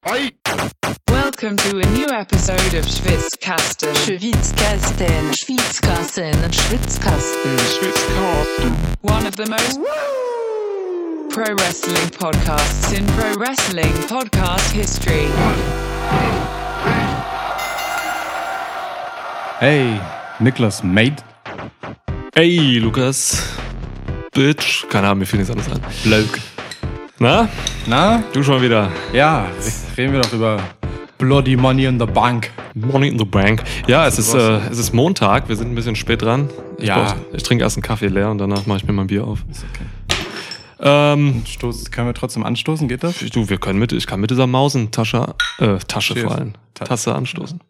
Welcome to a new episode of Schwitzkasten. Schwitzkasten. Schwitzkasten. Schwitzkasten. One of the most pro wrestling podcasts in pro wrestling podcast history. Hey, Niklas, Mate. Hey, Lukas. Bitch. Keine Ahnung, mir fiel nichts anderes ein. Bloke. Na? Du schon mal wieder. Ja, reden wir doch über Bloody Money in the Bank. Money in the Bank. Ja, es ist Montag. Wir sind ein bisschen spät dran. Ich trinke erst einen Kaffee leer und danach mache ich mir mein Bier auf. Ist okay. Können wir trotzdem anstoßen? Geht das? Ich kann mit dieser Mausentasche Cheers. vor allem, Tasse anstoßen.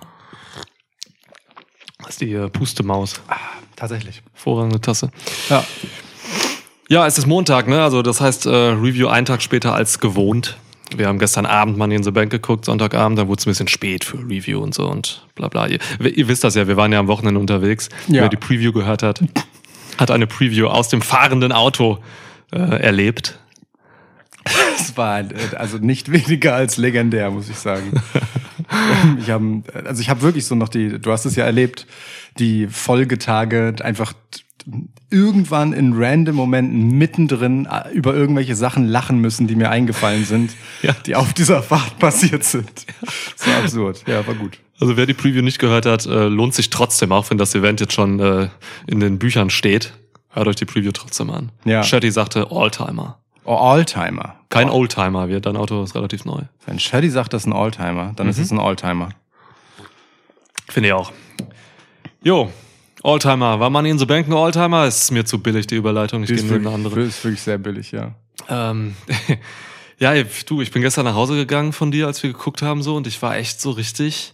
Das ist die Pustemaus. Tatsächlich. Vorrangige Tasse. Ja. Ja, es ist Montag, ne? Also das heißt Review einen Tag später als gewohnt. Wir haben gestern Abend Money in the Bank geguckt, Sonntagabend, dann wurde es ein bisschen spät für Review und so und bla bla. Ihr wisst das ja, wir waren ja am Wochenende unterwegs. Ja. Wer die Preview gehört hat eine Preview aus dem fahrenden Auto erlebt. Es war also nicht weniger als legendär, muss ich sagen. Ich habe wirklich so noch du hast es ja erlebt, die Folgetage einfach irgendwann in random Momenten mittendrin über irgendwelche Sachen lachen müssen, die mir eingefallen sind, ja, die auf dieser Fahrt passiert sind. So absurd. Ja, war gut. Also wer die Preview nicht gehört hat, lohnt sich trotzdem, auch wenn das Event jetzt schon in den Büchern steht. Hört euch die Preview trotzdem an. Ja. Shetty sagte Alltimer. Oh, Alltimer. Kein Oldtimer, dein Auto ist relativ neu. Wenn Shetty sagt, das ist ein Alltimer, dann ist es ein Alltimer. Finde ich auch. Jo, Alltimer. War Money in the Bank ein Alltimer? Ist mir zu billig, die Überleitung. Ich gehe in eine andere. Ist wirklich sehr billig, ja. Ja, ich bin gestern nach Hause gegangen von dir, als wir geguckt haben so und ich war so richtig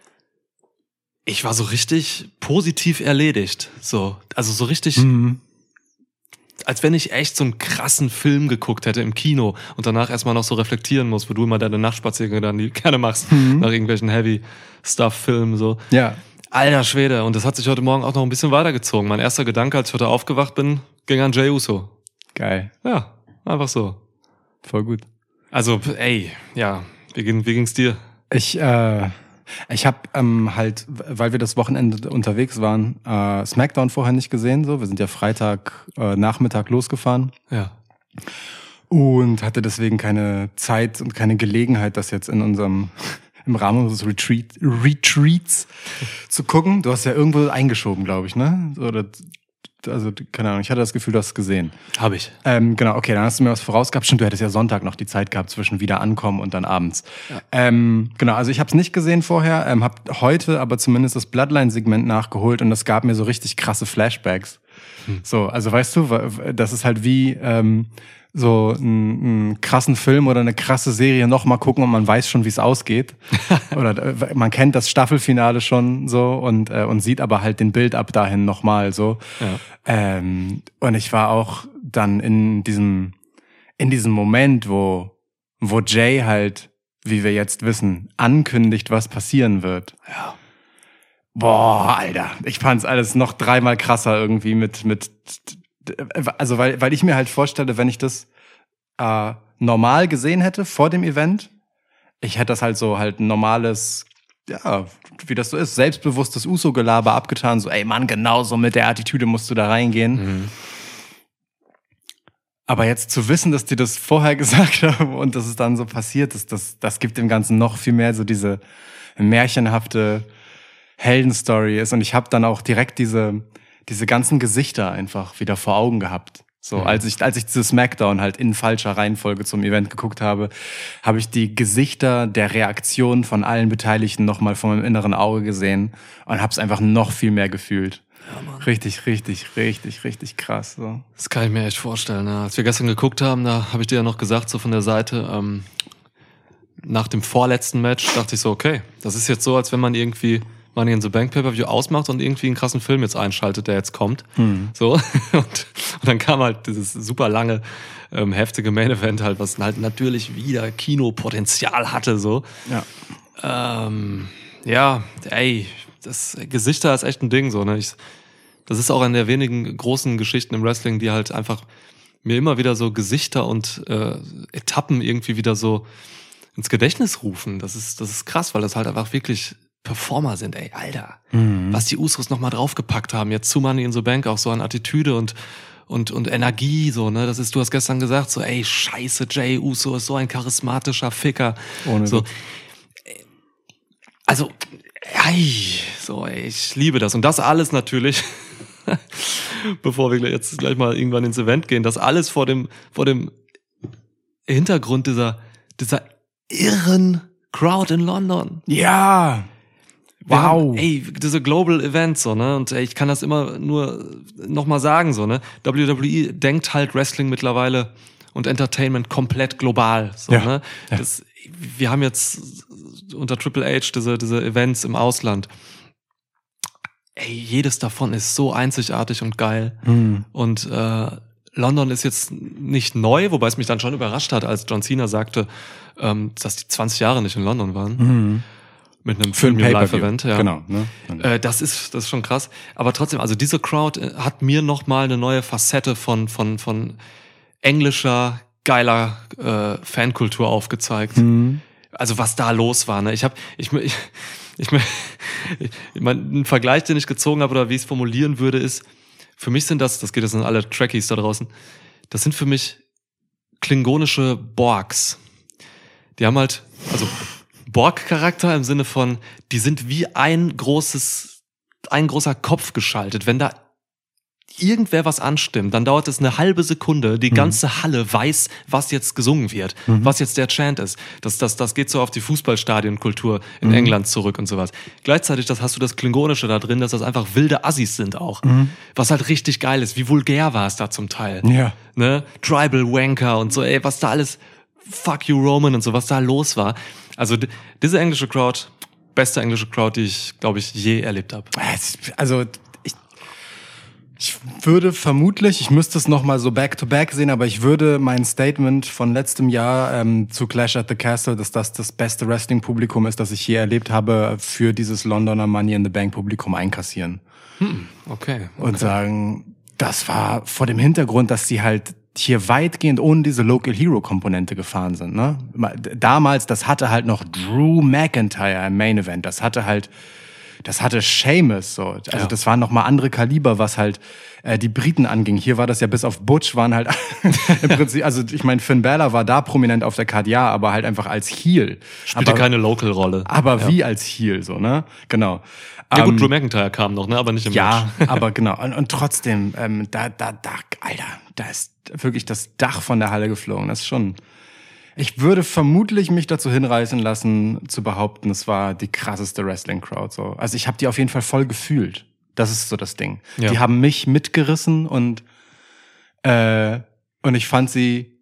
positiv erledigt. So, also so richtig, als wenn ich echt so einen krassen Film geguckt hätte im Kino und danach erstmal noch so reflektieren muss, wo du immer deine Nachtspaziergänge dann gerne machst, nach irgendwelchen Heavy-Stuff-Filmen so. Ja. Alter Schwede, und das hat sich heute Morgen auch noch ein bisschen weitergezogen. Mein erster Gedanke, als ich heute aufgewacht bin, ging an Jey Uso. Geil. Ja, einfach so. Voll gut. Also, wie ging's dir? Ich habe halt, weil wir das Wochenende unterwegs waren, SmackDown vorher nicht gesehen. So, wir sind ja Freitag Nachmittag losgefahren. Ja. Und hatte deswegen keine Zeit und keine Gelegenheit, das jetzt im Rahmen unseres Retreats zu gucken. Du hast ja irgendwo eingeschoben, glaube ich, ne? Also, keine Ahnung, ich hatte das Gefühl, du hast es gesehen. Habe ich. Genau, okay, dann hast du mir was vorausgehabt. Stimmt, du hättest ja Sonntag noch die Zeit gehabt zwischen wieder ankommen und dann abends. Ja. Genau, also ich habe es nicht gesehen vorher, habe heute aber zumindest das Bloodline-Segment nachgeholt und das gab mir so richtig krasse Flashbacks. So, also weißt du, das ist halt wie so einen krassen Film oder eine krasse Serie noch mal gucken und man weiß schon, wie es ausgeht. Oder man kennt das Staffelfinale schon so und sieht aber halt den Build-up dahin noch mal so. Ja. Und ich war auch dann in diesem Moment, wo Jay halt, wie wir jetzt wissen, ankündigt, was passieren wird. Ja. Boah, Alter, ich fand's alles noch 3-mal krasser irgendwie also weil ich mir halt vorstelle, wenn ich das normal gesehen hätte vor dem Event, ich hätte das halt so halt ein normales, ja, wie das so ist, selbstbewusstes Uso-Gelaber abgetan, so ey Mann, genau so mit der Attitüde musst du da reingehen. Aber jetzt zu wissen, dass die das vorher gesagt haben und dass es dann so passiert ist, das gibt dem Ganzen noch viel mehr so diese märchenhafte Heldenstory ist. Und ich habe dann auch direkt diese ganzen Gesichter einfach wieder vor Augen gehabt. So, als ich diese Smackdown halt in falscher Reihenfolge zum Event geguckt habe, habe ich die Gesichter der Reaktion von allen Beteiligten nochmal vor meinem inneren Auge gesehen und habe es einfach noch viel mehr gefühlt. Ja, Mann. Richtig, richtig, richtig, richtig krass. So. Das kann ich mir echt vorstellen. Ja. Als wir gestern geguckt haben, da habe ich dir ja noch gesagt, so von der Seite, nach dem vorletzten Match dachte ich so, okay, das ist jetzt so, als wenn man irgendwie Money in the Bank Pay-Per-View ausmacht und irgendwie einen krassen Film jetzt einschaltet, der jetzt kommt. So. Und dann kam halt dieses super lange, heftige Main-Event halt, was halt natürlich wieder Kinopotenzial hatte, so. Ja. Das Gesichter ist echt ein Ding, so, ne. Das ist auch eine der wenigen großen Geschichten im Wrestling, die halt einfach mir immer wieder so Gesichter und Etappen irgendwie wieder so ins Gedächtnis rufen. Das ist krass, weil das halt einfach wirklich Performer sind, ey, Alter. Was die Usos nochmal draufgepackt haben, jetzt zu Money in the Bank auch so an Attitüde und Energie, so, ne, du hast gestern gesagt, so, ey, scheiße, Jey Uso ist so ein charismatischer Ficker. Ohne so. Also, ey, ich liebe das. Und das alles natürlich, bevor wir jetzt gleich mal irgendwann ins Event gehen, das alles vor dem Hintergrund dieser irren Crowd in London. Ja. Wow. Diese Global Events, so, ne? Und ich kann das immer nur nochmal sagen, so, ne? WWE denkt halt Wrestling mittlerweile und Entertainment komplett global, so, ne? Ja. Wir haben jetzt unter Triple H diese Events im Ausland. Ey, jedes davon ist so einzigartig und geil. Und London ist jetzt nicht neu, wobei es mich dann schon überrascht hat, als John Cena sagte, dass die 20 Jahre nicht in London waren. Mit einem Premium-Live-Event, ja. Genau. Ne? Das ist schon krass. Aber trotzdem, also diese Crowd hat mir nochmal eine neue Facette von englischer, geiler Fankultur aufgezeigt. Also was da los war, ne? Ein Vergleich, den ich gezogen habe oder wie ich es formulieren würde, ist, für mich sind das geht jetzt an alle Trekkies da draußen, das sind für mich klingonische Borgs. Die haben halt, also Borg-Charakter im Sinne von, die sind wie ein großer Kopf geschaltet. Wenn da irgendwer was anstimmt, dann dauert es eine halbe Sekunde, die ganze Halle weiß, was jetzt gesungen wird, was jetzt der Chant ist. Das geht so auf die Fußballstadionkultur in England zurück und sowas. Gleichzeitig hast du das Klingonische da drin, dass das einfach wilde Assis sind auch. Was halt richtig geil ist. Wie vulgär war es da zum Teil. Ja. Ne? Tribal Wanker und so, ey, was da alles, Fuck you Roman und so, was da los war. Also diese englische Crowd, beste englische Crowd, die ich, glaube ich, je erlebt habe. Also ich würde vermutlich, ich müsste es nochmal so back-to-back sehen, aber ich würde mein Statement von letztem Jahr zu Clash at the Castle, dass das beste Wrestling-Publikum ist, das ich je erlebt habe, für dieses Londoner Money in the Bank-Publikum einkassieren. Okay. Und sagen, das war vor dem Hintergrund, dass sie halt hier weitgehend ohne diese Local Hero Komponente gefahren sind, ne? Damals, das hatte halt noch Drew McIntyre im Main Event, das hatte Sheamus, so. Also das waren nochmal andere Kaliber, was halt die Briten anging. Hier war das ja bis auf Butch waren halt im Prinzip, also ich meine, Finn Balor war da prominent auf der Card, ja, aber halt einfach als Heel. Spielte keine Local-Rolle. Aber wie als Heel, so, ne? Genau. Ja gut, Drew McIntyre kam noch, ne? Aber nicht im Match. Ja, aber genau. Und trotzdem, Alter, da ist wirklich das Dach von der Halle geflogen. Das ist schon. Ich würde vermutlich mich dazu hinreißen lassen, zu behaupten, es war die krasseste Wrestling-Crowd. So. Also ich habe die auf jeden Fall voll gefühlt. Das ist so das Ding. Ja. Die haben mich mitgerissen und ich fand sie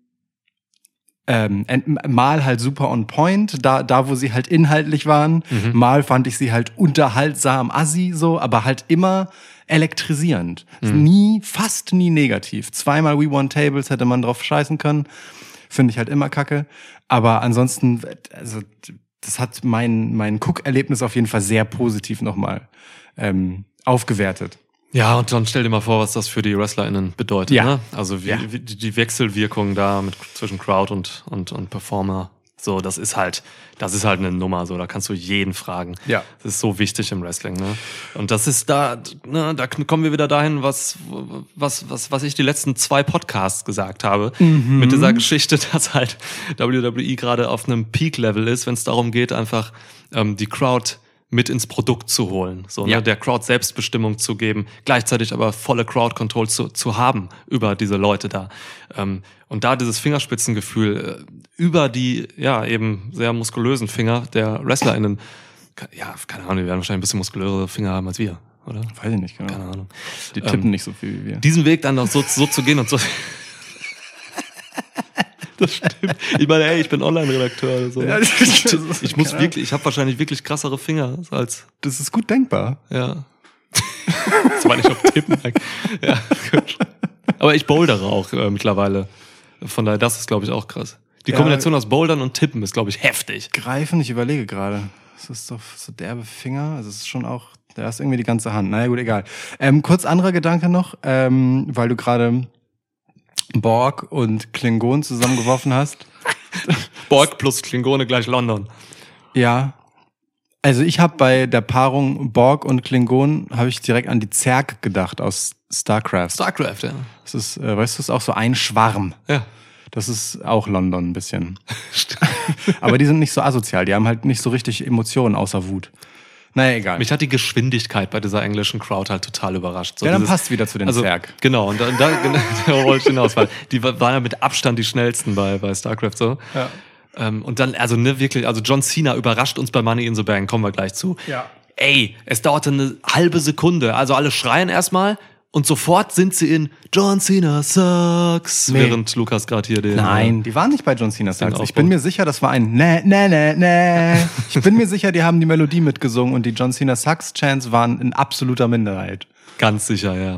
mal halt super on point, da wo sie halt inhaltlich waren. Mal fand ich sie halt unterhaltsam assi, so, aber halt immer elektrisierend. Fast nie negativ. 2-mal We Won Tables hätte man drauf scheißen können. Finde ich halt immer kacke. Aber ansonsten, also das hat mein Cook-Erlebnis auf jeden Fall sehr positiv nochmal aufgewertet. Ja, und dann stell dir mal vor, was das für die WrestlerInnen bedeutet. Ja. Ne? Also wie die Wechselwirkung da zwischen Crowd und Performer. So, das ist halt eine Nummer, so, da kannst du jeden fragen. Ja. Das ist so wichtig im Wrestling, ne? Und das ist da kommen wir wieder dahin, was ich die letzten 2 Podcasts gesagt habe. Mit dieser Geschichte, dass halt WWE gerade auf einem Peak-Level ist, wenn es darum geht, einfach die Crowd mit ins Produkt zu holen, so, ne? Der Crowd Selbstbestimmung zu geben, gleichzeitig aber volle Crowd-Control zu haben über diese Leute da. Und da dieses Fingerspitzengefühl über die, ja, eben sehr muskulösen Finger der WrestlerInnen, ja, keine Ahnung, die werden wahrscheinlich ein bisschen muskulösere Finger haben als wir, oder? Weiß ich nicht, genau. Keine Ahnung. Die tippen nicht so viel wie wir. Diesen Weg dann noch so zu gehen und so. Das stimmt. Ich meine, ey, ich bin Online-Redakteur oder so. Ja, ich habe wahrscheinlich wirklich krassere Finger als. Das ist gut denkbar. Ja. Das war nicht auf Tippen. Ja, gut. Aber ich bouldere auch mittlerweile. Von daher, das ist, glaube ich, auch krass. Die Kombination aus Bouldern und Tippen ist, glaube ich, heftig. Greifen, ich überlege gerade. Das ist doch so derbe Finger. Also es ist schon auch, da ist irgendwie die ganze Hand. Naja, gut, egal. Kurz anderer Gedanke noch, weil du gerade Borg und Klingon zusammengeworfen hast. Borg plus Klingone gleich London. Ja. Also ich habe bei der Paarung Borg und Klingon habe ich direkt an die Zerg gedacht aus StarCraft. StarCraft, ja. Das ist, weißt du, ist auch so ein Schwarm. Ja. Das ist auch London ein bisschen. Aber die sind nicht so asozial, die haben halt nicht so richtig Emotionen außer Wut. Naja, egal. Mich hat die Geschwindigkeit bei dieser englischen Crowd halt total überrascht. So ja, dann passt wieder zu den Zerg. Genau, und da wollte ich hinaus, weil die waren ja mit Abstand die schnellsten bei StarCraft so. Ja. Und dann, also wirklich, also John Cena überrascht uns bei Money in the Bank, kommen wir gleich zu. Ja. Ey, es dauerte eine halbe Sekunde, also alle schreien erstmal und sofort sind sie in John Cena sucks, während Lukas gerade hier den... Nein, die waren nicht bei John Cena sucks. Ich bin mir sicher, das war ein nee. Ich bin mir sicher, die haben die Melodie mitgesungen und die John Cena sucks Chants waren in absoluter Minderheit. Ganz sicher, ja.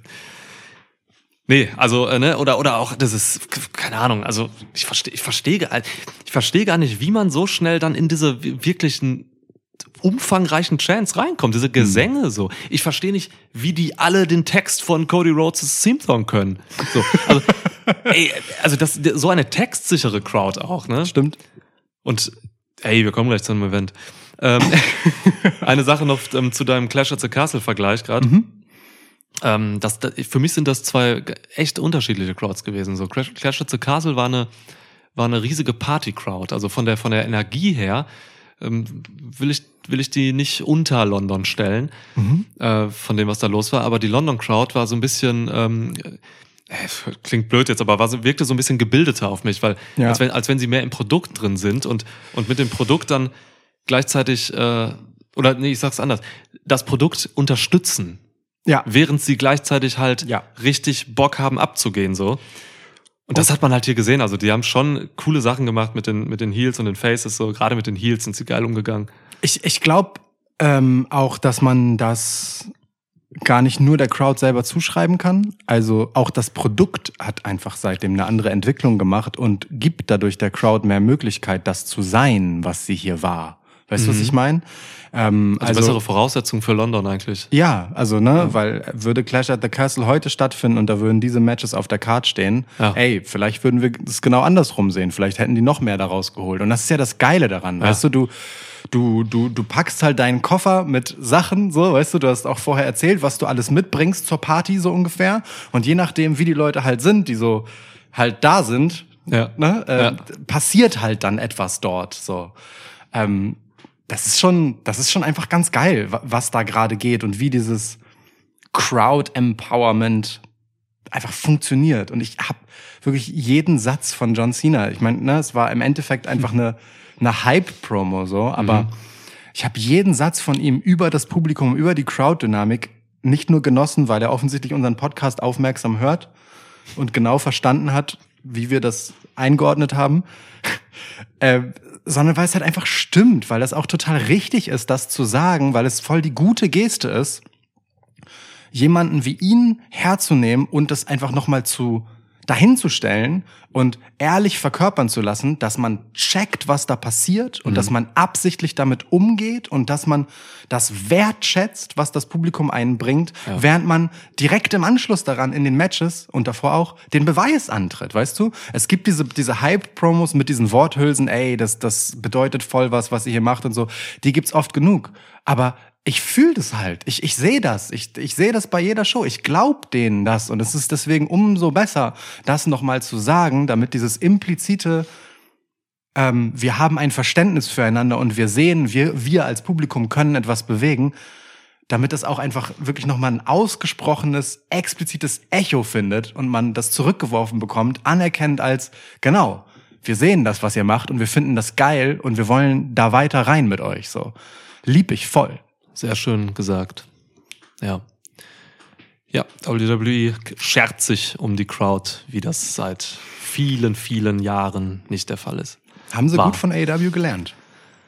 Nee, also, ne, oder auch, das ist, keine Ahnung, also, ich verstehe gar nicht, wie man so schnell dann in diese wirklichen umfangreichen Chants reinkommt, diese Gesänge so. Ich verstehe nicht, wie die alle den Text von Cody Rhodes' Theme-Song können. So, also, ey, also das, so eine textsichere Crowd auch, ne? Stimmt. Und, ey, wir kommen gleich zu einem Event. Eine Sache noch zu deinem Clash at the Castle-Vergleich gerade. Für mich sind das zwei echt unterschiedliche Crowds gewesen. So Clash at the Castle war eine riesige Party-Crowd. Also von der Energie her will ich die nicht unter London stellen, von dem, was da los war. Aber die London Crowd war so ein bisschen, klingt blöd jetzt, aber wirkte so ein bisschen gebildeter auf mich, weil als wenn sie mehr im Produkt drin sind und mit dem Produkt dann gleichzeitig, ich sag's anders, das Produkt unterstützen. Ja. Während sie gleichzeitig halt richtig Bock haben abzugehen, so. Und das hat man halt hier gesehen. Also die haben schon coole Sachen gemacht mit den Heels und den Faces, so. Gerade mit den Heels sind sie geil umgegangen. Ich glaube auch, dass man das gar nicht nur der Crowd selber zuschreiben kann. Also auch das Produkt hat einfach seitdem eine andere Entwicklung gemacht und gibt dadurch der Crowd mehr Möglichkeit, das zu sein, was sie hier war. Weißt du, was ich meine? Also bessere Voraussetzungen für London eigentlich. Ja, also weil würde Clash at the Castle heute stattfinden und da würden diese Matches auf der Card stehen, ey, vielleicht würden wir es genau andersrum sehen. Vielleicht hätten die noch mehr daraus geholt. Und das ist ja das Geile daran, weißt du, du packst halt deinen Koffer mit Sachen, so, weißt du hast auch vorher erzählt, was du alles mitbringst zur Party, so ungefähr. Und je nachdem, wie die Leute halt sind, die so halt da sind, passiert halt dann etwas dort, so. Das ist schon einfach ganz geil, was da gerade geht und wie dieses Crowd-Empowerment einfach funktioniert. Und ich habe wirklich jeden Satz von John Cena. Ich meine, es war im Endeffekt einfach eine Hype-Promo, so, aber ich habe jeden Satz von ihm über das Publikum, über die Crowd-Dynamik nicht nur genossen, weil er offensichtlich unseren Podcast aufmerksam hört und genau verstanden hat, wie wir das eingeordnet haben, sondern weil es halt einfach stimmt, weil das auch total richtig ist, das zu sagen, weil es voll die gute Geste ist, jemanden wie ihn herzunehmen und das einfach nochmal dahin zu stellen und ehrlich verkörpern zu lassen, dass man checkt, was da passiert und dass man absichtlich damit umgeht und dass man das wertschätzt, was das Publikum einbringt, während man direkt im Anschluss daran in den Matches und davor auch den Beweis antritt, weißt du? Es gibt diese Hype-Promos mit diesen Worthülsen, ey, das bedeutet voll was ihr hier macht und so, die gibt's oft genug, aber ich fühle das halt. Ich sehe das. Ich sehe das bei jeder Show. Ich glaube denen das. Und es ist deswegen umso besser, das nochmal zu sagen, damit dieses implizite, wir haben ein Verständnis füreinander und wir sehen, wir als Publikum können etwas bewegen, damit das auch einfach wirklich nochmal ein ausgesprochenes, explizites Echo findet und man das zurückgeworfen bekommt, anerkennt als, genau, wir sehen das, was ihr macht und wir finden das geil und wir wollen da weiter rein mit euch. So, lieb ich voll. Sehr schön gesagt. Ja. Ja, WWE schert sich um die Crowd, wie das seit vielen, vielen Jahren nicht der Fall ist. Haben sie gut von AEW gelernt.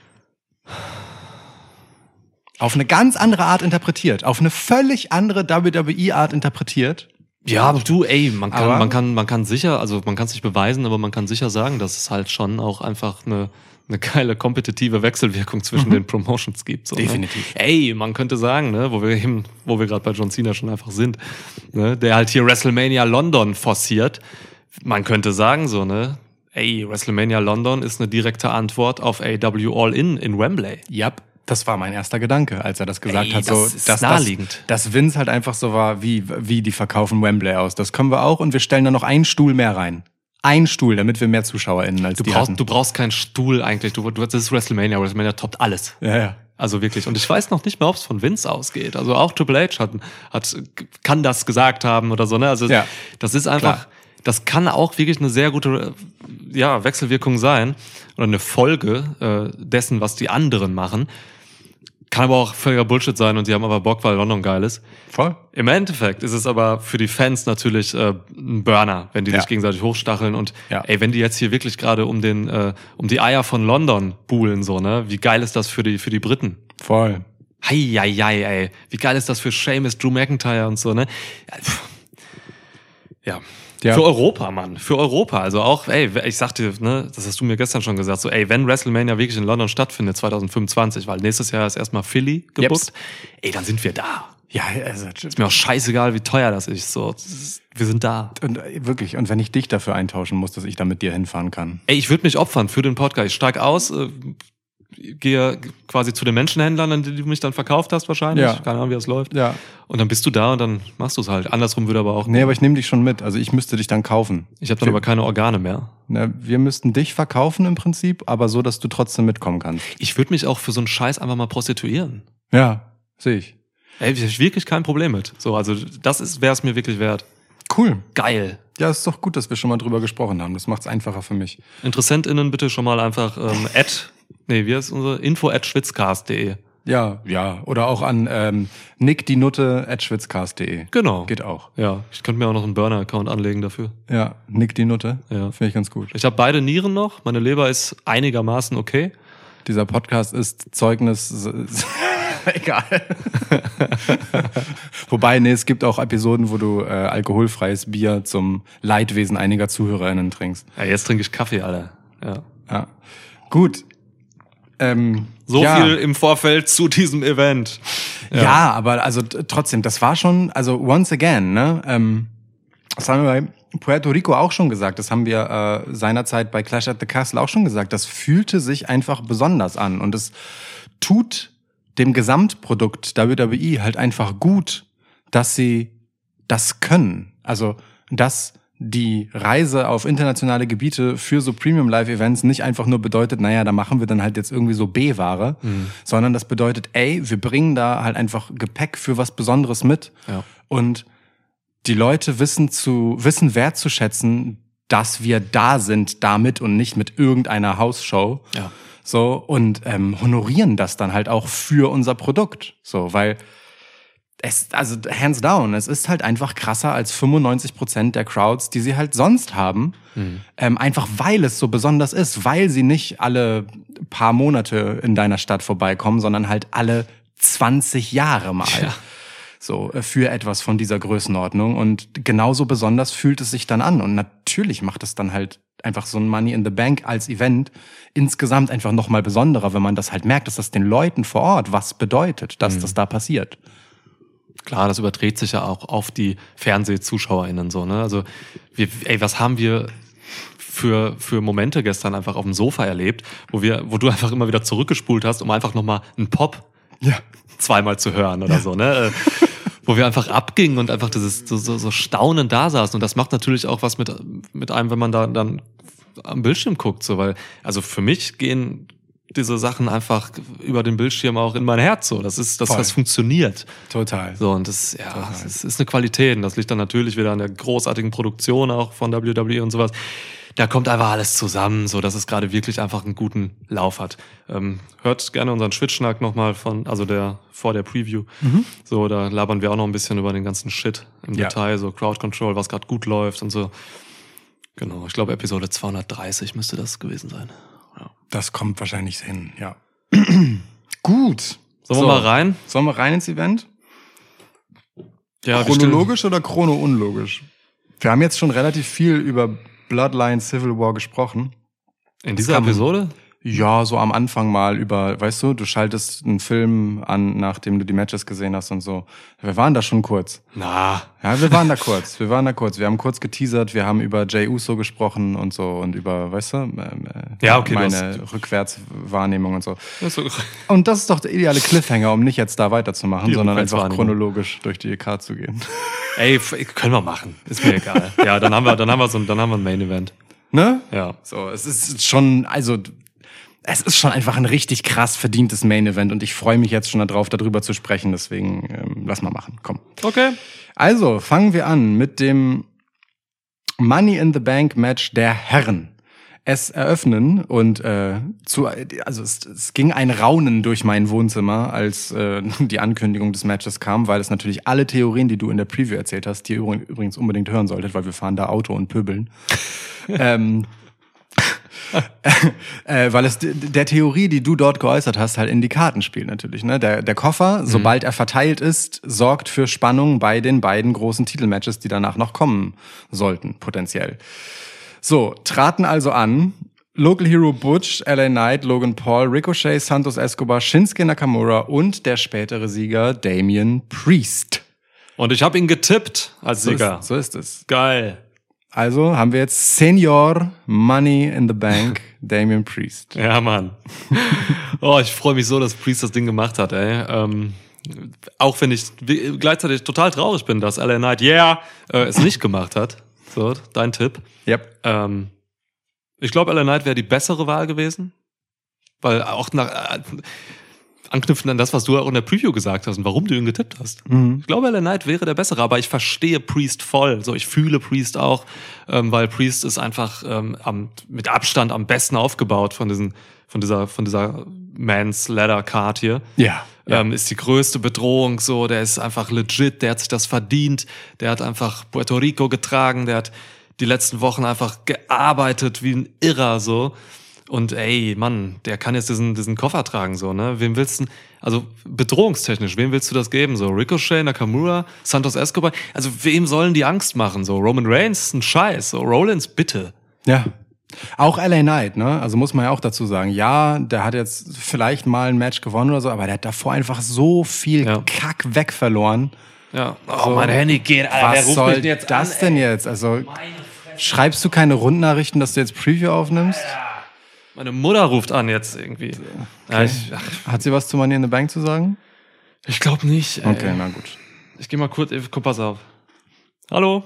Auf eine ganz andere Art interpretiert. Auf eine völlig andere WWE-Art interpretiert. Ja, man kann sicher, also man kann es nicht beweisen, aber man kann sicher sagen, dass es halt schon auch einfach eine geile kompetitive Wechselwirkung zwischen den Promotions gibt. So, definitiv. Ne? Ey, man könnte sagen, ne, wo wir gerade bei John Cena schon einfach sind, ne, der halt hier WrestleMania London forciert. Man könnte sagen so, ne, ey, WrestleMania London ist eine direkte Antwort auf AEW All-In Wembley. Yep. Das war mein erster Gedanke, als er das gesagt hat. Das ist naheliegend. Dass Vince halt einfach so war, wie die verkaufen Wembley aus. Das können wir auch und wir stellen da noch einen Stuhl mehr rein. Ein Stuhl, damit wir mehr ZuschauerInnen als die hatten. Du brauchst keinen Stuhl eigentlich. Das ist WrestleMania. WrestleMania toppt alles. Ja. Also wirklich. Und ich weiß noch nicht mehr, ob es von Vince ausgeht. Also auch Triple H kann das gesagt haben oder so. Ne? Also das ist einfach, klar. Das kann auch wirklich eine sehr gute Wechselwirkung sein oder eine Folge dessen, was die anderen machen. Kann aber auch völliger Bullshit sein und die haben aber Bock, weil London geil ist. Voll. Im Endeffekt ist es aber für die Fans natürlich ein Burner, wenn die sich gegenseitig hochstacheln und wenn die jetzt hier wirklich gerade um die Eier von London buhlen, so, ne? Wie geil ist das für die Briten? Voll. Ey. Wie geil ist das für Sheamus, Drew McIntyre und so, ne? Ja. Für Europa, Mann. Für Europa. Also auch, ich sag dir, ne, das hast du mir gestern schon gesagt, so, wenn WrestleMania wirklich in London stattfindet, 2025, weil nächstes Jahr ist erstmal Philly gebucht, dann sind wir da. Ja, also. Ist mir auch scheißegal, wie teuer das ist, so. Wir sind da. Und wirklich, und wenn ich dich dafür eintauschen muss, dass ich da mit dir hinfahren kann. Ich würde mich opfern für den Podcast. Ich steig aus, gehe quasi zu den Menschenhändlern, an die du mich dann verkauft hast wahrscheinlich. Ja. Keine Ahnung, wie das läuft. Ja. Und dann bist du da und dann machst du es halt. Andersrum würde aber auch... Nee, aber ich nehme dich schon mit. Also ich müsste dich dann kaufen. Ich habe dann aber keine Organe mehr. Na, wir müssten dich verkaufen im Prinzip, aber so, dass du trotzdem mitkommen kannst. Ich würde mich auch für so einen Scheiß einfach mal prostituieren. Ja, sehe ich. Ich habe wirklich kein Problem mit. So, also das wäre es mir wirklich wert. Cool. Geil. Ja, ist doch gut, dass wir schon mal drüber gesprochen haben. Das macht's einfacher für mich. InteressentInnen bitte schon mal einfach wie heißt unsere info@schwitzcast.de. Ja. Oder auch an nickdienutte@schwitzcast.de. Genau. Geht auch. Ja, ich könnte mir auch noch einen Burner-Account anlegen dafür. Ja, Nick die Nutte. Ja. Finde ich ganz gut. Ich habe beide Nieren noch. Meine Leber ist einigermaßen okay. Dieser Podcast ist Zeugnis... Egal. Wobei, es gibt auch Episoden, wo du alkoholfreies Bier zum Leidwesen einiger ZuhörerInnen trinkst. Ja, jetzt trinke ich Kaffee, Alter. Ja. Gut. Viel im Vorfeld zu diesem Event. Ja, aber also trotzdem, das war schon, also once again, ne? Das haben wir bei Puerto Rico auch schon gesagt. Das haben wir seinerzeit bei Clash at the Castle auch schon gesagt. Das fühlte sich einfach besonders an. Und es tut dem Gesamtprodukt WWE halt einfach gut, dass sie das können. Also, dass die Reise auf internationale Gebiete für so Premium-Live-Events nicht einfach nur bedeutet, da machen wir dann halt jetzt irgendwie so B-Ware, sondern das bedeutet, wir bringen da halt einfach Gepäck für was Besonderes mit. Ja. Und die Leute wissen wertzuschätzen, dass wir da sind damit und nicht mit irgendeiner Hausshow. Ja. So, und honorieren das dann halt auch für unser Produkt. So, weil hands down, es ist halt einfach krasser als 95% der Crowds, die sie halt sonst haben. Einfach weil es so besonders ist, weil sie nicht alle paar Monate in deiner Stadt vorbeikommen, sondern halt alle 20 Jahre mal. Ja. So, für etwas von dieser Größenordnung. Und genauso besonders fühlt es sich dann an. Und natürlich macht es dann halt einfach so ein Money in the Bank als Event insgesamt einfach nochmal besonderer, wenn man das halt merkt, dass das den Leuten vor Ort was bedeutet, dass das da passiert. Klar, das überträgt sich ja auch auf die FernsehzuschauerInnen so, ne? Also, was haben wir für Momente gestern einfach auf dem Sofa erlebt, wo du einfach immer wieder zurückgespult hast, um einfach nochmal einen Pop zweimal zu hören oder so, ne? Wo wir einfach abgingen und einfach dieses so staunend da saßen. Und das macht natürlich auch was mit einem, wenn man da dann am Bildschirm guckt, so, weil, also für mich gehen diese Sachen einfach über den Bildschirm auch in mein Herz, so. Das funktioniert. Total. So, und das ist eine Qualität. Und das liegt dann natürlich wieder an der großartigen Produktion auch von WWE und sowas. Da kommt einfach alles zusammen, so dass es gerade wirklich einfach einen guten Lauf hat. Hört gerne unseren Schwitzschnack nochmal vor der Preview. So, da labern wir auch noch ein bisschen über den ganzen Shit im Detail, so Crowd Control, was gerade gut läuft und so. Genau, ich glaube Episode 230 müsste das gewesen sein. Ja. Das kommt wahrscheinlich hin, ja. Gut. Sollen wir mal rein? Sollen wir rein ins Event? Ja, chronologisch oder chrono-unlogisch? Wir haben jetzt schon relativ viel über Bloodline Civil War gesprochen. In dieser Episode? Ja, so am Anfang mal weißt du, du schaltest einen Film an, nachdem du die Matches gesehen hast und so. Wir waren da schon kurz. Na. Ja, wir waren da kurz. Wir haben kurz geteasert, wir haben über Jey Uso gesprochen und so und über, weißt du, Ja, okay, meine Rückwärtswahrnehmung und so. So. Und das ist doch der ideale Cliffhanger, um nicht jetzt da weiterzumachen, Die sondern einfach Rückwärtswahrnehmung. chronologisch durch die Card zu gehen. Ey, können wir machen. Ist mir egal. Ja, dann haben wir ein Main Event. Ne? Ja. So, es ist schon einfach ein richtig krass verdientes Main Event und ich freue mich jetzt schon darauf, darüber zu sprechen, deswegen lass mal machen, komm. Okay. Also, fangen wir an mit dem Money in the Bank Match der Herren. Es eröffnen und es ging ein Raunen durch mein Wohnzimmer, als die Ankündigung des Matches kam, weil es natürlich alle Theorien, die du in der Preview erzählt hast, die ihr übrigens unbedingt hören solltet, weil wir fahren da Auto und pöbeln. Weil es der Theorie, die du dort geäußert hast, halt in die Karten spielt natürlich. Ne? Der Koffer, sobald er verteilt ist, sorgt für Spannung bei den beiden großen Titelmatches, die danach noch kommen sollten, potenziell. So, traten also an Local Hero Butch, LA Knight, Logan Paul, Ricochet, Santos Escobar, Shinsuke Nakamura und der spätere Sieger Damian Priest. Und ich habe ihn getippt als Sieger. So ist es. Geil. Also haben wir jetzt Senior Money in the Bank, Damian Priest. Ja, Mann. Oh, ich freue mich so, dass Priest das Ding gemacht hat, ey. Auch wenn ich gleichzeitig total traurig bin, dass LA Knight es nicht gemacht hat. So, dein Tipp. Yep. Ich glaube, LA Knight wäre die bessere Wahl gewesen. Weil auch anknüpfend an das, was du auch in der Preview gesagt hast und warum du ihn getippt hast. Mhm. Ich glaube, LA Knight wäre der bessere, aber ich verstehe Priest voll. So, ich fühle Priest auch, weil Priest ist einfach mit Abstand am besten aufgebaut von dieser Man's Ladder Card hier. Ja. Ist die größte Bedrohung, so, der ist einfach legit, der hat sich das verdient, der hat einfach Puerto Rico getragen, der hat die letzten Wochen einfach gearbeitet wie ein Irrer, so. Und ey, Mann, der kann jetzt diesen Koffer tragen, so, ne? Wem willst du, also bedrohungstechnisch, wem willst du das geben? So, Ricochet, Nakamura, Santos Escobar, also wem sollen die Angst machen? So, Roman Reigns, ein Scheiß, so, Rollins, bitte. Ja. Auch LA Knight, ne? Also muss man ja auch dazu sagen, ja, der hat jetzt vielleicht mal ein Match gewonnen oder so, aber der hat davor einfach so viel Kack wegverloren. Ja. Oh, so, mein Handy geht, Alter, was soll jetzt das denn jetzt? Also, schreibst du keine Rundnachrichten, dass du jetzt Preview aufnimmst? Alter. Meine Mutter ruft an jetzt irgendwie. Okay. Hat sie was zu Money in the Bank zu sagen? Ich glaube nicht, ey. Okay, na gut. Ich gehe mal kurz, pass auf. Hallo?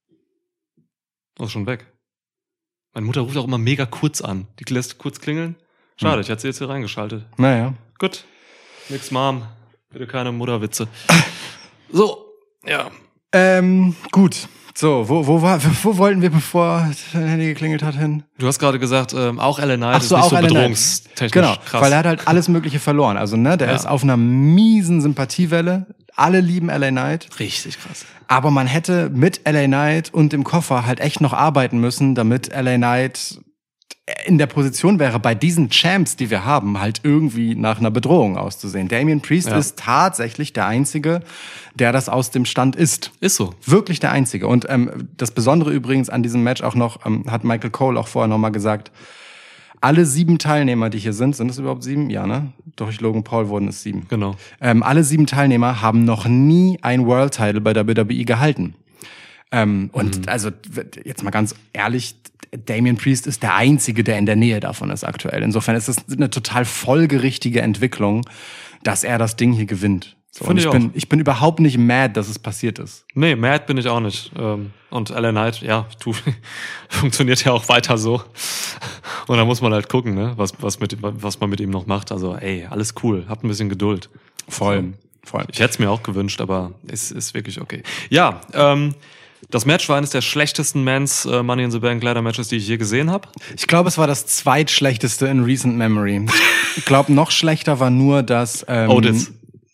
Oh, ist schon weg. Meine Mutter ruft auch immer mega kurz an. Die lässt kurz klingeln. Schade, ich hätte sie jetzt hier reingeschaltet. Naja. Gut. Nix, Mom. Bitte keine Mutterwitze. So, ja. Gut. So, wo wollten wir, bevor dein Handy geklingelt hat, hin? Du hast gerade gesagt, auch LA Knight ist nicht so LA bedrohungstechnisch genau, krass. Weil er hat halt alles Mögliche verloren. Also, ne, der ist auf einer miesen Sympathiewelle. Alle lieben LA Knight. Richtig krass. Aber man hätte mit LA Knight und dem Koffer halt echt noch arbeiten müssen, damit LA Knight in der Position wäre, bei diesen Champs, die wir haben, halt irgendwie nach einer Bedrohung auszusehen. Damian Priest ist tatsächlich der Einzige, der das aus dem Stand ist. Ist so. Wirklich der Einzige. Und das Besondere übrigens an diesem Match auch noch, hat Michael Cole auch vorher nochmal gesagt, alle 7 Teilnehmer, die hier sind es überhaupt 7? Ja, ne? Durch Logan Paul wurden es 7. Genau. Alle 7 Teilnehmer haben noch nie ein World Title bei WWE gehalten. Und also, jetzt mal ganz ehrlich, Damian Priest ist der Einzige, der in der Nähe davon ist aktuell. Insofern ist es eine total folgerichtige Entwicklung, dass er das Ding hier gewinnt. So, und ich bin überhaupt nicht mad, dass es passiert ist. Nee, mad bin ich auch nicht. Und LA Knight, funktioniert ja auch weiter so. Und da muss man halt gucken, ne, was man mit ihm noch macht. Also, ey, alles cool. Habt ein bisschen Geduld. Voll. Ich hätte es mir auch gewünscht, aber es ist wirklich okay. Ja, das Match war eines der schlechtesten Men's Money in the Bank Ladder Matches, die ich je gesehen habe. Ich glaube, es war das zweitschlechteste in recent memory. Ich glaube, noch schlechter war nur das Otis.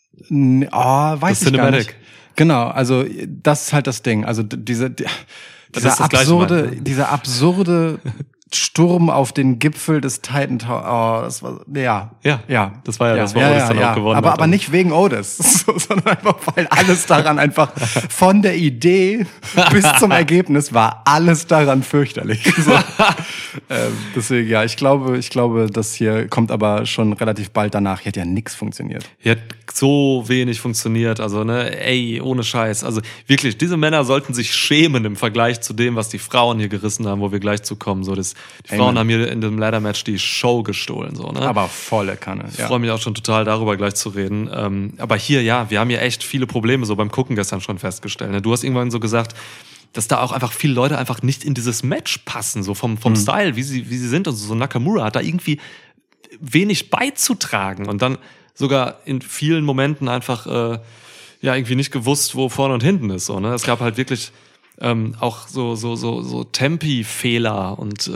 Weiß ich gar nicht. Genau, also das ist halt das Ding. Also dieser absurde Sturm auf den Gipfel des Titan Tower. Das war, ja. Das war das, warum Otis dann auch gewonnen hat. Aber nicht wegen Otis, sondern einfach, weil alles daran einfach von der Idee bis zum Ergebnis war alles daran fürchterlich. So. Deswegen, ja, ich glaube, das hier kommt aber schon relativ bald danach. Hier hat ja nichts funktioniert. Hier hat so wenig funktioniert, also, ohne Scheiß. Also, wirklich, diese Männer sollten sich schämen im Vergleich zu dem, was die Frauen hier gerissen haben, wo wir gleich zu kommen. So, die Frauen haben hier in dem Ladder-Match die Show gestohlen. So, ne? Aber volle Kanne. Ich freue mich auch schon total darüber gleich zu reden. Aber hier, wir haben hier echt viele Probleme so beim Gucken gestern schon festgestellt. Ne? Du hast irgendwann so gesagt, dass da auch einfach viele Leute einfach nicht in dieses Match passen, so vom Style, wie sie sind. Also so Nakamura hat da irgendwie wenig beizutragen und dann sogar in vielen Momenten einfach irgendwie nicht gewusst, wo vorne und hinten ist. So, ne? Es gab halt wirklich auch so Tempi-Fehler und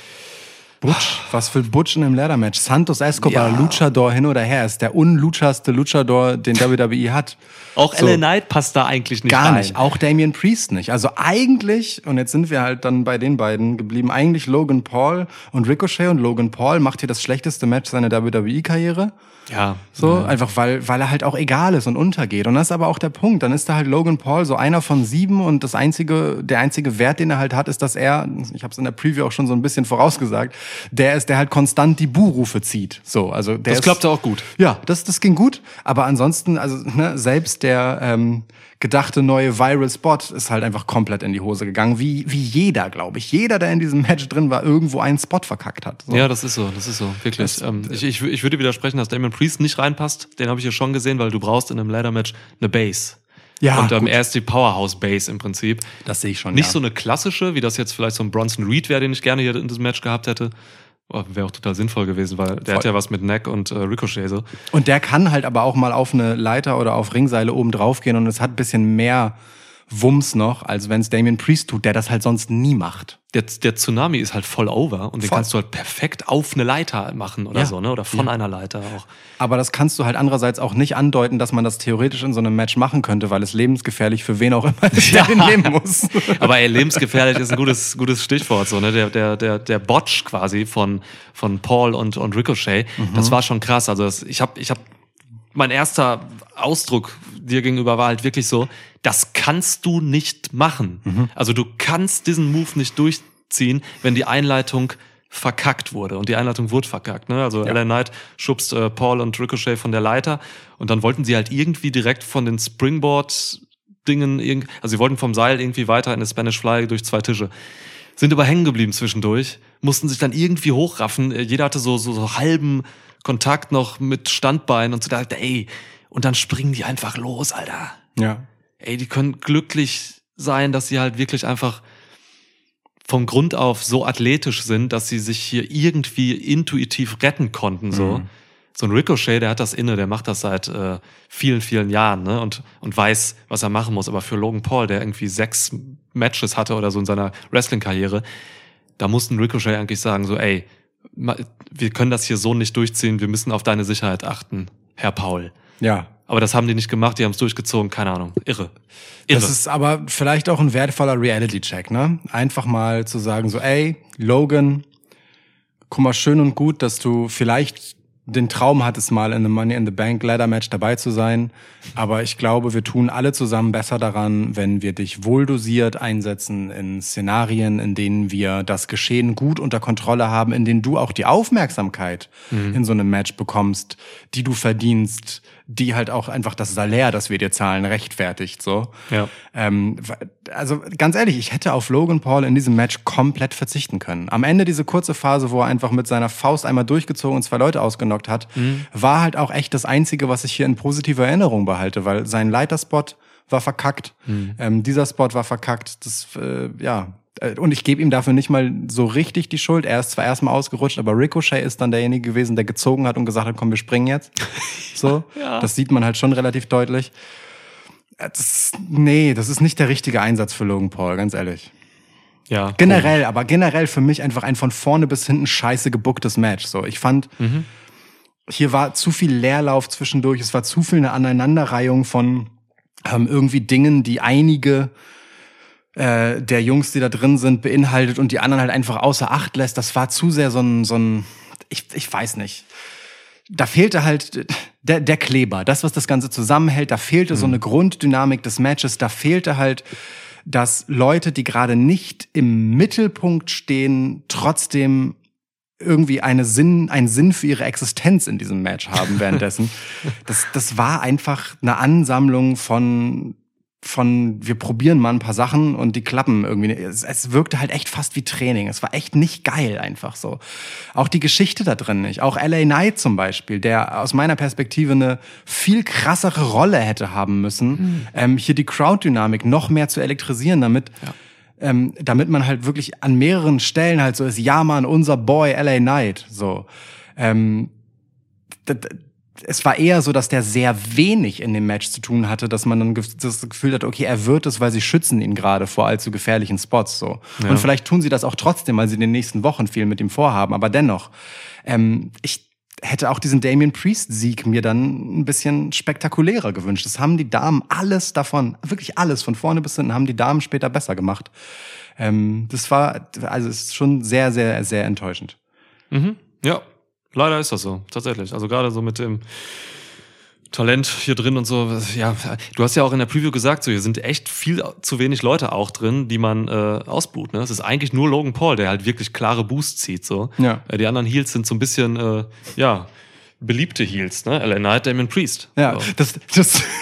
Butch, was für Butch in einem Ladder-Match. Santos Escobar, Luchador hin oder her, ist der unluchasste Luchador, den WWE hat. Auch LA Knight passt da eigentlich nicht gar rein. Nicht, auch Damian Priest nicht. Also eigentlich, und jetzt sind wir halt dann bei den beiden geblieben, eigentlich Logan Paul und Ricochet, und Logan Paul macht hier das schlechteste Match seiner WWE-Karriere. Ja. So, einfach weil er halt auch egal ist und untergeht. Und das ist aber auch der Punkt. Dann ist da halt Logan Paul so einer von 7 und der einzige Wert, den er halt hat, ist, dass er, ich habe es in der Preview auch schon so ein bisschen vorausgesagt, der halt konstant die Buhrufe zieht. So, also das klappte auch gut. Ja, das ging gut. Aber ansonsten, also selbst der gedachte neue Viral Spot ist halt einfach komplett in die Hose gegangen. Wie jeder, glaube ich. Jeder, der in diesem Match drin war, irgendwo einen Spot verkackt hat. So. Ja, das ist so, wirklich. Ich würde widersprechen, dass Damian Priest nicht reinpasst. Den habe ich ja schon gesehen, weil du brauchst in einem Ladder-Match eine Base. Ja, und er ist die Powerhouse-Base im Prinzip. Das sehe ich schon, nicht so eine klassische, wie das jetzt vielleicht so ein Bronson Reed wäre, den ich gerne hier in diesem Match gehabt hätte. Wäre auch total sinnvoll gewesen, weil der hat ja was mit Neck und Ricochet so. Und der kann halt aber auch mal auf eine Leiter oder auf Ringseile oben drauf gehen und es hat ein bisschen mehr Wumms noch, als wenn es Damian Priest tut, der das halt sonst nie macht. Der Tsunami ist halt voll over und den kannst du halt perfekt auf eine Leiter machen oder so, ne? Oder von einer Leiter auch. Aber das kannst du halt andererseits auch nicht andeuten, dass man das theoretisch in so einem Match machen könnte, weil es lebensgefährlich für wen auch immer ist, der den nehmen muss. Aber lebensgefährlich ist ein gutes Stichwort, so, ne? Der Botch quasi von Paul und Ricochet, das war schon krass. Also ich hab mein erster Ausdruck dir gegenüber war halt wirklich so, das kannst du nicht machen. Also du kannst diesen Move nicht durchziehen, wenn die Einleitung verkackt wurde. Und die Einleitung wurde verkackt. Ne? Also LA Knight schubst Paul und Ricochet von der Leiter und dann wollten sie halt irgendwie direkt von den Springboard-Dingen, also sie wollten vom Seil irgendwie weiter in eine Spanish Fly durch 2 Tische. Sind aber hängen geblieben zwischendurch, mussten sich dann irgendwie hochraffen. Jeder hatte so halben Kontakt noch mit Standbein und so, da und dann springen die einfach los, Alter. Ja. Die können glücklich sein, dass sie halt wirklich einfach vom Grund auf so athletisch sind, dass sie sich hier irgendwie intuitiv retten konnten, so. So ein Ricochet, der hat das inne, der macht das seit vielen, vielen Jahren, ne, und weiß, was er machen muss. Aber für Logan Paul, der irgendwie 6 Matches hatte oder so in seiner Wrestling-Karriere, da musste ein Ricochet eigentlich sagen, so, wir können das hier so nicht durchziehen, wir müssen auf deine Sicherheit achten, Herr Paul. Ja. Aber das haben die nicht gemacht, die haben es durchgezogen, keine Ahnung. Irre. Das ist aber vielleicht auch ein wertvoller Reality-Check, ne? Einfach mal zu sagen so, Logan, guck mal, schön und gut, dass du vielleicht den Traum hattest, mal in einem Money in the Bank Ladder Match dabei zu sein. Aber ich glaube, wir tun alle zusammen besser daran, wenn wir dich wohldosiert einsetzen in Szenarien, in denen wir das Geschehen gut unter Kontrolle haben, in denen du auch die Aufmerksamkeit in so einem Match bekommst, die du verdienst, die halt auch einfach das Salär, das wir dir zahlen, rechtfertigt, so. Ja. Also ganz ehrlich, ich hätte auf Logan Paul in diesem Match komplett verzichten können. Am Ende diese kurze Phase, wo er einfach mit seiner Faust einmal durchgezogen und 2 Leute ausgenockt hat, war halt auch echt das Einzige, was ich hier in positiver Erinnerung behalte, weil sein Leiterspot war verkackt, dieser Spot war verkackt, und ich gebe ihm dafür nicht mal so richtig die Schuld. Er ist zwar erstmal ausgerutscht, aber Ricochet ist dann derjenige gewesen, der gezogen hat und gesagt hat, komm, wir springen jetzt. So, Das sieht man halt schon relativ deutlich. Das ist nicht der richtige Einsatz für Logan Paul, ganz ehrlich. Ja. Generell für mich einfach ein von vorne bis hinten scheiße gebucktes Match. So, ich fand, hier war zu viel Leerlauf zwischendurch, es war zu viel eine Aneinanderreihung von irgendwie Dingen, die einige der Jungs, die da drin sind, beinhaltet und die anderen halt einfach außer Acht lässt. Das war zu sehr so ein ich weiß nicht. Da fehlte halt der Kleber, das, was das Ganze zusammenhält. Da fehlte so eine Grunddynamik des Matches. Da fehlte halt, dass Leute, die gerade nicht im Mittelpunkt stehen, trotzdem irgendwie einen Sinn für ihre Existenz in diesem Match haben währenddessen. Das war einfach eine Ansammlung von wir probieren mal ein paar Sachen und die klappen irgendwie. Es wirkte halt echt fast wie Training. Es war echt nicht geil einfach so. Auch die Geschichte da drin nicht. Auch LA Knight zum Beispiel, der aus meiner Perspektive eine viel krassere Rolle hätte haben müssen, hier die Crowd-Dynamik noch mehr zu elektrisieren, damit man halt wirklich an mehreren Stellen halt so ist, ja Mann, unser Boy LA Knight, so. Es war eher so, dass der sehr wenig in dem Match zu tun hatte, dass man dann das Gefühl hat, okay, er wird es, weil sie schützen ihn gerade vor allzu gefährlichen Spots, so. Ja. Und vielleicht tun sie das auch trotzdem, weil sie in den nächsten Wochen viel mit ihm vorhaben, aber dennoch, ich hätte auch diesen Damian Priest-Sieg mir dann ein bisschen spektakulärer gewünscht. Das haben die Damen alles davon, wirklich alles, von vorne bis hinten, haben die Damen später besser gemacht. Es ist schon sehr, sehr, sehr enttäuschend. Mhm. Ja, leider ist das so, tatsächlich. Also gerade so mit dem Talent hier drin und so. Ja, du hast ja auch in der Preview gesagt, so hier sind echt viel zu wenig Leute auch drin, die man ausbuht. Ne? Es ist eigentlich nur Logan Paul, der halt wirklich klare Boosts zieht. So. Ja. Die anderen Heels sind so ein bisschen, beliebte Heels. Ne? LA Knight, Damian Priest. Ja, so.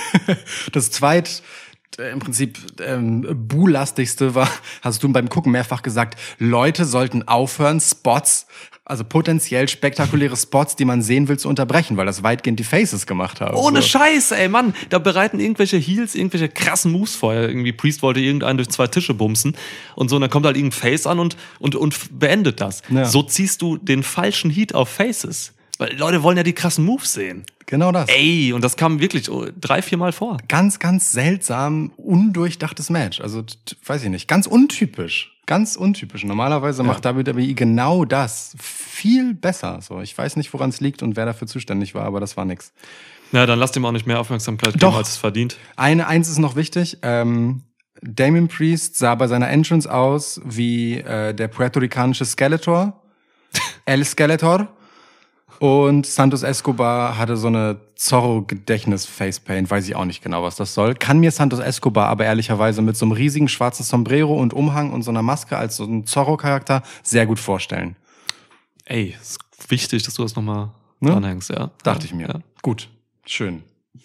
Das zweit im Prinzip buhlastigste war, hast du beim Gucken mehrfach gesagt, Leute sollten aufhören, Spots, also potenziell spektakuläre Spots, die man sehen will, zu unterbrechen, weil das weitgehend die Faces gemacht haben. Ohne Scheiß, ey, Mann. Da bereiten irgendwelche Heels irgendwelche krassen Moves vor. Irgendwie Priest wollte irgendeinen durch 2 Tische bumsen und so, und dann kommt halt irgendein Face an und beendet das. Ja. So ziehst du den falschen Heat auf Faces. Weil Leute wollen ja die krassen Moves sehen. Genau das. Ey, und das kam wirklich 3-4 Mal vor. Ganz, ganz seltsam, undurchdachtes Match. Also, weiß ich nicht, ganz untypisch. Ganz untypisch. Normalerweise macht WWE genau das viel besser. So, ich weiß nicht, woran es liegt und wer dafür zuständig war, aber das war nix. Na, dann lass dem auch nicht mehr Aufmerksamkeit geben, als es verdient. Eins ist noch wichtig. Damian Priest sah bei seiner Entrance aus wie der puerto-ricanische Skeletor. El Skeletor. Und Santos Escobar hatte so eine Zorro-Gedächtnis-Facepaint, weiß ich auch nicht genau, was das soll. Kann mir Santos Escobar aber ehrlicherweise mit so einem riesigen schwarzen Sombrero und Umhang und so einer Maske als so ein Zorro-Charakter sehr gut vorstellen. Ey, ist wichtig, dass du das nochmal dranhängst, ja. Dachte ich mir. Ja. Gut, schön.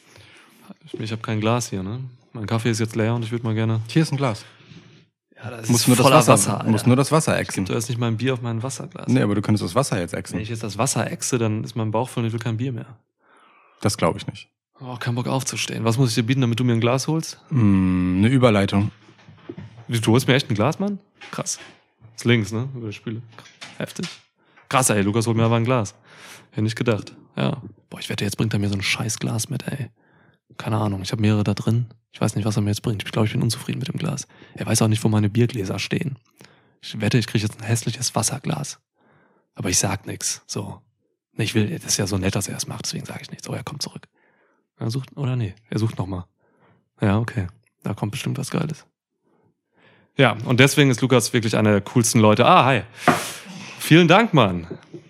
Ich habe kein Glas hier, ne? Mein Kaffee ist jetzt leer und ich würde mal gerne... Hier ist ein Glas. Ja, das muss ist nur voller das Wasser, muss nur das Wasser exen. Du hast nicht mein Bier auf mein Wasserglas. Nee, aber du könntest das Wasser jetzt exen. Wenn ich jetzt das Wasser exe, dann ist mein Bauch voll und ich will kein Bier mehr. Das glaube ich nicht. Oh, kein Bock aufzustehen. Was muss ich dir bieten, damit du mir ein Glas holst? Eine Überleitung. Du holst mir echt ein Glas, Mann? Krass. Ist links, ne? Über die Spüle. Heftig. Krass, ey. Lukas holt mir aber ein Glas. Hätte nicht gedacht. Ja. Boah, ich wette, jetzt bringt er mir so ein scheiß Glas mit, ey. Keine Ahnung. Ich habe mehrere da drin. Ich weiß nicht, was er mir jetzt bringt. Ich glaube, ich bin unzufrieden mit dem Glas. Er weiß auch nicht, wo meine Biergläser stehen. Ich wette, ich kriege jetzt ein hässliches Wasserglas. Aber ich sag nix. So. Ich will, das ist ja so nett, dass er es macht, deswegen sage ich nichts. Oh, er kommt zurück. Er sucht, oder nee, er sucht nochmal. Ja, okay. Da kommt bestimmt was Geiles. Ja, und deswegen ist Lukas wirklich einer der coolsten Leute. Ah, hi. Vielen Dank, Mann.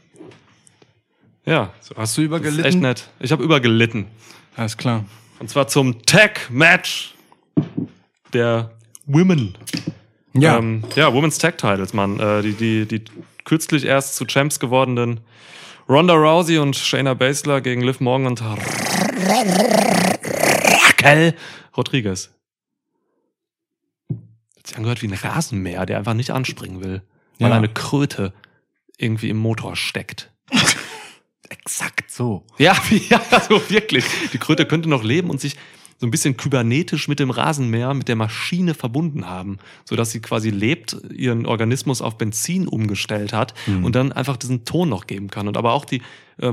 Ja. So, hast du übergelitten? Das ist echt nett. Ich habe übergelitten. Alles klar. Und zwar zum Tag-Match der Women. Ja. Women's Tag Titles, Mann. Die kürzlich erst zu Champs gewordenen Ronda Rousey und Shayna Baszler gegen Liv Morgan und Raquel Rodriguez. Hat sich angehört wie ein Rasenmäher, der einfach nicht anspringen will, weil eine Kröte irgendwie im Motor steckt. Exakt so. Ja, so wirklich. Die Kröte könnte noch leben und sich so ein bisschen kybernetisch mit dem Rasenmäher, mit der Maschine verbunden haben, sodass sie quasi lebt, ihren Organismus auf Benzin umgestellt hat und dann einfach diesen Ton noch geben kann und aber auch die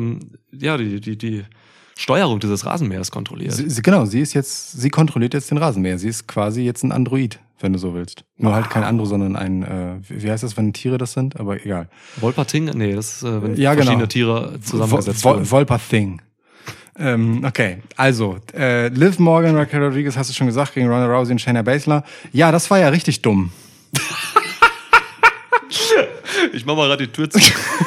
Steuerung dieses Rasenmähers kontrolliert. Sie kontrolliert jetzt den Rasenmäher. Sie ist quasi jetzt ein Android, wenn du so willst. Nur halt kein Andro, sondern ein, wie heißt das, wenn Tiere das sind? Aber egal. Volpating? Nee, das ist, wenn verschiedene Tiere zusammengesetzt werden. Volpating. Okay, also Liv Morgan, Raquel Rodriguez, hast du schon gesagt, gegen Ronda Rousey und Shayna Baszler. Ja, das war ja richtig dumm. Ich mach mal gerade die Tür zu.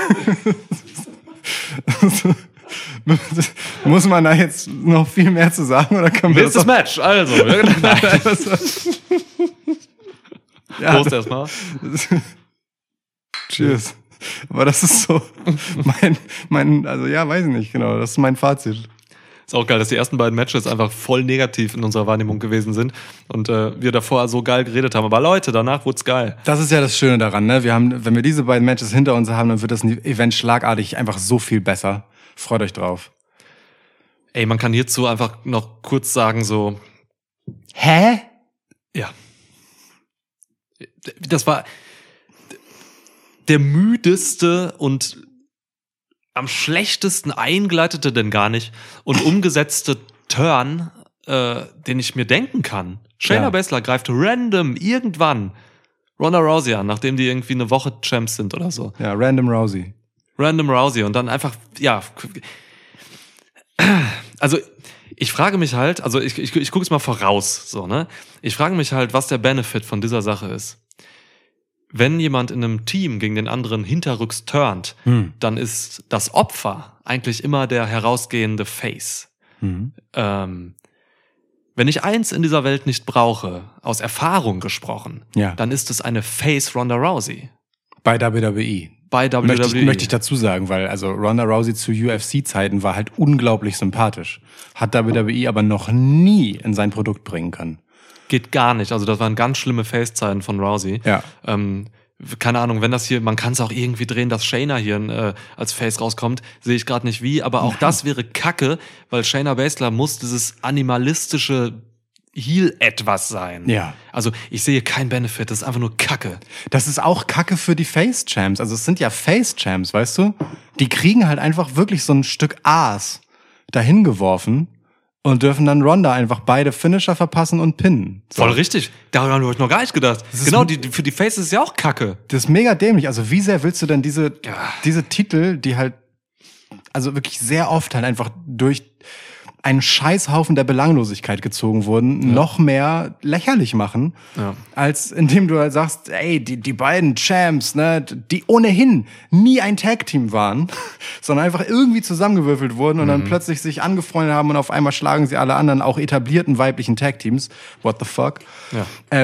Muss man da jetzt noch viel mehr zu sagen oder können wir Nächstes Match, also. Ja, Prost erstmal. Cheers. Aber das ist so also ja, weiß ich nicht, genau, das ist mein Fazit. Ist auch geil, dass die ersten beiden Matches einfach voll negativ in unserer Wahrnehmung gewesen sind und wir davor so geil geredet haben. Aber Leute, danach wurde es geil. Das ist ja das Schöne daran, ne? Wenn wir diese beiden Matches hinter uns haben, dann wird das Event schlagartig einfach so viel besser. Freut euch drauf. Ey, man kann hierzu einfach noch kurz sagen so... Hä? Ja. Das war der müdeste und am schlechtesten eingeleitete denn gar nicht und umgesetzte Turn, den ich mir denken kann. Shayna Baszler greift random irgendwann Ronda Rousey an, nachdem die irgendwie eine Woche Champs sind oder so. Ja, Random Rousey Und dann einfach, ja. Also ich frage mich halt, also ich gucke es mal voraus, so, ne? Ich frage mich halt, was der Benefit von dieser Sache ist. Wenn jemand in einem Team gegen den anderen hinterrücks turnt, dann ist das Opfer eigentlich immer der herausgehende Face. Wenn ich eins in dieser Welt nicht brauche, aus Erfahrung gesprochen, dann ist es eine Face Ronda Rousey. Bei WWE. Möchte ich dazu sagen, weil also Ronda Rousey zu UFC-Zeiten war halt unglaublich sympathisch. Hat WWE aber noch nie in sein Produkt bringen können. Geht gar nicht. Also das waren ganz schlimme Face-Zeiten von Rousey. Ja. Keine Ahnung, wenn das hier, man kann es auch irgendwie drehen, dass Shayna hier als Face rauskommt, sehe ich gerade nicht wie, aber auch das wäre Kacke, weil Shayna Baszler muss dieses animalistische Heel-Etwas sein. Ja. Also ich sehe keinen Benefit, das ist einfach nur Kacke. Das ist auch Kacke für die Face-Champs. Also es sind ja Face-Champs, weißt du? Die kriegen halt einfach wirklich so ein Stück Aas dahin geworfen und dürfen dann Ronda einfach beide Finisher verpassen und pinnen. So. Voll richtig. Daran habe ich noch gar nicht gedacht. Genau, für die Faces ist ja auch Kacke. Das ist mega dämlich. Also wie sehr willst du denn diese Titel, die halt also wirklich sehr oft halt einfach durch einen Scheißhaufen der Belanglosigkeit gezogen wurden, noch mehr lächerlich machen, als indem du halt sagst, ey, die beiden Champs, ne, die ohnehin nie ein Tag-Team waren, sondern einfach irgendwie zusammengewürfelt wurden und dann plötzlich sich angefreundet haben und auf einmal schlagen sie alle anderen, auch etablierten weiblichen Tag-Teams. What the fuck? Ja.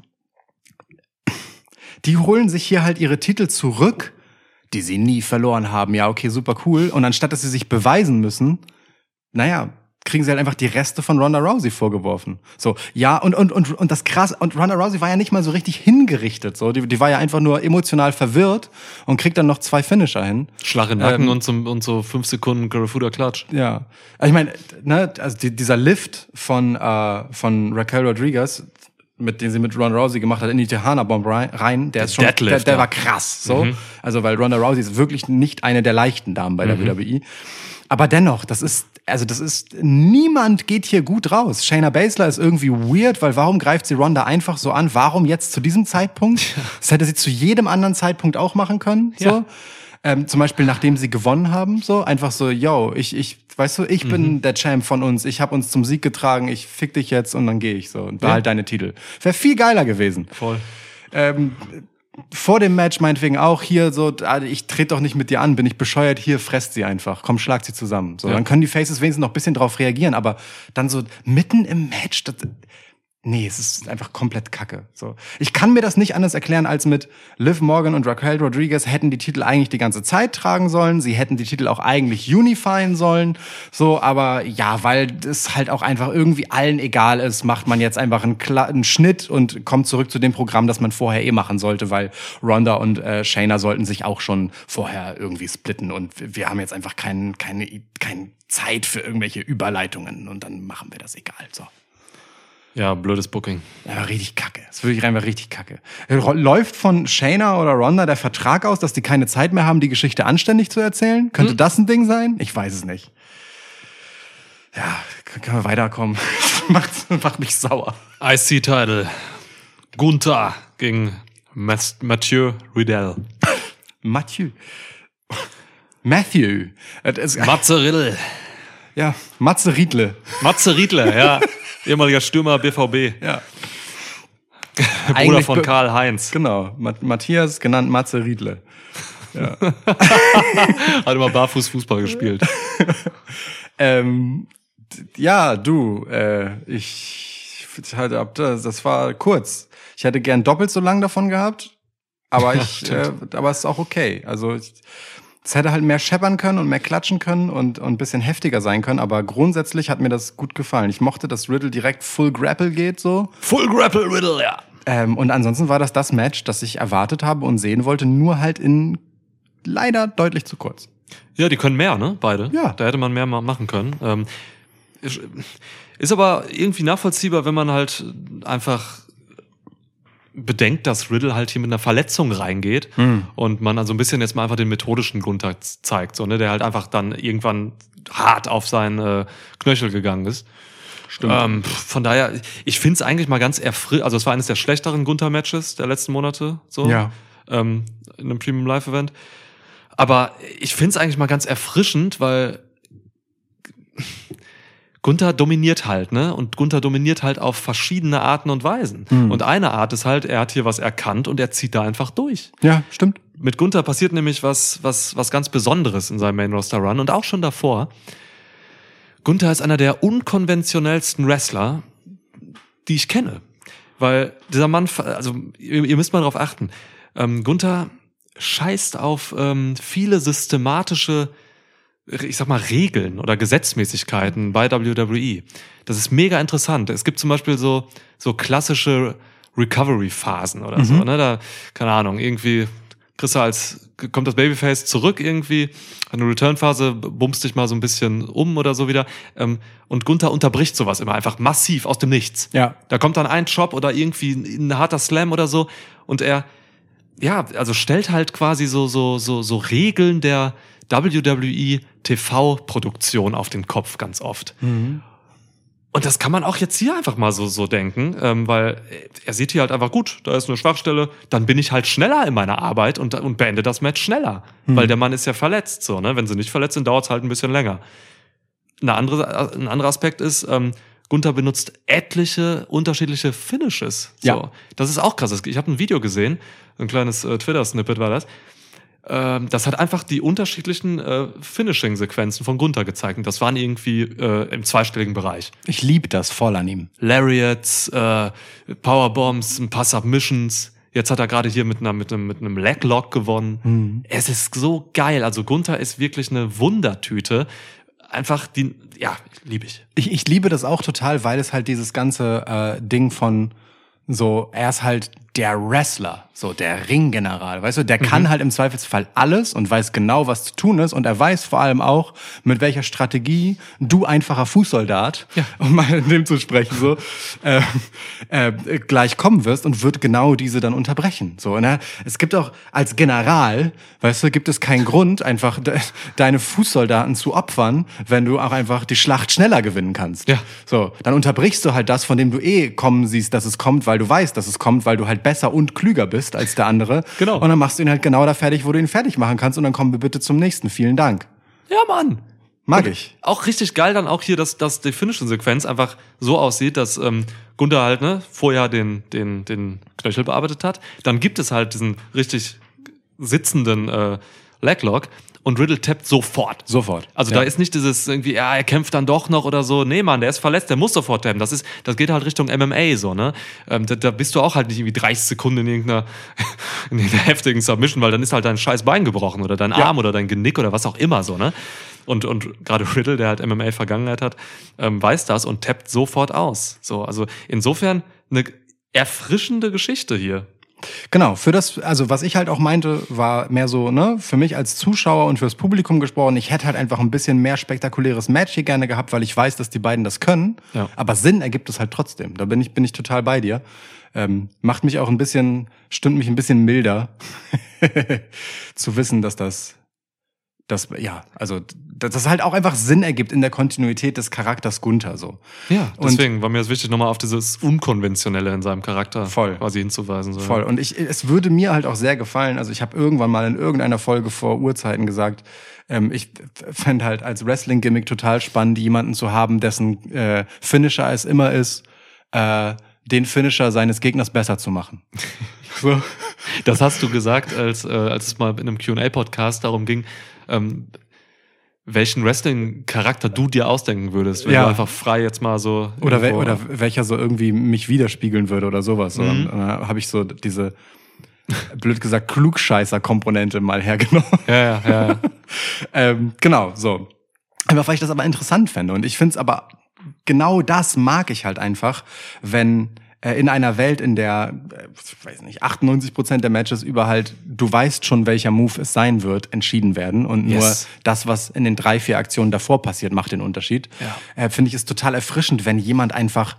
Die holen sich hier halt ihre Titel zurück, die sie nie verloren haben. Ja, okay, super cool. Und anstatt, dass sie sich beweisen müssen, kriegen sie halt einfach die Reste von Ronda Rousey vorgeworfen. So, ja, und das krass, und Ronda Rousey war ja nicht mal so richtig hingerichtet, so. Die war ja einfach nur emotional verwirrt und kriegt dann noch 2 Finisher hin. Schlag in den Nacken und so 5 Sekunden Garafuda Klatsch. Ja. Also ich meine, ne, also dieser Lift von Raquel Rodriguez, den sie mit Ronda Rousey gemacht hat, in die Tejana-Bomb rein, der ist schon, Deadlift, der war krass, so. Also, weil Ronda Rousey ist wirklich nicht eine der leichten Damen bei der WWE. Aber dennoch, niemand geht hier gut raus. Shayna Baszler ist irgendwie weird, weil warum greift sie Ronda einfach so an? Warum jetzt zu diesem Zeitpunkt? Das hätte sie zu jedem anderen Zeitpunkt auch machen können, so. Zum Beispiel, nachdem sie gewonnen haben, so. Einfach so, yo, ich bin der Champ von uns, ich habe uns zum Sieg getragen, ich fick dich jetzt und dann gehe ich so und behalt deine Titel. Wäre viel geiler gewesen. Voll. Vor dem Match meinetwegen auch hier so, ich trete doch nicht mit dir an, bin ich bescheuert, hier fresst sie einfach, komm, schlag sie zusammen. So, dann können die Faces wenigstens noch ein bisschen drauf reagieren, aber dann so mitten im Match, es ist einfach komplett Kacke. So, ich kann mir das nicht anders erklären als mit Liv Morgan und Raquel Rodriguez hätten die Titel eigentlich die ganze Zeit tragen sollen, sie hätten die Titel auch eigentlich unifyen sollen, so, aber ja, weil es halt auch einfach irgendwie allen egal ist, macht man jetzt einfach einen Schnitt und kommt zurück zu dem Programm, das man vorher machen sollte, weil Ronda und Shayna sollten sich auch schon vorher irgendwie splitten und wir haben jetzt einfach keine Zeit für irgendwelche Überleitungen und dann machen wir das egal, so. Ja, blödes Booking. Ja, richtig kacke. Das ist wirklich einfach richtig kacke. Läuft von Shayna oder Ronda der Vertrag aus, dass die keine Zeit mehr haben, die Geschichte anständig zu erzählen? Könnte das ein Ding sein? Ich weiß es nicht. Ja, können wir weiterkommen. Macht mich sauer. IC-Title. Gunther gegen Mathieu Riddle. Mathieu. Matze Riddle. Ja, Matze Riedle. Matze Riedle, ja. Ehemaliger Stürmer BVB. Ja. Bruder Eigentlich von Karl-Heinz. Genau, Matthias, genannt Matze Riedle. Ja. Hat immer barfuß Fußball gespielt. Ja, du, das war kurz. Ich hätte gern doppelt so lang davon gehabt, aber aber es ist auch okay. Also es hätte halt mehr scheppern können und mehr klatschen können und ein bisschen heftiger sein können, aber grundsätzlich hat mir das gut gefallen. Ich mochte, dass Riddle direkt Full Grapple geht, so. Full Grapple Riddle, ja. Und ansonsten war das Match, das ich erwartet habe und sehen wollte, nur halt in leider deutlich zu kurz. Ja, die können mehr, ne? Beide. Ja. Da hätte man mehr machen können. Ist aber irgendwie nachvollziehbar, wenn man halt einfach bedenkt, dass Riddle halt hier mit einer Verletzung reingeht und man also ein bisschen jetzt mal einfach den methodischen Grund zeigt, so, ne, der halt einfach dann irgendwann hart auf seinen Knöchel gegangen ist. Stimmt. Von daher, ich finde es eigentlich mal ganz also es war eines der schlechteren Gunther-Matches der letzten Monate, so, Ja. In einem Premium Live-Event. Aber ich finde es eigentlich mal ganz erfrischend, weil Gunther dominiert halt, ne? Und Gunther dominiert halt auf verschiedene Arten und Weisen. Und eine Art ist halt, er hat hier was erkannt und er zieht da einfach durch. Ja, stimmt. Mit Gunther passiert nämlich was ganz Besonderes in seinem Main-Roster-Run und auch schon davor. Gunther ist einer der unkonventionellsten Wrestler, die ich kenne. Weil dieser Mann, also ihr müsst mal drauf achten, Gunther scheißt auf viele systematische, ich sag mal, Regeln oder Gesetzmäßigkeiten bei WWE. Das ist mega interessant. Es gibt zum Beispiel so klassische Recovery-Phasen oder so, ne? Da, keine Ahnung, irgendwie kommt das Babyface zurück irgendwie, hat eine Return-Phase, bummst dich mal so ein bisschen um oder so wieder. Und Gunther unterbricht sowas immer einfach massiv aus dem Nichts. Ja. Da kommt dann ein Chop oder irgendwie ein harter Slam oder so und er, ja, also stellt halt quasi so Regeln der WWE TV-Produktion auf den Kopf ganz oft. Und das kann man auch jetzt hier einfach mal so denken, weil er sieht hier halt einfach, gut, da ist eine Schwachstelle, dann bin ich halt schneller in meiner Arbeit und beende das Match schneller, weil der Mann ist ja verletzt, so, ne? Wenn sie nicht verletzt sind, dauert es halt ein bisschen länger. Ein anderer Aspekt ist, Gunther benutzt etliche unterschiedliche Finishes. So. Ja. Das ist auch krass. Ich habe ein Video gesehen, ein kleines Twitter-Snippet war das. Das hat einfach die unterschiedlichen Finishing-Sequenzen von Gunther gezeigt. Und das waren irgendwie im zweistelligen Bereich. Ich liebe das voll an ihm. Lariats, Powerbombs, ein paar Submissions. Jetzt hat er gerade hier mit einem Leglock gewonnen. Es ist so geil. Also Gunther ist wirklich eine Wundertüte. Einfach liebe ich. Ich liebe das auch total, weil es halt dieses ganze Ding von so, er ist halt der Wrestler, so der Ringgeneral, weißt du, der kann halt im Zweifelsfall alles und weiß genau, was zu tun ist und er weiß vor allem auch, mit welcher Strategie du einfacher Fußsoldat, um mal in dem zu sprechen, so, gleich kommen wirst und wird genau diese dann unterbrechen, so, ne? Es gibt auch als General, weißt du, gibt es keinen Grund, einfach deine Fußsoldaten zu opfern, wenn du auch einfach die Schlacht schneller gewinnen kannst. Ja. So, dann unterbrichst du halt das, von dem du kommen siehst, dass es kommt, weil du weißt, dass es kommt, weil du halt besser und klüger bist als der andere. Genau. Und dann machst du ihn halt genau da fertig, wo du ihn fertig machen kannst und dann kommen wir bitte zum nächsten. Vielen Dank. Ja, Mann. Mag ich. Auch richtig geil dann auch hier, dass die Finishing-Sequenz einfach so aussieht, dass Gunther halt vorher den Knöchel bearbeitet hat. Dann gibt es halt diesen richtig sitzenden Leglock und Riddle tappt sofort. Sofort. Also da ist nicht dieses irgendwie, er kämpft dann doch noch oder so. Nee, Mann, der ist verletzt, der muss sofort tappen. Das geht halt Richtung MMA so, ne? Da bist du auch halt nicht irgendwie 30 Sekunden in irgendeiner heftigen Submission, weil dann ist halt dein scheiß Bein gebrochen oder dein Arm oder dein Genick oder was auch immer so, ne? Und gerade Riddle, der halt MMA-Vergangenheit hat, weiß das und tappt sofort aus. So, also insofern eine erfrischende Geschichte hier. Genau, also was ich halt auch meinte, war mehr so, ne, für mich als Zuschauer und fürs Publikum gesprochen, ich hätte halt einfach ein bisschen mehr spektakuläres Match hier gerne gehabt, weil ich weiß, dass die beiden das können, aber Sinn ergibt es halt trotzdem. Da bin ich total bei dir. Macht mich auch stimmt mich ein bisschen milder, zu wissen, dass das dass das halt auch einfach Sinn ergibt in der Kontinuität des Charakters Gunther so. Ja, deswegen war mir das wichtig, nochmal auf dieses Unkonventionelle in seinem Charakter voll quasi hinzuweisen. So. Voll. Und es würde mir halt auch sehr gefallen, also ich habe irgendwann mal in irgendeiner Folge vor Urzeiten gesagt, ich fände halt als Wrestling-Gimmick total spannend, jemanden zu haben, dessen Finisher es immer ist, den Finisher seines Gegners besser zu machen. So. Das hast du gesagt, als es mal in einem Q&A-Podcast darum ging, welchen Wrestling-Charakter du dir ausdenken würdest, wenn du einfach frei jetzt mal so... Oder welcher so irgendwie mich widerspiegeln würde oder sowas. Und dann habe ich so diese, blöd gesagt, Klugscheißer-Komponente mal hergenommen. Ja. Genau, so. Einfach weil ich das aber interessant fände. Und ich finde es aber, genau das mag ich halt einfach, wenn in einer Welt, in der, ich weiß nicht, 98% der Matches über halt, du weißt schon, welcher Move es sein wird, entschieden werden. Und nur das, was in den 3-4 Aktionen davor passiert, macht den Unterschied. Ja. Finde ich es total erfrischend, wenn jemand einfach,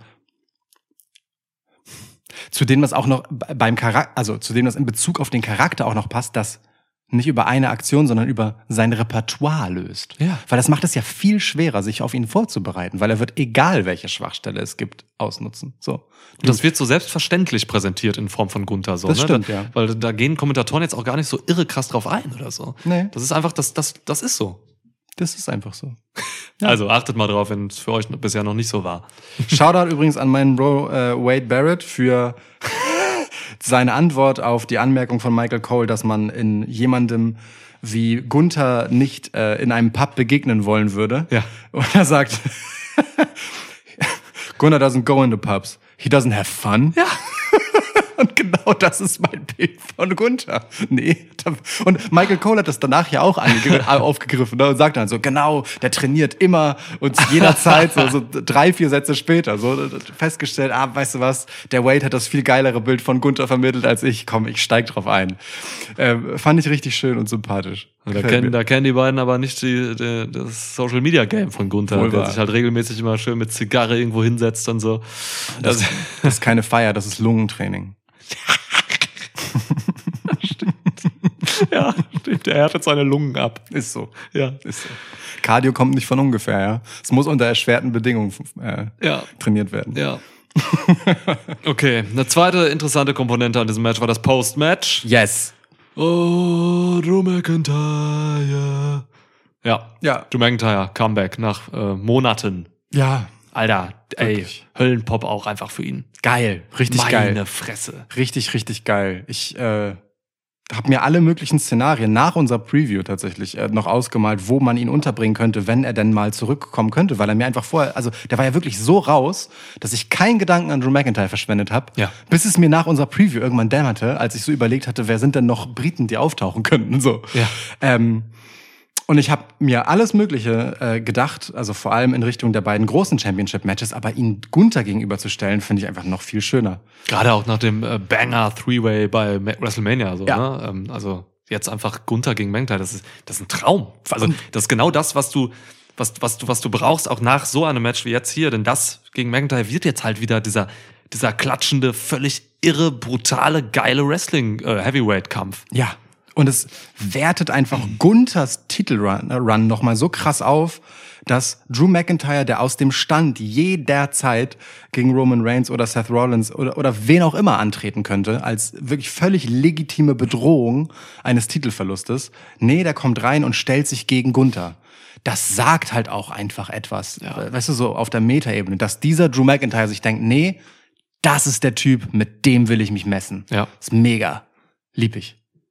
zu dem das auch noch beim Charakter, also zu dem das in Bezug auf den Charakter auch noch passt, das nicht über eine Aktion, sondern über sein Repertoire löst. Ja. Weil das macht es ja viel schwerer, sich auf ihn vorzubereiten, weil er wird, egal welche Schwachstelle es gibt, ausnutzen. So. Das wird so selbstverständlich präsentiert in Form von Gunther. So, das stimmt, da, ja. Weil da gehen Kommentatoren jetzt auch gar nicht so irre krass drauf ein oder so. Nee. Das ist einfach, das ist so. Das ist einfach so. Ja. Also achtet mal drauf, wenn es für euch bisher noch nicht so war. Shoutout übrigens an meinen Bro Wade Barrett für seine Antwort auf die Anmerkung von Michael Cole, dass man in jemandem wie Gunther nicht in einem Pub begegnen wollen würde. Ja. Und er sagt, Gunther doesn't go into pubs. He doesn't have fun. Ja. Und genau das ist mein Bild von Gunther. Nee. Und Michael Cole hat das danach ja auch aufgegriffen, ne, und sagt dann so, genau, der trainiert immer und zu jeder Zeit, so 3-4 Sätze später, so festgestellt, weißt du was, der Wade hat das viel geilere Bild von Gunther vermittelt als ich. Komm, ich steig drauf ein. Fand ich richtig schön und sympathisch. Da kennen die beiden aber nicht das Social-Media-Game von Gunther, Wohl der wahr. sich halt regelmäßig immer schön mit Zigarre irgendwo hinsetzt und so. Das ist keine Feier, das ist Lungentraining. Ja, stimmt. Er härtet seine Lungen ab. Ist so. Ja. Ist so. Cardio kommt nicht von ungefähr, ja. Es muss unter erschwerten Bedingungen trainiert werden. Ja. Okay, eine zweite interessante Komponente an diesem Match war das Post-Match. Yes. Oh, Drew McIntyre. Ja. Drew McIntyre, Comeback nach Monaten. Ja. Alter, wirklich. Höllenpop auch einfach für ihn. Geil. Richtig geil. Meine Fresse. Richtig, richtig geil. Ich habe mir alle möglichen Szenarien nach unserer Preview tatsächlich noch ausgemalt, wo man ihn unterbringen könnte, wenn er denn mal zurückkommen könnte, weil er mir einfach vorher, also der war ja wirklich so raus, dass ich keinen Gedanken an Drew McIntyre verschwendet habe, bis es mir nach unserer Preview irgendwann dämmerte, als ich so überlegt hatte, wer sind denn noch Briten, die auftauchen könnten, so. Ja. Und ich habe mir alles Mögliche gedacht, also vor allem in Richtung der beiden großen Championship-Matches, aber ihn Gunther gegenüberzustellen, finde ich einfach noch viel schöner. Gerade auch nach dem Banger Three-Way bei WrestleMania. So, ja. Ne? Also jetzt einfach Gunther gegen McIntyre, das ist ein Traum. Also das ist genau das, was du brauchst, auch nach so einem Match wie jetzt hier. Denn das gegen McIntyre wird jetzt halt wieder dieser klatschende, völlig irre, brutale, geile Wrestling-Heavyweight-Kampf. Ja. Und es wertet einfach Gunthers Titelrun nochmal so krass auf, dass Drew McIntyre, der aus dem Stand jederzeit gegen Roman Reigns oder Seth Rollins oder wen auch immer antreten könnte, als wirklich völlig legitime Bedrohung eines Titelverlustes, der kommt rein und stellt sich gegen Gunther. Das sagt halt auch einfach etwas, weißt du, so auf der Metaebene, dass dieser Drew McIntyre sich denkt, das ist der Typ, mit dem will ich mich messen. Ja. Ist mega. Lieb ich.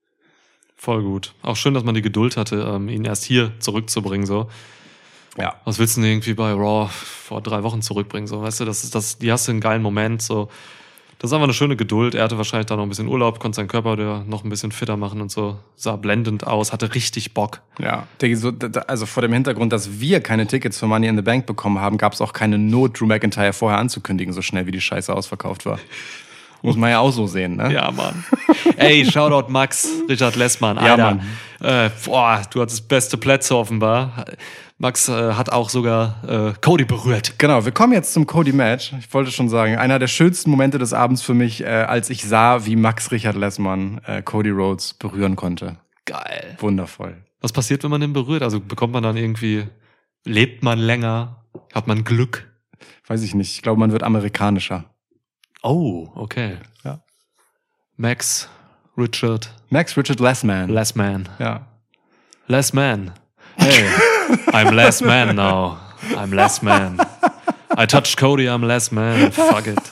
Voll gut. Auch schön, dass man die Geduld hatte, ihn erst hier zurückzubringen, so. Ja. Was willst du denn irgendwie bei Raw vor 3 Wochen zurückbringen, so? Weißt du, die hast du einen geilen Moment, so. Das ist einfach eine schöne Geduld. Er hatte wahrscheinlich da noch ein bisschen Urlaub, konnte seinen Körper noch ein bisschen fitter machen und so. Sah blendend aus, hatte richtig Bock. Ja, also vor dem Hintergrund, dass wir keine Tickets für Money in the Bank bekommen haben, gab es auch keine Not, Drew McIntyre vorher anzukündigen, so schnell wie die Scheiße ausverkauft war. Muss man ja auch so sehen, ne? Ja, Mann. Ey, Shoutout Max, Richard Lessmann, Alter. Ja, Mann. Du hattest beste Plätze offenbar. Max hat auch sogar Cody berührt. Genau, wir kommen jetzt zum Cody-Match. Ich wollte schon sagen, einer der schönsten Momente des Abends für mich, als ich sah, wie Max Richard Lessmann Cody Rhodes berühren konnte. Geil. Wundervoll. Was passiert, wenn man den berührt? Also bekommt man dann irgendwie, lebt man länger? Hat man Glück? Weiß ich nicht. Ich glaube, man wird amerikanischer. Oh, okay. Ja. Max Richard Lessman. Last Man. Ja. Last Man. Hey, I'm last man now. I'm last man. I touched Cody, I'm last man. Fuck it.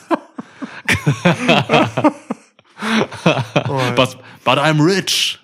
but I'm rich.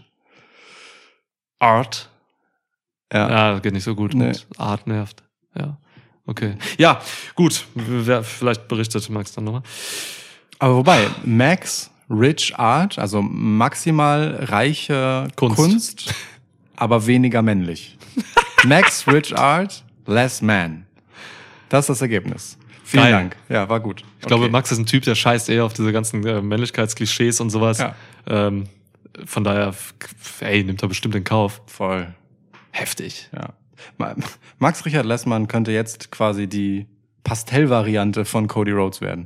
Art. Ja, geht nicht so gut. Nee. Art nervt. Ja. Okay. Ja, gut. Vielleicht berichtet Max dann nochmal. Aber wobei, Max Rich Art, also maximal reiche Kunst, aber weniger männlich. Max Rich Art, less man. Das ist das Ergebnis. Vielen Geil. Dank. Ja, war gut. Ich glaube, Max ist ein Typ, der scheißt eher auf diese ganzen Männlichkeitsklischees und sowas. Ja. Von daher, nimmt er bestimmt in Kauf. Voll. Heftig. Ja. Max Richard Lessmann könnte jetzt quasi die Pastellvariante von Cody Rhodes werden.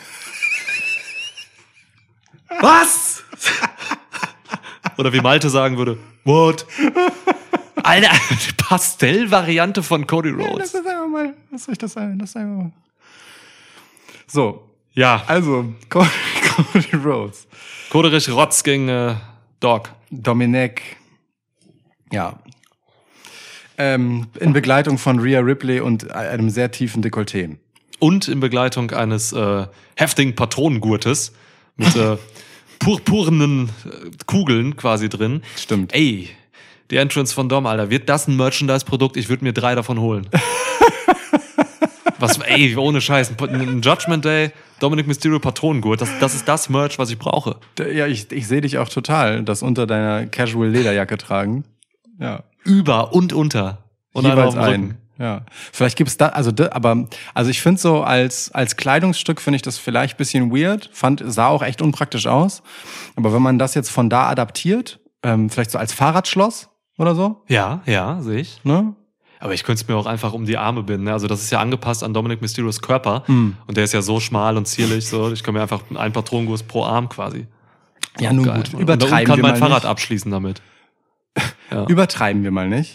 Was? Oder wie Malte sagen würde, what? Alter, die Pastellvariante von Cody Rhodes. Das ist einfach mal, was soll ich das sein? Das ist einfach mal. So. Ja. Also, Cody Rhodes. Koderich Rotz gegen Dog. Dominic. Ja. In Begleitung von Rhea Ripley und einem sehr tiefen Dekolleté. Und in Begleitung eines heftigen Patronengurtes mit purpurnen Kugeln quasi drin. Stimmt. Ey, die Entrance von Dom, Alter. Wird das ein Merchandise-Produkt? Ich würde mir 3 davon holen. Was, ohne Scheiß. Ein Judgment Day, Dominic Mysterio Patronengurt. Das ist das Merch, was ich brauche. Ja, ich sehe dich auch total, das unter deiner Casual-Lederjacke tragen. Ja. Über und unter. Und Jeweils auf dem Rücken. Ja. Vielleicht gibt's da, also ich finde so als Kleidungsstück finde ich das vielleicht ein bisschen weird. Sah auch echt unpraktisch aus. Aber wenn man das jetzt von da adaptiert, vielleicht so als Fahrradschloss oder so. Ja, sehe ich. Ne? Aber ich könnte es mir auch einfach um die Arme binden. Ne? Also das ist ja angepasst an Dominic Mysterios Körper. Und der ist ja so schmal und zierlich. So. Ich kann mir einfach ein Patronengurt pro Arm quasi. Ja, nun Geil. gut. Übertreiben und kann wir mein mal Fahrrad nicht. abschließen damit. Ja. Übertreiben wir mal nicht.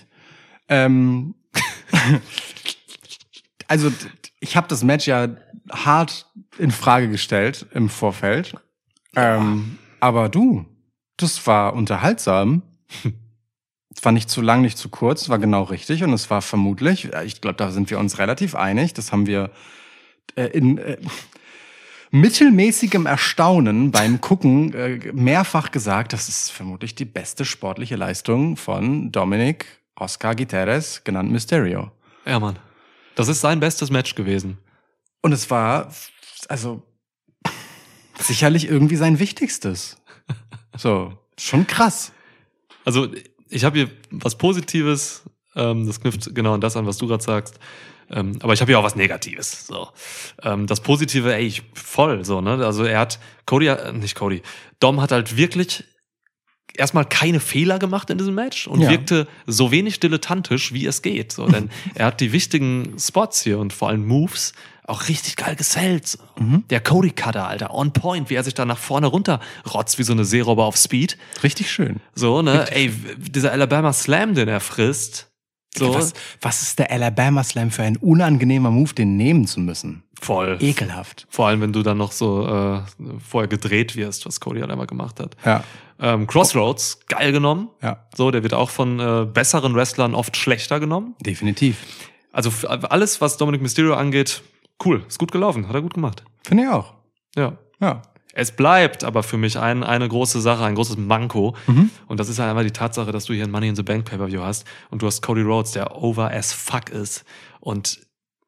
Also ich habe das Match ja hart in Frage gestellt im Vorfeld. Aber das war unterhaltsam. Es war nicht zu lang, nicht zu kurz, es war genau richtig und es war vermutlich, ich glaube, da sind wir uns relativ einig, das haben wir in mittelmäßigem Erstaunen beim Gucken mehrfach gesagt, das ist vermutlich die beste sportliche Leistung von Dominic Oscar Gutierrez, genannt Mysterio. Ja, Mann. Das ist sein bestes Match gewesen. Und es war, also, sicherlich irgendwie sein wichtigstes. So, schon krass. Also, ich habe hier was Positives, das knüpft genau an das an, was du gerade sagst. Aber ich habe hier auch was Negatives. So, das Positive, voll so, ne? Also er hat Dom hat halt wirklich erstmal keine Fehler gemacht in diesem Match und wirkte so wenig dilettantisch, wie es geht. So, denn er hat die wichtigen Spots hier und vor allem Moves auch richtig geil gesellt. So. Der Cody Cutter, Alter, on point, wie er sich da nach vorne runterrotzt, wie so eine Seerobbe auf Speed. Richtig schön. So, ne? Dieser Alabama Slam, den er frisst. So. Was ist der Alabama Slam für ein unangenehmer Move, den nehmen zu müssen? Voll. Ekelhaft. Vor allem, wenn du dann noch so vorher gedreht wirst, was Cody halt einmal gemacht hat. Ja. Crossroads, geil genommen. Ja. So, der wird auch von besseren Wrestlern oft schlechter genommen. Definitiv. Also alles, was Dominic Mysterio angeht, cool. Ist gut gelaufen. Hat er gut gemacht. Finde ich auch. Ja. Ja. Es bleibt aber für mich eine große Sache, ein großes Manko. Und das ist halt einfach die Tatsache, dass du hier ein Money in the Bank Pay-Per-View hast und du hast Cody Rhodes, der over as fuck ist. Und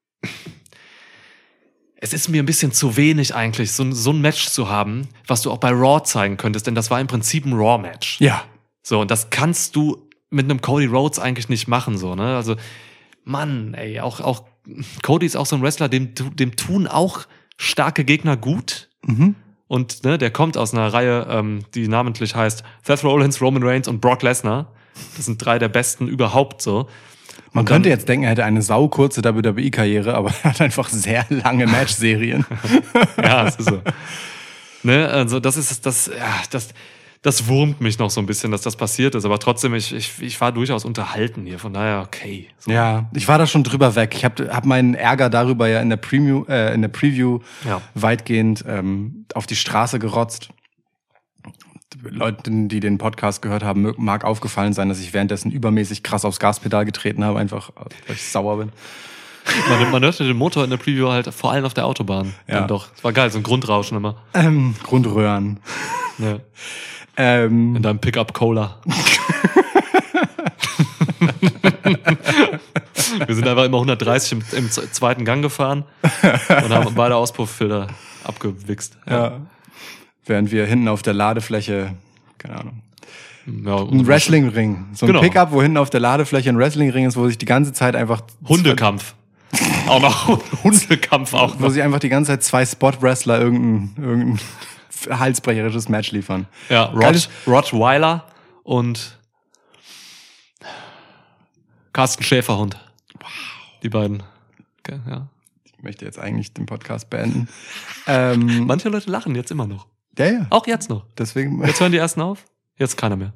es ist mir ein bisschen zu wenig eigentlich, so ein Match zu haben, was du auch bei Raw zeigen könntest, denn das war im Prinzip ein Raw-Match. Ja. So, und das kannst du mit einem Cody Rhodes eigentlich nicht machen, so, ne? Also, Mann, auch Cody ist auch so ein Wrestler, dem tun auch starke Gegner gut. Und ne, der kommt aus einer Reihe, die namentlich heißt Seth Rollins, Roman Reigns und Brock Lesnar. Das sind 3 der besten überhaupt so. Man könnte jetzt denken, er hätte eine saukurze WWE-Karriere, aber er hat einfach sehr lange Matchserien. Ja, es ist so. Ne, also das das wurmt mich noch so ein bisschen, dass das passiert ist. Aber trotzdem, ich war durchaus unterhalten hier. Von daher, okay. So. Ja, ich war da schon drüber weg. Ich hab meinen Ärger darüber ja in der Preview weitgehend auf die Straße gerotzt. Leuten, die den Podcast gehört haben, mag aufgefallen sein, dass ich währenddessen übermäßig krass aufs Gaspedal getreten habe, einfach weil ich sauer bin. Man hörte den Motor in der Preview halt vor allem auf der Autobahn. Ja. Doch, es war geil, so ein Grundrauschen immer. Grundröhren. Ja. In deinem Pickup Cola. Wir sind einfach immer 130 im zweiten Gang gefahren und haben beide Auspufffilter abgewichst. Ja. Während wir hinten auf der Ladefläche, keine Ahnung, Ja, ein Wrestlingring. So ein Genau. Pickup, wo hinten auf der Ladefläche ein Wrestlingring ist, wo sich die ganze Zeit einfach... Hundekampf. Auch noch Hundekampf auch Wo noch. sich einfach die ganze Zeit zwei Spot-Wrestler irgendein halsbrecherisches Match liefern. Ja, Rottweiler und Carsten Schäferhund. Wow. Die beiden. Okay, ja. Ich möchte jetzt eigentlich den Podcast beenden. Manche Leute lachen jetzt immer noch. Ja. Auch jetzt noch. Deswegen. Jetzt hören die ersten auf. Jetzt keiner mehr.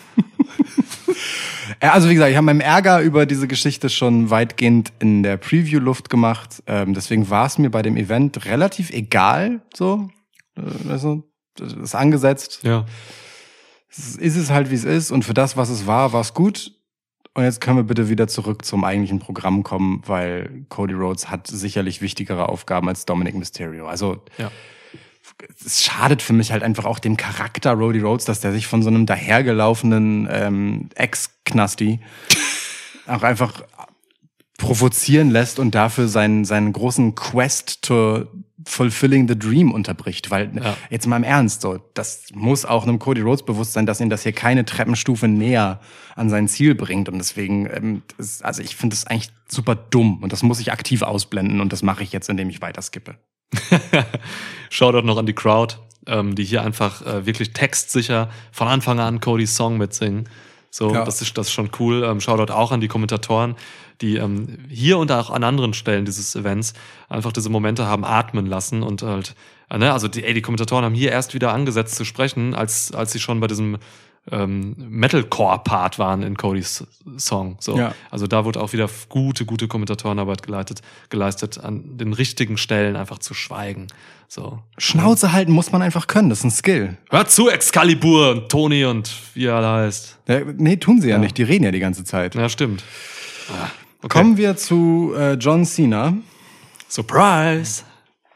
Also wie gesagt, ich habe meinem Ärger über diese Geschichte schon weitgehend in der Preview Luft gemacht. Deswegen war es mir bei dem Event relativ egal. So, also das ist angesetzt. Ja. Ist es halt wie es ist und für das, was es war es gut. Und jetzt können wir bitte wieder zurück zum eigentlichen Programm kommen, weil Cody Rhodes hat sicherlich wichtigere Aufgaben als Dominic Mysterio. Also Ja. es schadet für mich halt einfach auch dem Charakter Roddy Rhodes, dass der sich von so einem dahergelaufenen Ex-Knasti auch einfach provozieren lässt und dafür seinen großen Quest to fulfilling the dream unterbricht. Weil, jetzt mal im Ernst, so, das muss auch einem Cody Rhodes bewusst sein, dass ihn das hier keine Treppenstufe näher an sein Ziel bringt. Und deswegen, also ich finde das eigentlich super dumm und das muss ich aktiv ausblenden und das mache ich jetzt, indem ich weiterskippe. Shoutout noch an die Crowd, die hier einfach wirklich textsicher von Anfang an Codys Song mitsingen. So, Ja. das ist schon cool. Shoutout auch an die Kommentatoren, die hier und auch an anderen Stellen dieses Events einfach diese Momente haben atmen lassen und halt, also die Kommentatoren haben hier erst wieder angesetzt zu sprechen, als sie schon bei diesem Metalcore-Part waren in Codys Song. So. Ja. Also da wurde auch wieder gute Kommentatorenarbeit geleistet, an den richtigen Stellen einfach zu schweigen. So. Schnauze halten muss man einfach können, das ist ein Skill. Hör zu, Excalibur und Tony und wie er da heißt. Ja, nee, tun sie ja nicht, die reden ja die ganze Zeit. Ja, stimmt. Okay. Kommen wir zu John Cena. Surprise!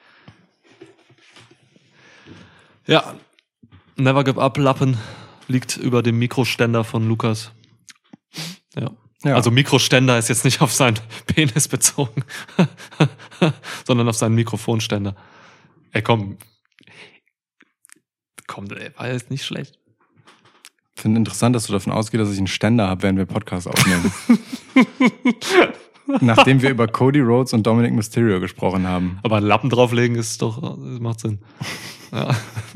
Ja, Never Give Up Lappen liegt über dem Mikroständer von Lukas. Ja. Ja. Also Mikroständer ist jetzt nicht auf seinen Penis bezogen, sondern auf seinen Mikrofonständer. Ey, komm, war jetzt nicht schlecht. Ich finde interessant, dass du davon ausgehst, dass ich einen Ständer habe, während wir Podcast aufnehmen. Nachdem wir über Cody Rhodes und Dominic Mysterio gesprochen haben. Aber einen Lappen drauflegen ist doch, das macht Sinn. Ja.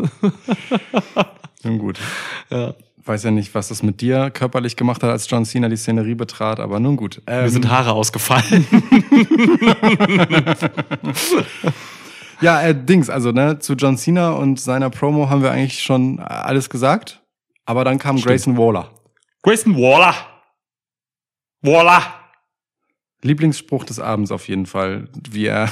Nun gut. Ja. Weiß ja nicht, was das mit dir körperlich gemacht hat, als John Cena die Szenerie betrat, aber nun gut. Mir sind Haare ausgefallen. Ja, zu John Cena und seiner Promo haben wir eigentlich schon alles gesagt. Aber dann kam Grayson Waller. Grayson Waller! Lieblingsspruch des Abends auf jeden Fall, wie er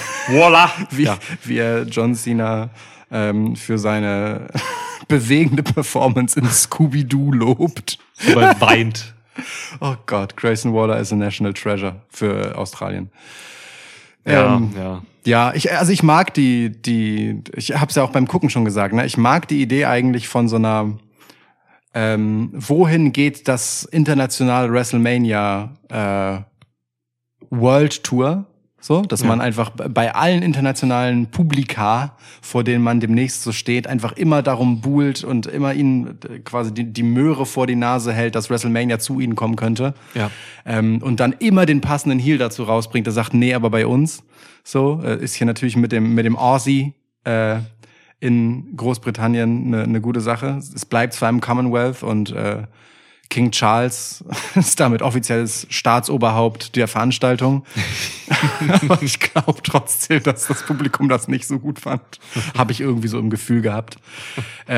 John Cena für seine bewegende Performance in Scooby-Doo lobt. Aber er weint. Oh Gott, Grayson Waller ist a national treasure für Australien. Ja. Ja, ich mag ich hab's ja auch beim Gucken schon gesagt, ne? Ich mag die Idee eigentlich von so einer wohin geht das internationale WrestleMania World Tour, so, dass man einfach bei allen internationalen Publika, vor denen man demnächst so steht, einfach immer darum buhlt und immer ihnen quasi die Möhre vor die Nase hält, dass WrestleMania zu ihnen kommen könnte. Ja. Und dann immer den passenden Heel dazu rausbringt, der sagt, nee, aber bei uns. So, ist hier natürlich mit dem Aussie in Großbritannien eine gute Sache. Es bleibt zwar im Commonwealth und King Charles ist damit offizielles Staatsoberhaupt der Veranstaltung. Aber ich glaube trotzdem, dass das Publikum das nicht so gut fand. Habe ich irgendwie so im Gefühl gehabt.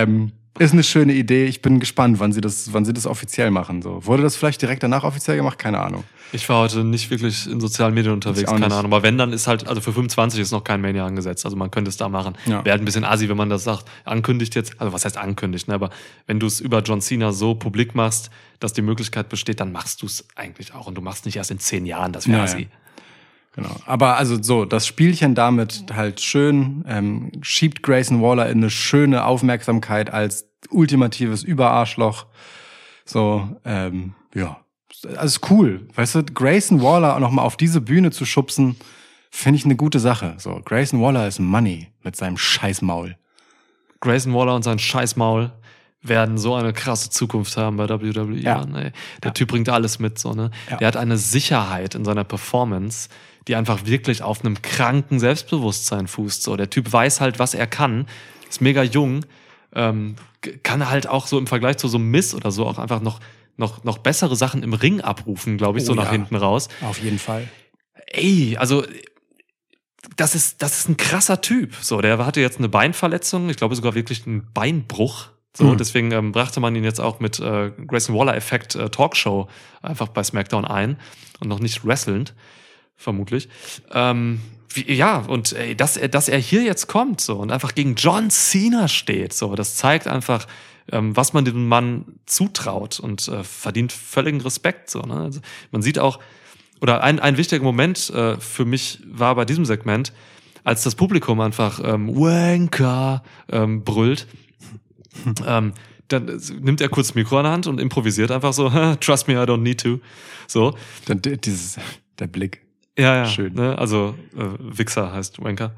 Ist eine schöne Idee. Ich bin gespannt, wann sie das offiziell machen. So. Wurde das vielleicht direkt danach offiziell gemacht? Keine Ahnung. Ich war heute nicht wirklich in sozialen Medien unterwegs, keine Ahnung. Aber wenn, dann ist halt, also für 25 ist noch kein Mania angesetzt. Also man könnte es da machen. Ja. Wäre halt ein bisschen assi, wenn man das sagt, ankündigt jetzt, also was heißt ankündigt, ne? Aber wenn du es über John Cena so publik machst, dass die Möglichkeit besteht, dann machst du es eigentlich auch. Und du machst nicht erst in 10 Jahren, das wäre assi. Genau. Aber also so, das Spielchen damit halt schön, schiebt Grayson Waller in eine schöne Aufmerksamkeit als ultimatives Überarschloch. So, ja. Also ist cool. Weißt du, Grayson Waller nochmal auf diese Bühne zu schubsen, finde ich eine gute Sache. So, Grayson Waller ist Money mit seinem Scheißmaul. Grayson Waller und sein Scheißmaul werden so eine krasse Zukunft haben bei WWE. Ja. Mann, ey. Der Typ bringt alles mit, so, ne? Ja. Der hat eine Sicherheit in seiner Performance, die einfach wirklich auf einem kranken Selbstbewusstsein fußt. So, der Typ weiß halt, was er kann, ist mega jung, kann halt auch so im Vergleich zu so einem Miss oder so auch einfach noch bessere Sachen im Ring abrufen, glaube ich, so nach hinten raus. Auf jeden Fall. Ey, also das ist ein krasser Typ. So, der hatte jetzt eine Beinverletzung, ich glaube sogar wirklich einen Beinbruch. So, deswegen brachte man ihn jetzt auch mit Grayson Waller-Effekt Talkshow einfach bei SmackDown ein und noch nicht wrestlend, vermutlich. Und dass er hier jetzt kommt so und einfach gegen John Cena steht, so, das zeigt einfach, was man dem Mann zutraut und verdient völligen Respekt. So, ne? Also man sieht auch, oder ein wichtiger Moment für mich war bei diesem Segment, als das Publikum einfach Wanker brüllt, dann nimmt er kurz das Mikro an der Hand und improvisiert einfach so, trust me, I don't need to. So. Dann der Blick. Ja. Schön. Ne? Also Wichser heißt Wanker.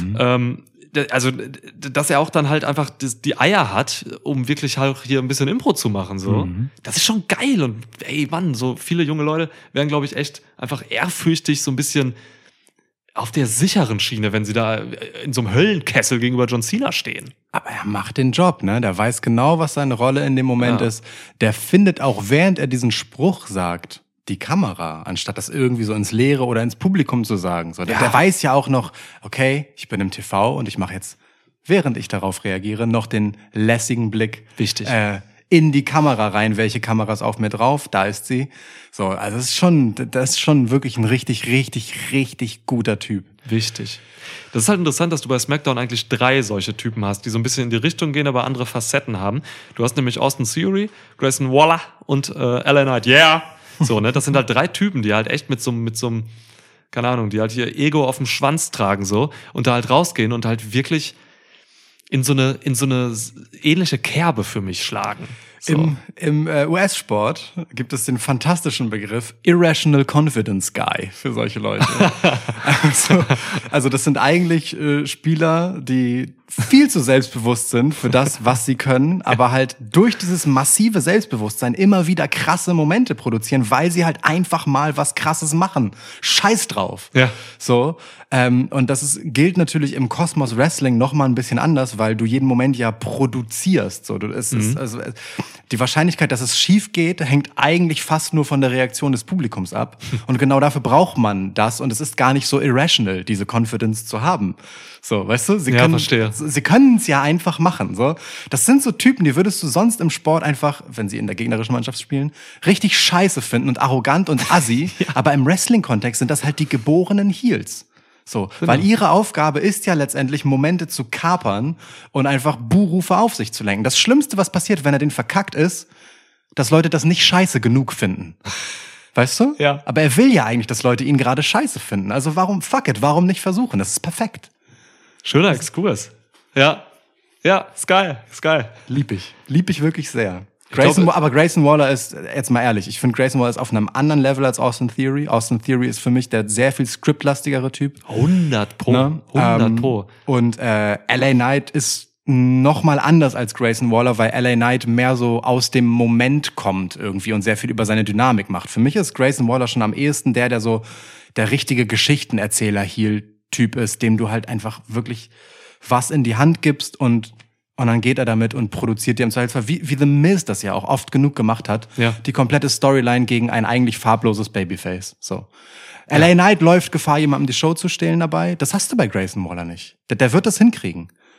Also, dass er auch dann halt einfach die Eier hat, um wirklich halt hier ein bisschen Impro zu machen, so. Das ist schon geil und ey, Mann, so viele junge Leute werden, glaube ich, echt einfach ehrfürchtig so ein bisschen auf der sicheren Schiene, wenn sie da in so einem Höllenkessel gegenüber John Cena stehen. Aber er macht den Job, ne? Der weiß genau, was seine Rolle in dem Moment ist. Der findet auch, während er diesen Spruch sagt, die Kamera, anstatt das irgendwie so ins Leere oder ins Publikum zu sagen. So, der weiß ja auch noch, okay, ich bin im TV und ich mache jetzt, während ich darauf reagiere, noch den lässigen Blick in die Kamera rein. Welche Kamera ist auf mir drauf? Da ist sie. So, also das ist schon wirklich ein richtig, richtig, richtig guter Typ. Wichtig. Das ist halt interessant, dass du bei SmackDown eigentlich 3 solche Typen hast, die so ein bisschen in die Richtung gehen, aber andere Facetten haben. Du hast nämlich Austin Theory, Grayson Waller und LA Knight. Yeah! So, ne, das sind halt 3 Typen, die halt echt mit so einem, keine Ahnung, die halt hier Ego auf dem Schwanz tragen, so, und da halt rausgehen und halt wirklich in so eine ähnliche Kerbe für mich schlagen. So. Im US-Sport gibt es den fantastischen Begriff Irrational Confidence Guy für solche Leute. also das sind eigentlich Spieler, die viel zu selbstbewusst sind für das, was sie können, aber halt durch dieses massive Selbstbewusstsein immer wieder krasse Momente produzieren, weil sie halt einfach mal was Krasses machen. Scheiß drauf. Ja. So. Und das gilt natürlich im Kosmos Wrestling noch mal ein bisschen anders, weil du jeden Moment ja produzierst. So, also die Wahrscheinlichkeit, dass es schief geht, hängt eigentlich fast nur von der Reaktion des Publikums ab. Und genau dafür braucht man das. Und es ist gar nicht so irrational, diese Confidence zu haben. So, weißt du? Sie können es ja einfach machen. So, das sind so Typen, die würdest du sonst im Sport einfach, wenn sie in der gegnerischen Mannschaft spielen, richtig scheiße finden und arrogant und assi. Ja. Aber im Wrestling-Kontext sind das halt die geborenen Heels. So, genau. Weil ihre Aufgabe ist ja letztendlich, Momente zu kapern und einfach Buhrufe auf sich zu lenken. Das Schlimmste, was passiert, wenn er den verkackt ist, dass Leute das nicht scheiße genug finden. Weißt du? Ja. Aber er will ja eigentlich, dass Leute ihn gerade scheiße finden. Also warum nicht versuchen? Das ist perfekt. Schöner Exkurs. Ja, ist geil. Lieb ich wirklich sehr. Aber Grayson Waller ist, jetzt mal ehrlich, ich finde Grayson Waller ist auf einem anderen Level als Austin Theory. Austin Theory ist für mich der sehr viel scriptlastigere Typ. 100 Pro. Ne? 100 Pro. Und LA Knight ist noch mal anders als Grayson Waller, weil LA Knight mehr so aus dem Moment kommt irgendwie und sehr viel über seine Dynamik macht. Für mich ist Grayson Waller schon am ehesten der so der richtige Geschichtenerzähler-Heel-Typ ist, dem du halt einfach wirklich was in die Hand gibst und dann geht er damit und produziert dir im Zweifelsfall, wie The Miz das ja auch oft genug gemacht hat, die komplette Storyline gegen ein eigentlich farbloses Babyface. So. Ja. LA Knight läuft Gefahr, jemandem die Show zu stehlen dabei. Das hast du bei Grayson Waller nicht. Der wird das hinkriegen.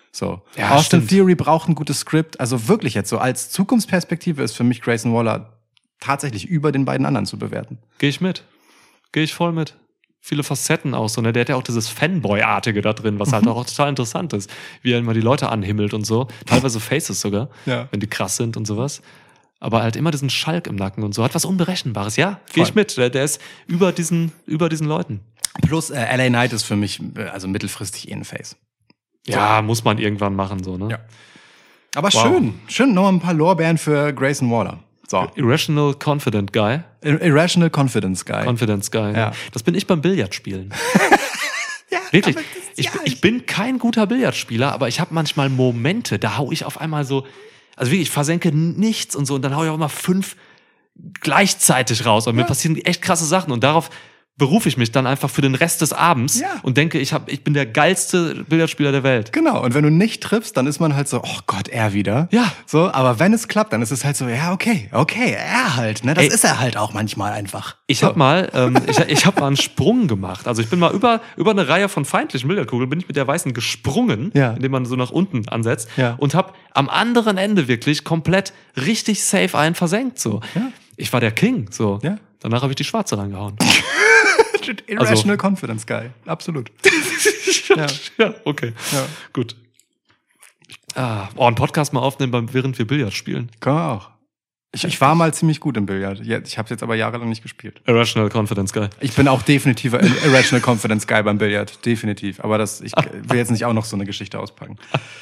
So. Ja, Austin stimmt. Theory braucht ein gutes Skript. Also wirklich jetzt so als Zukunftsperspektive ist für mich Grayson Waller tatsächlich über den beiden anderen zu bewerten. Gehe ich mit. Gehe ich voll mit. Viele Facetten auch so, ne? Der hat ja auch dieses Fanboy-artige da drin, was halt auch total interessant ist. Wie er immer die Leute anhimmelt und so. Teilweise Faces sogar, wenn die krass sind und sowas. Aber halt immer diesen Schalk im Nacken und so. Hat was Unberechenbares, ja? Gehe ich Voll. mit. Der ist über diesen Leuten. Plus LA Knight ist für mich also mittelfristig ein Face. Ja, muss man irgendwann machen, so, ne? Ja. Aber Wow. schön nochmal ein paar Lorbeeren für Grayson Waller. So. Irrational Confident Guy. Irrational Confidence Guy. Confidence Guy. Ja. Das bin ich beim Billardspielen. Wirklich. Ich bin kein guter Billardspieler, aber ich habe manchmal Momente, da hau ich auf einmal so, also wirklich, ich versenke nichts und so, und dann hau ich auch immer 5 gleichzeitig raus. Und mir passieren echt krasse Sachen, und darauf berufe ich mich dann einfach für den Rest des Abends und denke, ich bin der geilste Billardspieler der Welt. Genau, und wenn du nicht triffst, dann ist man halt so, oh Gott, er wieder. Ja. So, aber wenn es klappt, dann ist es halt so, ja, okay, er halt, ne? Das ist er halt auch manchmal einfach. Ich habe mal, ich hab mal einen Sprung gemacht. Also ich bin mal über eine Reihe von feindlichen Billardkugeln, bin ich mit der weißen gesprungen, indem man so nach unten ansetzt, und habe am anderen Ende wirklich komplett richtig safe einen versenkt. So. Ja. Ich war der King. So. Ja. Danach habe ich die Schwarze reingehauen. Irrational Confidence Guy, absolut. Ja, okay. Ja. Gut. Einen Podcast mal aufnehmen, während wir Billard spielen. Können wir auch. Ich war mal ziemlich gut im Billard. Ich habe jetzt aber jahrelang nicht gespielt. Irrational Confidence Guy. Ich bin auch definitiv ein Irrational Confidence Guy beim Billard. Definitiv. Aber ich will jetzt nicht auch noch so eine Geschichte auspacken.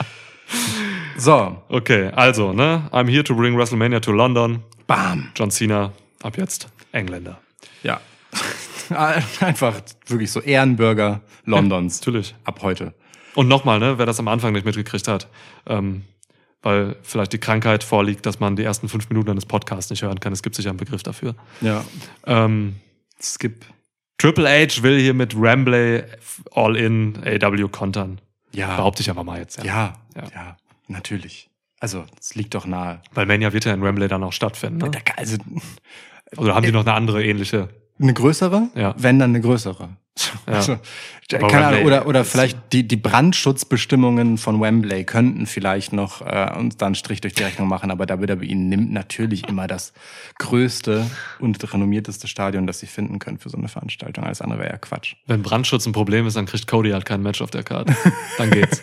So. Okay, also, ne? I'm here to bring WrestleMania to London. Bam. John Cena, ab jetzt Engländer. Ja. Einfach wirklich so Ehrenbürger Londons. Natürlich. Ab heute. Und nochmal, ne, wer das am Anfang nicht mitgekriegt hat, weil vielleicht die Krankheit vorliegt, dass man die ersten 5 Minuten eines Podcasts nicht hören kann. Es gibt sicher einen Begriff dafür. Ja. Skip. Triple H will hier mit Wembley All-In AW kontern. Ja. Behaupte ich einfach mal jetzt. Ja, natürlich. Also, es liegt doch nahe. Weil Mania wird ja in Wembley dann auch stattfinden, ne? Also, Oder haben die noch eine andere ähnliche? eine größere? Ja. Wenn, dann eine größere. Ja. Also, Aber keine Ahnung, Wembley oder ist- vielleicht die Brandschutzbestimmungen von Wembley könnten vielleicht noch uns dann einen Strich durch die Rechnung machen, aber WWE nimmt natürlich immer das größte und renommierteste Stadion, das sie finden können für so eine Veranstaltung. Alles andere wäre ja Quatsch. Wenn Brandschutz ein Problem ist, dann kriegt Cody halt kein Match auf der Karte. Dann geht's.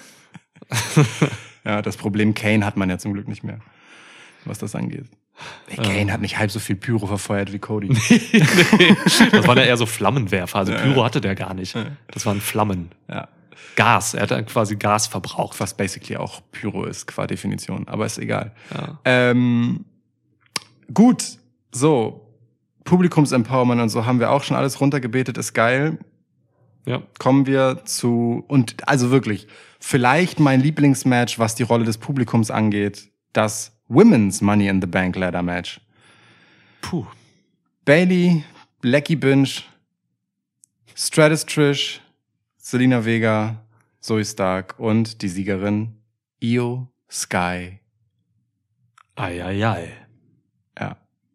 Ja, das Problem Kane hat man ja zum Glück nicht mehr, was das angeht. Kane hat nicht halb so viel Pyro verfeuert wie Cody. Nee, das waren ja eher so Flammenwerfer. Also Pyro hatte der gar nicht. Das waren Flammen. Ja. Gas. Er hat dann quasi Gas verbraucht. Was basically auch Pyro ist, qua Definition. Aber ist egal. Ja. Gut, so. Publikumsempowerment und so haben wir auch schon alles runtergebetet, ist geil. Ja. Kommen wir zu, und also wirklich, vielleicht mein Lieblingsmatch, was die Rolle des Publikums angeht, das Women's Money in the Bank Ladder Match. Puh. Bayley, Becky Lynch, Stratus Trish, Zelina Vega, Zoe Stark und die Siegerin Io Sky. Eieiei. Ja.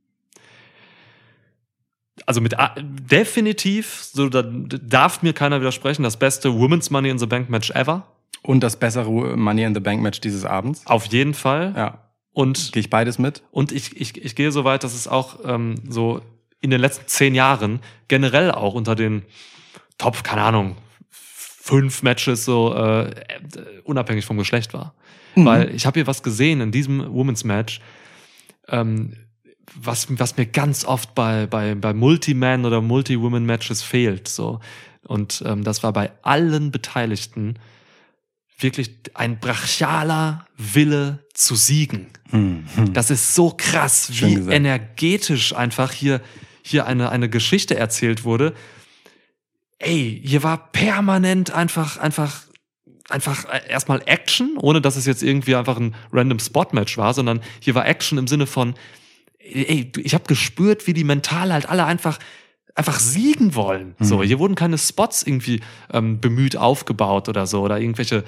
Also definitiv, so da darf mir keiner widersprechen, das beste Women's Money in the Bank Match ever. Und das bessere Money in the Bank Match dieses Abends. Auf jeden Fall. Ja. Und Gehe ich beides mit? Und ich gehe so weit, dass es auch so in den letzten 10 Jahren generell auch unter den Top, keine Ahnung, 5 Matches so unabhängig vom Geschlecht war. Weil ich habe hier was gesehen in diesem Women's Match, was mir ganz oft bei Multi-Man oder Multi-Women-Matches fehlt. So. Und das war bei allen Beteiligten wirklich ein brachialer Wille zu siegen. Das ist so krass, Schön wie gesagt. energetisch einfach hier eine Geschichte erzählt wurde. Ey, hier war permanent einfach erstmal Action, ohne dass es jetzt irgendwie einfach ein random Spot-Match war, sondern hier war Action im Sinne von, ey, ich habe gespürt, wie die mental halt alle einfach siegen wollen. So, hier wurden keine Spots irgendwie bemüht aufgebaut oder so, oder irgendwelche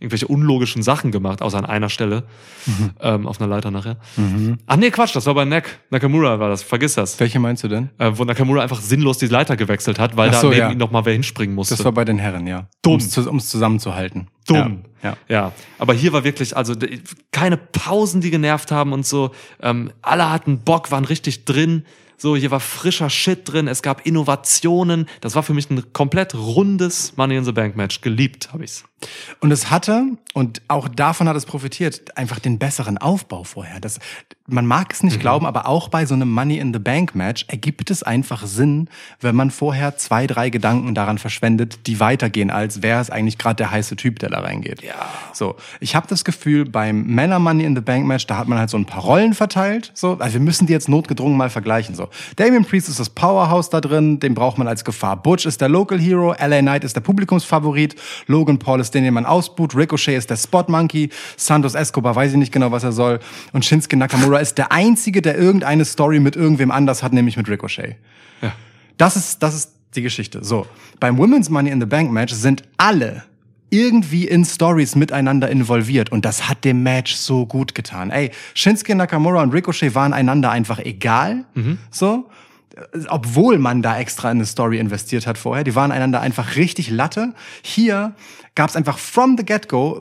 irgendwelche unlogischen Sachen gemacht, außer an einer Stelle, auf einer Leiter nachher. Ach nee, Quatsch, das war bei Nakamura war das, vergiss das. Welche meinst du denn? Wo Nakamura einfach sinnlos die Leiter gewechselt hat, weil da neben ihm nochmal wer hinspringen musste. Das war bei den Herren, ja. Dumm. Um es zusammenzuhalten. Dumm. Ja. Aber hier war wirklich, also keine Pausen, die genervt haben und so. Alle hatten Bock, waren richtig drin. So, hier war frischer Shit drin, es gab Innovationen. Das war für mich ein komplett rundes Money in the Bank Match. Geliebt habe ich's. Und es hatte, und auch davon hat es profitiert, einfach den besseren Aufbau vorher. Man mag es nicht glauben, aber auch bei so einem Money in the Bank Match ergibt es einfach Sinn, wenn man vorher 2, 3 Gedanken daran verschwendet, die weitergehen, als wäre es eigentlich gerade der heiße Typ, der da reingeht. Ja. So, ich habe das Gefühl, beim Männer Money in the Bank Match, da hat man halt so ein paar Rollen verteilt. So, also wir müssen die jetzt notgedrungen mal vergleichen. So, Damian Priest ist das Powerhouse da drin, den braucht man als Gefahr. Butch ist der Local Hero, LA Knight ist der Publikumsfavorit, Logan Paul ist den man ausbuht, Ricochet ist der Spot Monkey, Santos Escobar weiß ich nicht genau, was er soll, und Shinsuke Nakamura ist der Einzige, der irgendeine Story mit irgendwem anders hat, nämlich mit Ricochet. Ja. Das ist die Geschichte. So, beim Women's Money in the Bank Match sind alle irgendwie in Stories miteinander involviert, und das hat dem Match so gut getan. Ey, Shinsuke Nakamura und Ricochet waren einander einfach egal, so, obwohl man da extra in eine Story investiert hat vorher. Die waren einander einfach richtig Latte. Hier gab's einfach from the get-go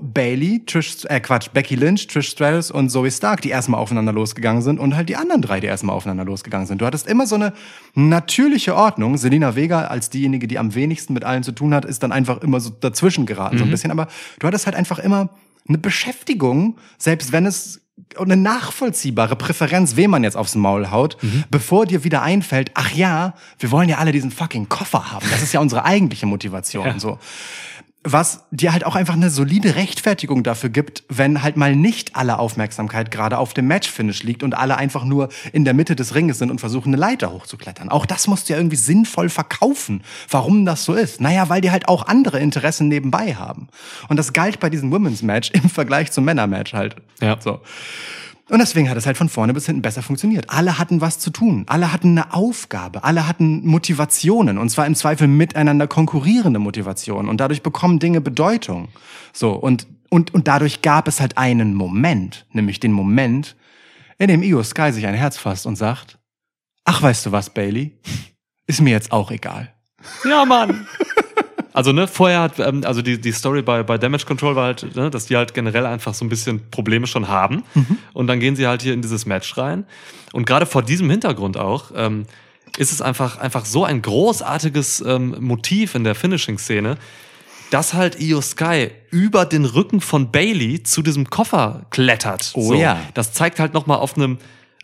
Becky Lynch, Trish Stratus und Zoe Stark, die erstmal aufeinander losgegangen sind, und halt die anderen 3, die erstmal aufeinander losgegangen sind. Du hattest immer so eine natürliche Ordnung. Selena Vega als diejenige, die am wenigsten mit allen zu tun hat, ist dann einfach immer so dazwischen geraten, so ein bisschen. Aber du hattest halt einfach immer eine Beschäftigung, selbst wenn es eine nachvollziehbare Präferenz, wem man jetzt aufs Maul haut, bevor dir wieder einfällt, ach ja, wir wollen ja alle diesen fucking Koffer haben. Das ist ja unsere eigentliche Motivation. Ja. So. Was dir halt auch einfach eine solide Rechtfertigung dafür gibt, wenn halt mal nicht alle Aufmerksamkeit gerade auf dem Matchfinish liegt und alle einfach nur in der Mitte des Ringes sind und versuchen, eine Leiter hochzuklettern. Auch das musst du ja irgendwie sinnvoll verkaufen, warum das so ist. Naja, weil die halt auch andere Interessen nebenbei haben. Und das galt bei diesem Women's Match im Vergleich zum Männer-Match halt. Ja. So. Und deswegen hat es halt von vorne bis hinten besser funktioniert. Alle hatten was zu tun. Alle hatten eine Aufgabe. Alle hatten Motivationen. Und zwar im Zweifel miteinander konkurrierende Motivationen. Und dadurch bekommen Dinge Bedeutung. So. Und dadurch gab es halt einen Moment. Nämlich den Moment, in dem Io Sky sich ein Herz fasst und sagt, ach, weißt du was, Bailey? Ist mir jetzt auch egal. Ja, Mann. Also, vorher hat, also die Story bei Damage Control war halt, dass die halt generell einfach so ein bisschen Probleme schon haben. Und dann gehen sie halt hier in dieses Match rein. Und gerade vor diesem Hintergrund auch, ist es einfach so ein großartiges Motiv in der Finishing-Szene, dass halt Io Sky über den Rücken von Bailey zu diesem Koffer klettert. Oh ja. Das zeigt halt nochmal auf einem,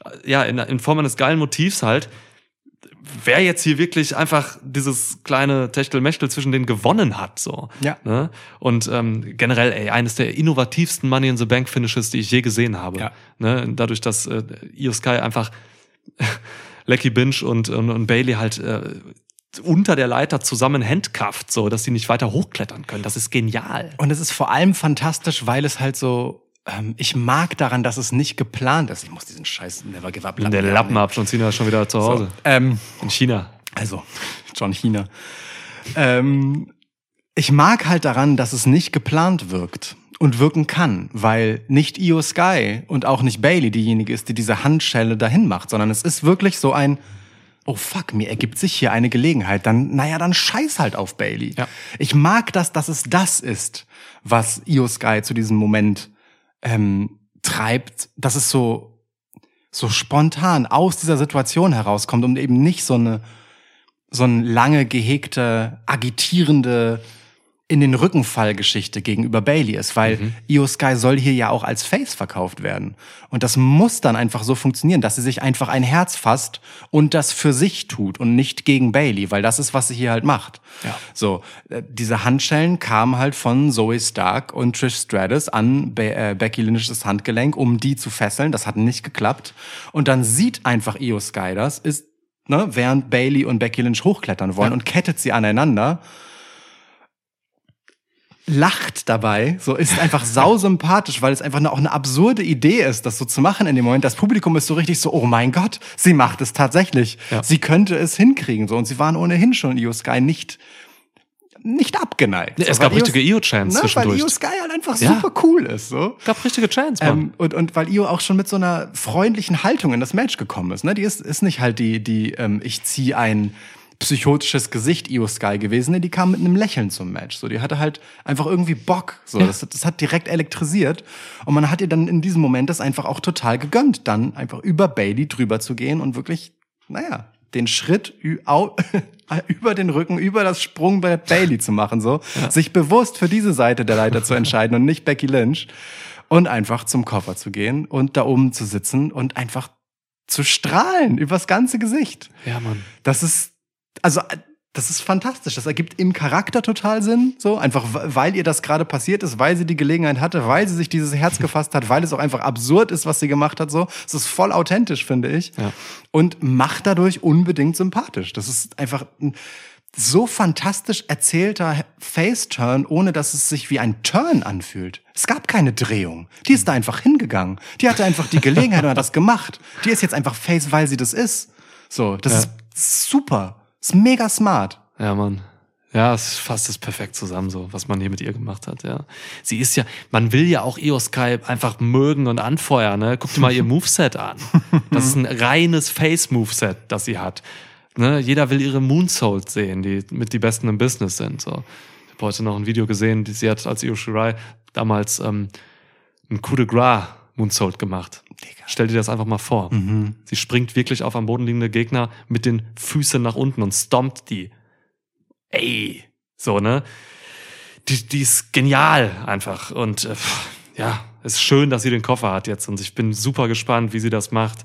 in Form eines geilen Motivs halt, wer jetzt hier wirklich einfach dieses kleine Techtelmechtel zwischen denen gewonnen hat, so. Ja. Ne? Und generell, eines der innovativsten Money in the Bank Finishes, die ich je gesehen habe. Ja. Ne? Dadurch, dass Io Sky einfach Becky Lynch und Bailey halt unter der Leiter zusammen handcuffed, so, dass sie nicht weiter hochklettern können. Das ist genial. Und es ist vor allem fantastisch, weil es halt so, ich mag daran, dass es nicht geplant ist. Ich muss diesen scheiß Never Give Up Der Lappen ab, John Cena ist schon wieder zu Hause. So, in China. Also, John Cena. Ich mag halt daran, dass es nicht geplant wirkt und wirken kann, weil nicht Io Sky und auch nicht Bailey diejenige ist, die diese Handschelle dahin macht, sondern es ist wirklich so ein, oh fuck, mir ergibt sich hier eine Gelegenheit, dann scheiß halt auf Bailey. Ja. Ich mag das, dass es das ist, was Io Sky zu diesem Moment treibt, dass es so spontan aus dieser Situation herauskommt und eben nicht so eine lange gehegte, agitierende in den Rückenfall-Geschichte gegenüber Bailey ist, weil Io Sky soll hier ja auch als Face verkauft werden. Und das muss dann einfach so funktionieren, dass sie sich einfach ein Herz fasst und das für sich tut und nicht gegen Bailey, weil das ist, was sie hier halt macht. Ja. So, diese Handschellen kamen halt von Zoe Stark und Trish Stratus an Becky Lynch's Handgelenk, um die zu fesseln. Das hat nicht geklappt. Und dann sieht einfach Io Sky das, während Bailey und Becky Lynch hochklettern wollen, und kettet sie aneinander. Lacht dabei, so, ist einfach sausympathisch, weil es einfach auch eine absurde Idee ist, das so zu machen in dem Moment. Das Publikum ist so richtig so, oh mein Gott, sie macht es tatsächlich. Ja. Sie könnte es hinkriegen, so. Und sie waren ohnehin schon Io Sky nicht nicht abgeneigt. Es gab richtige Io-Chants zwischendurch. Weil Io Sky halt einfach super cool ist. So. Gab richtige Chants, Mann. Und weil Io auch schon mit so einer freundlichen Haltung in das Match gekommen ist. Ne? Die ist nicht halt die ich ziehe ein psychotisches Gesicht Io Sky gewesen. Ne? Die kam mit einem Lächeln zum Match. So, die hatte halt einfach irgendwie Bock. So. Ja. Das hat direkt elektrisiert. Und man hat ihr dann in diesem Moment das einfach auch total gegönnt, dann einfach über Bayley drüber zu gehen und wirklich, den Schritt über den Rücken, über das Sprungbrett Bayley zu machen, so. Ja. Sich bewusst für diese Seite der Leiter zu entscheiden und nicht Becky Lynch. Und einfach zum Koffer zu gehen und da oben zu sitzen und einfach zu strahlen übers ganze Gesicht. Ja, Mann. Das ist fantastisch. Das ergibt im Charakter total Sinn, so. Einfach, weil ihr das gerade passiert ist, weil sie die Gelegenheit hatte, weil sie sich dieses Herz gefasst hat, weil es auch einfach absurd ist, was sie gemacht hat, so. Es ist voll authentisch, finde ich. Ja. Und macht dadurch unbedingt sympathisch. Das ist einfach ein so fantastisch erzählter Face-Turn, ohne dass es sich wie ein Turn anfühlt. Es gab keine Drehung. Die ist da einfach hingegangen. Die hatte einfach die Gelegenheit und hat das gemacht. Die ist jetzt einfach Face, weil sie das ist. So, das ist super. Ist mega smart. Ja, Mann. Ja, es fasst es perfekt zusammen, so, was man hier mit ihr gemacht hat, ja. Sie ist ja, man will ja auch Io Sky einfach mögen und anfeuern, ne? Guck dir mal ihr Moveset an. Das ist ein reines Face-Moveset, das sie hat. Ne? Jeder will ihre Moonsaults sehen, die mit die Besten im Business sind, so. Ich habe heute noch ein Video gesehen, sie hat als Io Shirai damals ein Coup de Gras Moonsault gemacht. Digga. Stell dir das einfach mal vor. Sie springt wirklich auf am Boden liegende Gegner mit den Füßen nach unten und stompt die. Ey, so, ne? Die ist genial einfach. Und ja, es ist schön, dass sie den Koffer hat jetzt. Und ich bin super gespannt, wie sie das macht.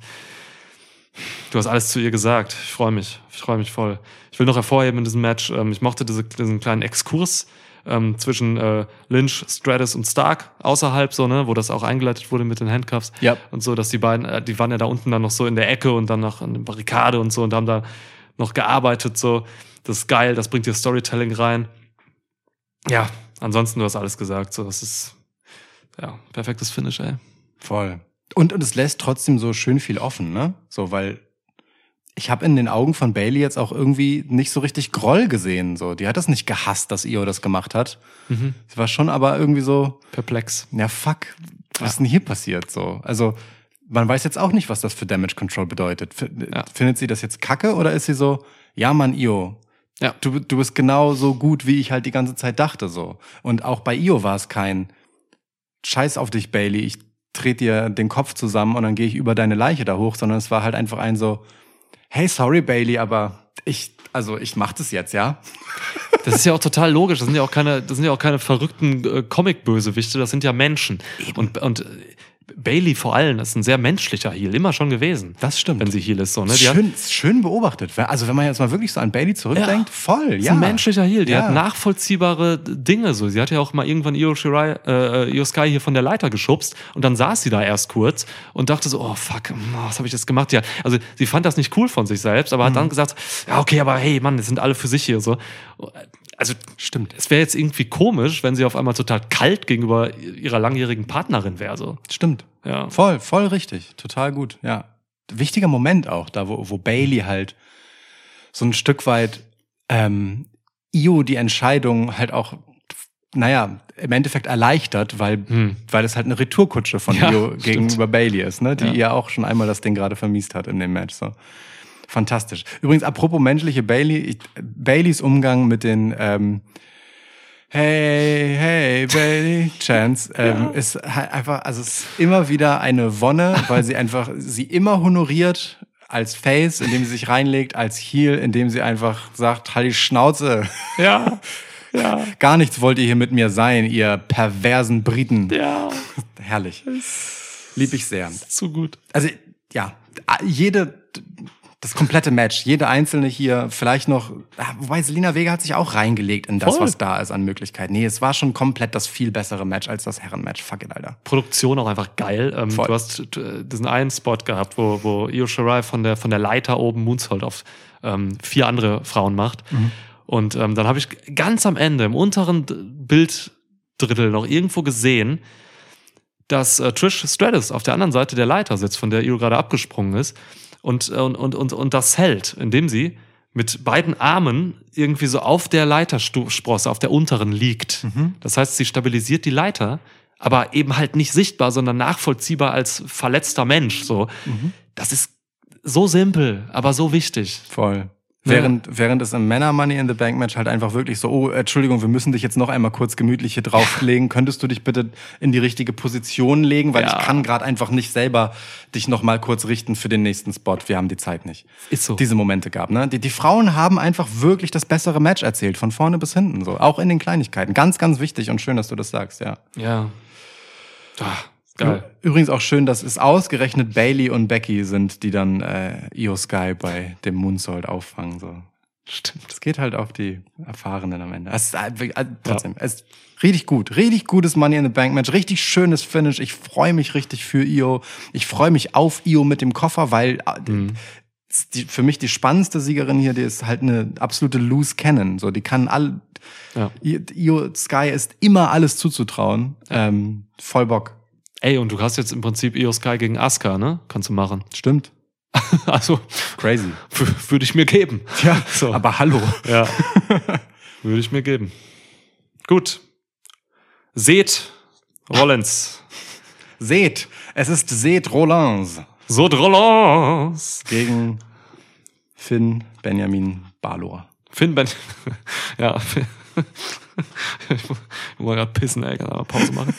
Du hast alles zu ihr gesagt. Ich freue mich voll. Ich will noch hervorheben in diesem Match, ich mochte diesen kleinen Exkurs zwischen Lynch, Stratus und Stark außerhalb, so, ne, wo das auch eingeleitet wurde mit den Handcuffs. Ja. Und so, dass die beiden, die waren ja da unten dann noch so in der Ecke und dann noch an der Barrikade und so und haben da noch gearbeitet, so. Das ist geil, das bringt dir Storytelling rein. Ja, ansonsten, du hast alles gesagt, so, das ist, ja, perfektes Finish, ey. Voll. Und es lässt trotzdem so schön viel offen, ne? So, weil ich habe in den Augen von Bayley jetzt auch irgendwie nicht so richtig Groll gesehen. So, die hat das nicht gehasst, dass Io das gemacht hat. Sie war schon aber irgendwie so perplex. Ja, fuck, was ist denn hier passiert? So, also man weiß jetzt auch nicht, was das für Damage Control bedeutet. Findet sie das jetzt kacke oder ist sie so, ja Mann, Io, du bist genau so gut, wie ich halt die ganze Zeit dachte, so. Und auch bei Io war es kein Scheiß auf dich, Bayley, ich trete dir den Kopf zusammen und dann gehe ich über deine Leiche da hoch, sondern es war halt einfach ein so, hey, sorry, Bayley, aber ich mach das jetzt, ja? Das ist ja auch total logisch. Das sind ja auch keine verrückten Comic-Bösewichte. Das sind ja Menschen. Eben. Und Bayley vor allem ist ein sehr menschlicher Heel, immer schon gewesen. Das stimmt. Wenn sie Heel ist, so, ne? Schön beobachtet. Also wenn man jetzt mal wirklich so an Bayley zurückdenkt, voll, ist ein menschlicher Heel. Die hat nachvollziehbare Dinge, so. Sie hat ja auch mal irgendwann Io Sky hier von der Leiter geschubst und dann saß sie da erst kurz und dachte so, oh fuck, was habe ich jetzt gemacht? Ja, also sie fand das nicht cool von sich selbst, aber hat dann gesagt, ja okay, aber hey, Mann, das sind alle für sich hier, so. Also stimmt. Es wäre jetzt irgendwie komisch, wenn sie auf einmal total kalt gegenüber ihrer langjährigen Partnerin wäre. So. Stimmt. Ja. Voll richtig. Total gut. Ja. Wichtiger Moment auch, da wo Bayley halt so ein Stück weit Io die Entscheidung halt auch, im Endeffekt erleichtert, weil es halt eine Retourkutsche von Io gegenüber Bayley ist, ne? Die ihr auch schon einmal das Ding gerade vermiest hat in dem Match. So. Fantastisch. Übrigens, apropos menschliche Baileys Umgang mit den Hey, Bayley Chance ist halt einfach, also es ist immer wieder eine Wonne, weil sie immer honoriert als Face, indem sie sich reinlegt, als Heel, indem sie einfach sagt, halt die Schnauze. Ja. Gar nichts wollt ihr hier mit mir sein, ihr perversen Briten. Ja. Herrlich. Lieb ich sehr. Zu gut. Also, ja, das komplette Match, jede einzelne hier, vielleicht noch, wobei Zelina Vega hat sich auch reingelegt in das, was da ist an Möglichkeiten. Nee, es war schon komplett das viel bessere Match als das Herrenmatch. Fuck it, Alter. Produktion auch einfach geil. Du hast diesen einen Spot gehabt, wo Io Shirai von der Leiter oben Moonsault auf 4 andere Frauen macht. Und dann habe ich ganz am Ende, im unteren Bilddrittel noch irgendwo gesehen, dass Trish Stratus auf der anderen Seite der Leiter sitzt, von der Io gerade abgesprungen ist. Und das hält, indem sie mit beiden Armen irgendwie so auf der Leitersprosse, auf der unteren liegt. Das heißt, sie stabilisiert die Leiter, aber eben halt nicht sichtbar, sondern nachvollziehbar als verletzter Mensch. So. Das ist so simpel, aber so wichtig. Voll. Während es im Männer Money in the Bank Match halt einfach wirklich so, oh, Entschuldigung, wir müssen dich jetzt noch einmal kurz gemütlich hier drauflegen. Könntest du dich bitte in die richtige Position legen? Weil ich kann gerade einfach nicht selber dich noch mal kurz richten für den nächsten Spot. Wir haben die Zeit nicht. Ist so. Diese Momente gab, ne? Die Frauen haben einfach wirklich das bessere Match erzählt, von vorne bis hinten, so. Auch in den Kleinigkeiten. Ganz, ganz wichtig und schön, dass du das sagst, ja. Ja. Geil. Übrigens auch schön, dass es ausgerechnet Bailey und Becky sind, die dann Io Sky bei dem Moonsault auffangen. So. Stimmt. Es geht halt auf die Erfahrenen am Ende. Es ist trotzdem, es ist richtig gut. Richtig gutes Money in the Bank Match. Richtig schönes Finish. Ich freue mich richtig für Io. Ich freue mich auf Io mit dem Koffer, weil für mich die spannendste Siegerin hier, die ist halt eine absolute Loose Cannon. So, die kann Io Sky ist immer alles zuzutrauen. Voll Bock. Ey, und du hast jetzt im Prinzip Io Sky gegen Asuka, ne? Kannst du machen. Stimmt. Also, crazy. Würde ich mir geben. Ja, so. Aber hallo. Ja. Würde ich mir geben. Gut. Seth Rollins. Es ist Seth Rollins. Rollins. Gegen Finn Benjamin Balor. Ja. Ich muss gerade pissen, ey. Kann ich Pause machen?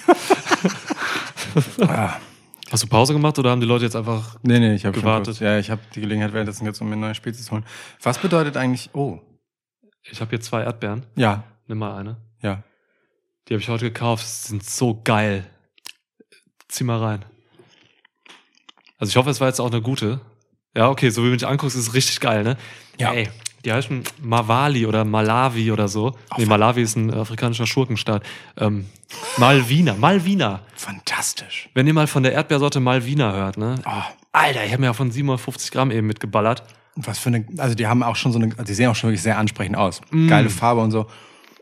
Hast du Pause gemacht oder haben die Leute jetzt einfach Nee, ich habe gewartet? Ich habe die Gelegenheit währenddessen jetzt, um mir neue Spezies zu holen. Was bedeutet eigentlich, Ich habe hier 2 Erdbeeren. Ja. Nimm mal eine. Ja. Die habe ich heute gekauft. Die sind so geil. Zieh mal rein. Also ich hoffe, es war jetzt auch eine gute. Ja, okay, so wie du mich anguckst, ist es richtig geil, ne? Ja. Ey, die heißen Mawali oder Malawi oder so. Malawi ist ein afrikanischer Schurkenstaat. Malvina. Fantastisch. Wenn ihr mal von der Erdbeersorte Malvina hört, ne? Oh. Alter, ich habe mir ja von 750 Gramm eben mitgeballert. Was für eine, also die haben auch schon die sehen auch schon wirklich sehr ansprechend aus. Geile Farbe und so.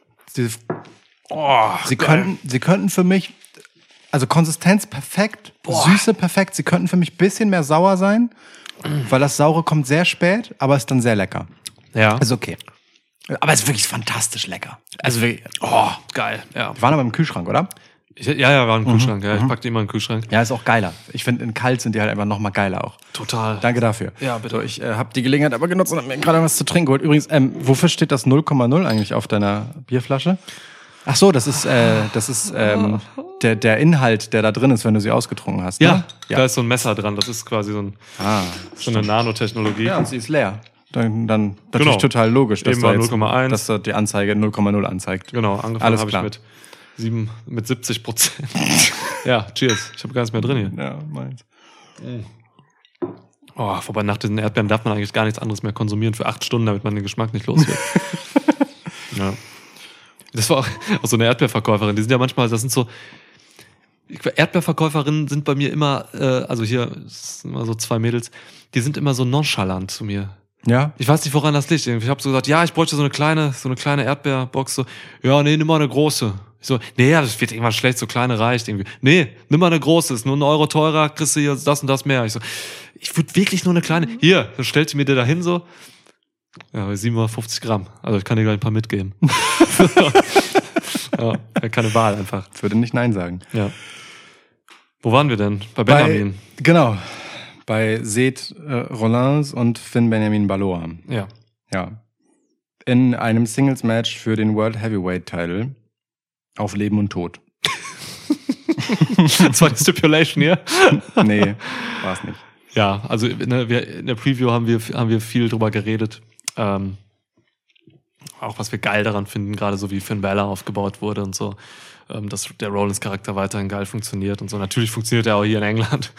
Sie könnten für mich, also Konsistenz perfekt, Süße perfekt. Sie könnten für mich ein bisschen mehr sauer sein, weil das Saure kommt sehr spät, aber ist dann sehr lecker. Ja. Ist okay. Aber es ist wirklich fantastisch lecker. Also wirklich, geil. Ja. Wir waren aber im Kühlschrank, oder? Ja, war im Kühlschrank. Ja, ich pack die immer in den Kühlschrank. Ja, ist auch geiler. Ich finde, in kalt sind die halt einfach noch mal geiler auch. Total. Danke dafür. Ja, bitte. So, ich habe die Gelegenheit aber genutzt und habe mir gerade was zu trinken geholt. Übrigens, wofür steht das 0,0 eigentlich auf deiner Bierflasche? Ach so, das ist der Inhalt, der da drin ist, wenn du sie ausgetrunken hast. Ja, ne? da ist so ein Messer dran. Das ist quasi so eine Nanotechnologie. Ja, und sie ist leer. Dann natürlich total logisch, dass, eben da 0,1. Dass da die Anzeige 0,0 anzeigt. Genau, angefangen habe ich mit 70%. Ja, cheers. Ich habe gar nichts mehr drin hier. Ja, meins. Wobei nach diesen Erdbeeren darf man eigentlich gar nichts anderes mehr konsumieren für 8 Stunden, damit man den Geschmack nicht los wird. Ja. Das war auch so eine Erdbeerverkäuferin. Die sind ja manchmal, Erdbeerverkäuferinnen sind bei mir immer, also hier sind immer so 2 Mädels, die sind immer so nonchalant zu mir. Ja? Ich weiß nicht, woran das liegt. Ich habe so gesagt, ja, ich bräuchte so eine kleine Erdbeerbox. So, ja, nee, nimm mal eine große. Ich so, nee, das wird irgendwann schlecht, so kleine reicht irgendwie. Nee, nimm mal eine große, ist nur 1 Euro teurer, kriegst du hier das und das mehr. Ich so, ich würde wirklich nur eine kleine. Hier, dann stellt sie mir da hin so. Ja, 750 Gramm. Also ich kann dir gleich ein paar mitgeben. Ja, keine Wahl einfach. Ich würde nicht Nein sagen. Ja. Wo waren wir denn? Bei Benjamin. Genau. Bei Seth Rollins und Finn Benjamin Balor. Ja. Ja. In einem Singles-Match für den World Heavyweight-Title auf Leben und Tod. Das war die Stipulation hier? Nee, war es nicht. Ja, also in der Preview haben wir viel drüber geredet. Auch was wir geil daran finden, gerade so wie Finn Balor aufgebaut wurde und so, dass der Rollins-Charakter weiterhin geil funktioniert und so. Natürlich funktioniert er auch hier in England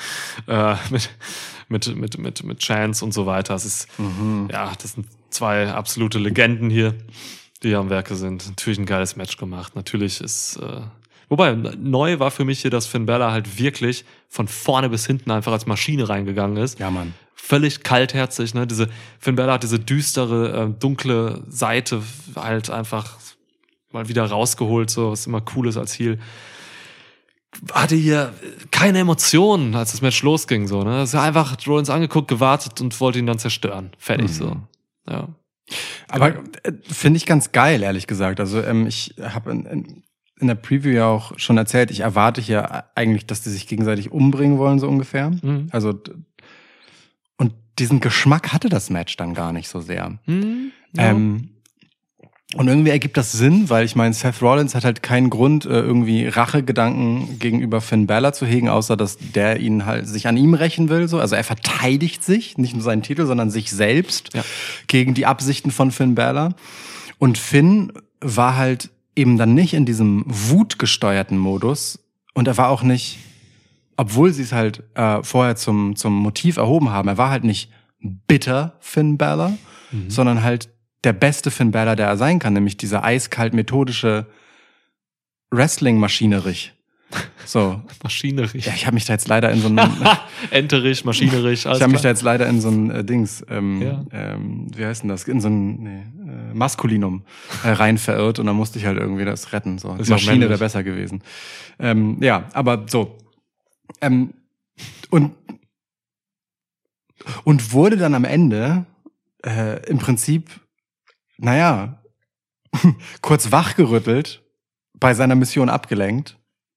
mit Chance und so weiter. Es ist, das sind 2 absolute Legenden hier, die hier am Werke sind. Natürlich ein geiles Match gemacht. Natürlich ist, wobei, neu war für mich hier, dass Finn Balor halt wirklich von vorne bis hinten einfach als Maschine reingegangen ist. Ja, Mann. Völlig kaltherzig, ne? Finn Balor hat diese düstere, dunkle Seite halt einfach mal wieder rausgeholt, so was immer cool ist als Heel. Hatte hier keine Emotionen, als das Match losging, so, ne? Er hat einfach Rollins angeguckt, gewartet und wollte ihn dann zerstören. Fertig, so. Ja. Aber finde ich ganz geil, ehrlich gesagt. Also ich habe in der Preview ja auch schon erzählt, ich erwarte hier eigentlich, dass die sich gegenseitig umbringen wollen, so ungefähr. Mhm. Also, und diesen Geschmack hatte das Match dann gar nicht so sehr. Mhm. Ja. Und irgendwie ergibt das Sinn, weil ich meine, Seth Rollins hat halt keinen Grund, irgendwie Rachegedanken gegenüber Finn Balor zu hegen, außer dass der ihn halt sich an ihm rächen will. So. Also er verteidigt sich, nicht nur seinen Titel, sondern sich selbst gegen die Absichten von Finn Balor. Und Finn war halt eben dann nicht in diesem wutgesteuerten Modus und er war auch nicht, obwohl sie es halt vorher zum Motiv erhoben haben, er war halt nicht bitter Finn Balor, sondern halt der beste Finn Balor, der er sein kann, nämlich dieser eiskalt methodische Wrestling-Maschinerich. So. Maschinerich. Ja, ich habe mich da jetzt leider in so ein Enterich, Maschinerich. Ich habe mich da jetzt leider in so ein Dings, Ja. wie heißt denn das? In so ein Maskulinum rein verirrt und dann musste ich halt irgendwie das retten. So. Ist ja auch Maschine männlich. wäre besser gewesen. Ja, aber so. Und wurde dann am Ende im Prinzip, naja, kurz wachgerüttelt, bei seiner Mission abgelenkt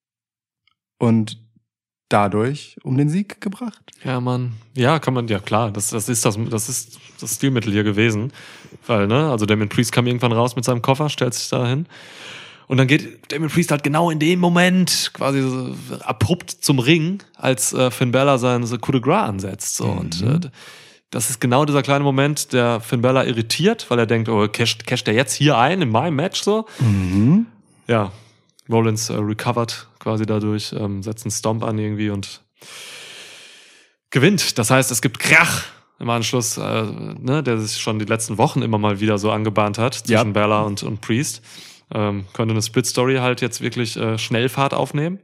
und dadurch um den Sieg gebracht. Ja, Mann. Ja, kann man, ja klar, das ist das Stilmittel hier gewesen. Weil, ne, also Damien Priest kam irgendwann raus mit seinem Koffer, stellt sich da hin. Und dann geht Damien Priest halt genau in dem Moment quasi so abrupt zum Ring, als Finn Balor sein Coup de Grace ansetzt. So. Und das ist genau dieser kleine Moment, der Finn Balor irritiert, weil er denkt, oh, casht der jetzt hier ein in meinem Match so? Ja, Rollins recovered quasi dadurch, setzt einen Stomp an irgendwie und gewinnt. Das heißt, es gibt Krach im Anschluss, der sich schon die letzten Wochen immer mal wieder so angebahnt hat zwischen Balor und Priest. Könnte eine Split-Story halt jetzt wirklich Schnellfahrt aufnehmen.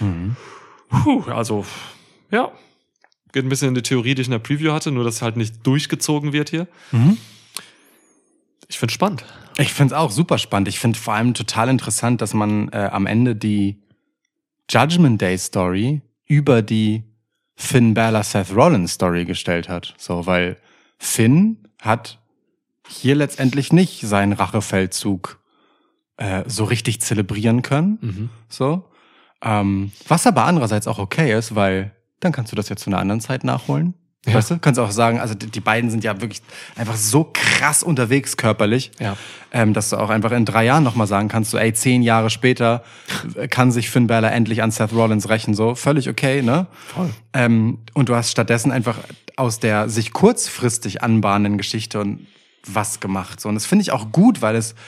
Also, ja. Geht ein bisschen in die Theorie, die ich in der Preview hatte, nur dass es halt nicht durchgezogen wird hier. Ich find's spannend. Ich find's auch super spannend. Ich find vor allem total interessant, dass man am Ende die Judgment Day Story über die Finn Balor Seth Rollins Story gestellt hat. So, weil Finn hat hier letztendlich nicht seinen Rachefeldzug so richtig zelebrieren können. So. Was aber andererseits auch okay ist, weil dann kannst du das ja zu einer anderen Zeit nachholen. Ja. Weißt du? Kannst auch sagen, also die beiden sind ja wirklich einfach so krass unterwegs körperlich, dass du auch einfach in 3 Jahren nochmal sagen kannst, so 10 Jahre später kann sich Finn Balor endlich an Seth Rollins rächen, so völlig okay, ne? Voll. Und du hast stattdessen einfach aus der sich kurzfristig anbahnenden Geschichte und was gemacht, so. Und das finde ich auch gut, weil es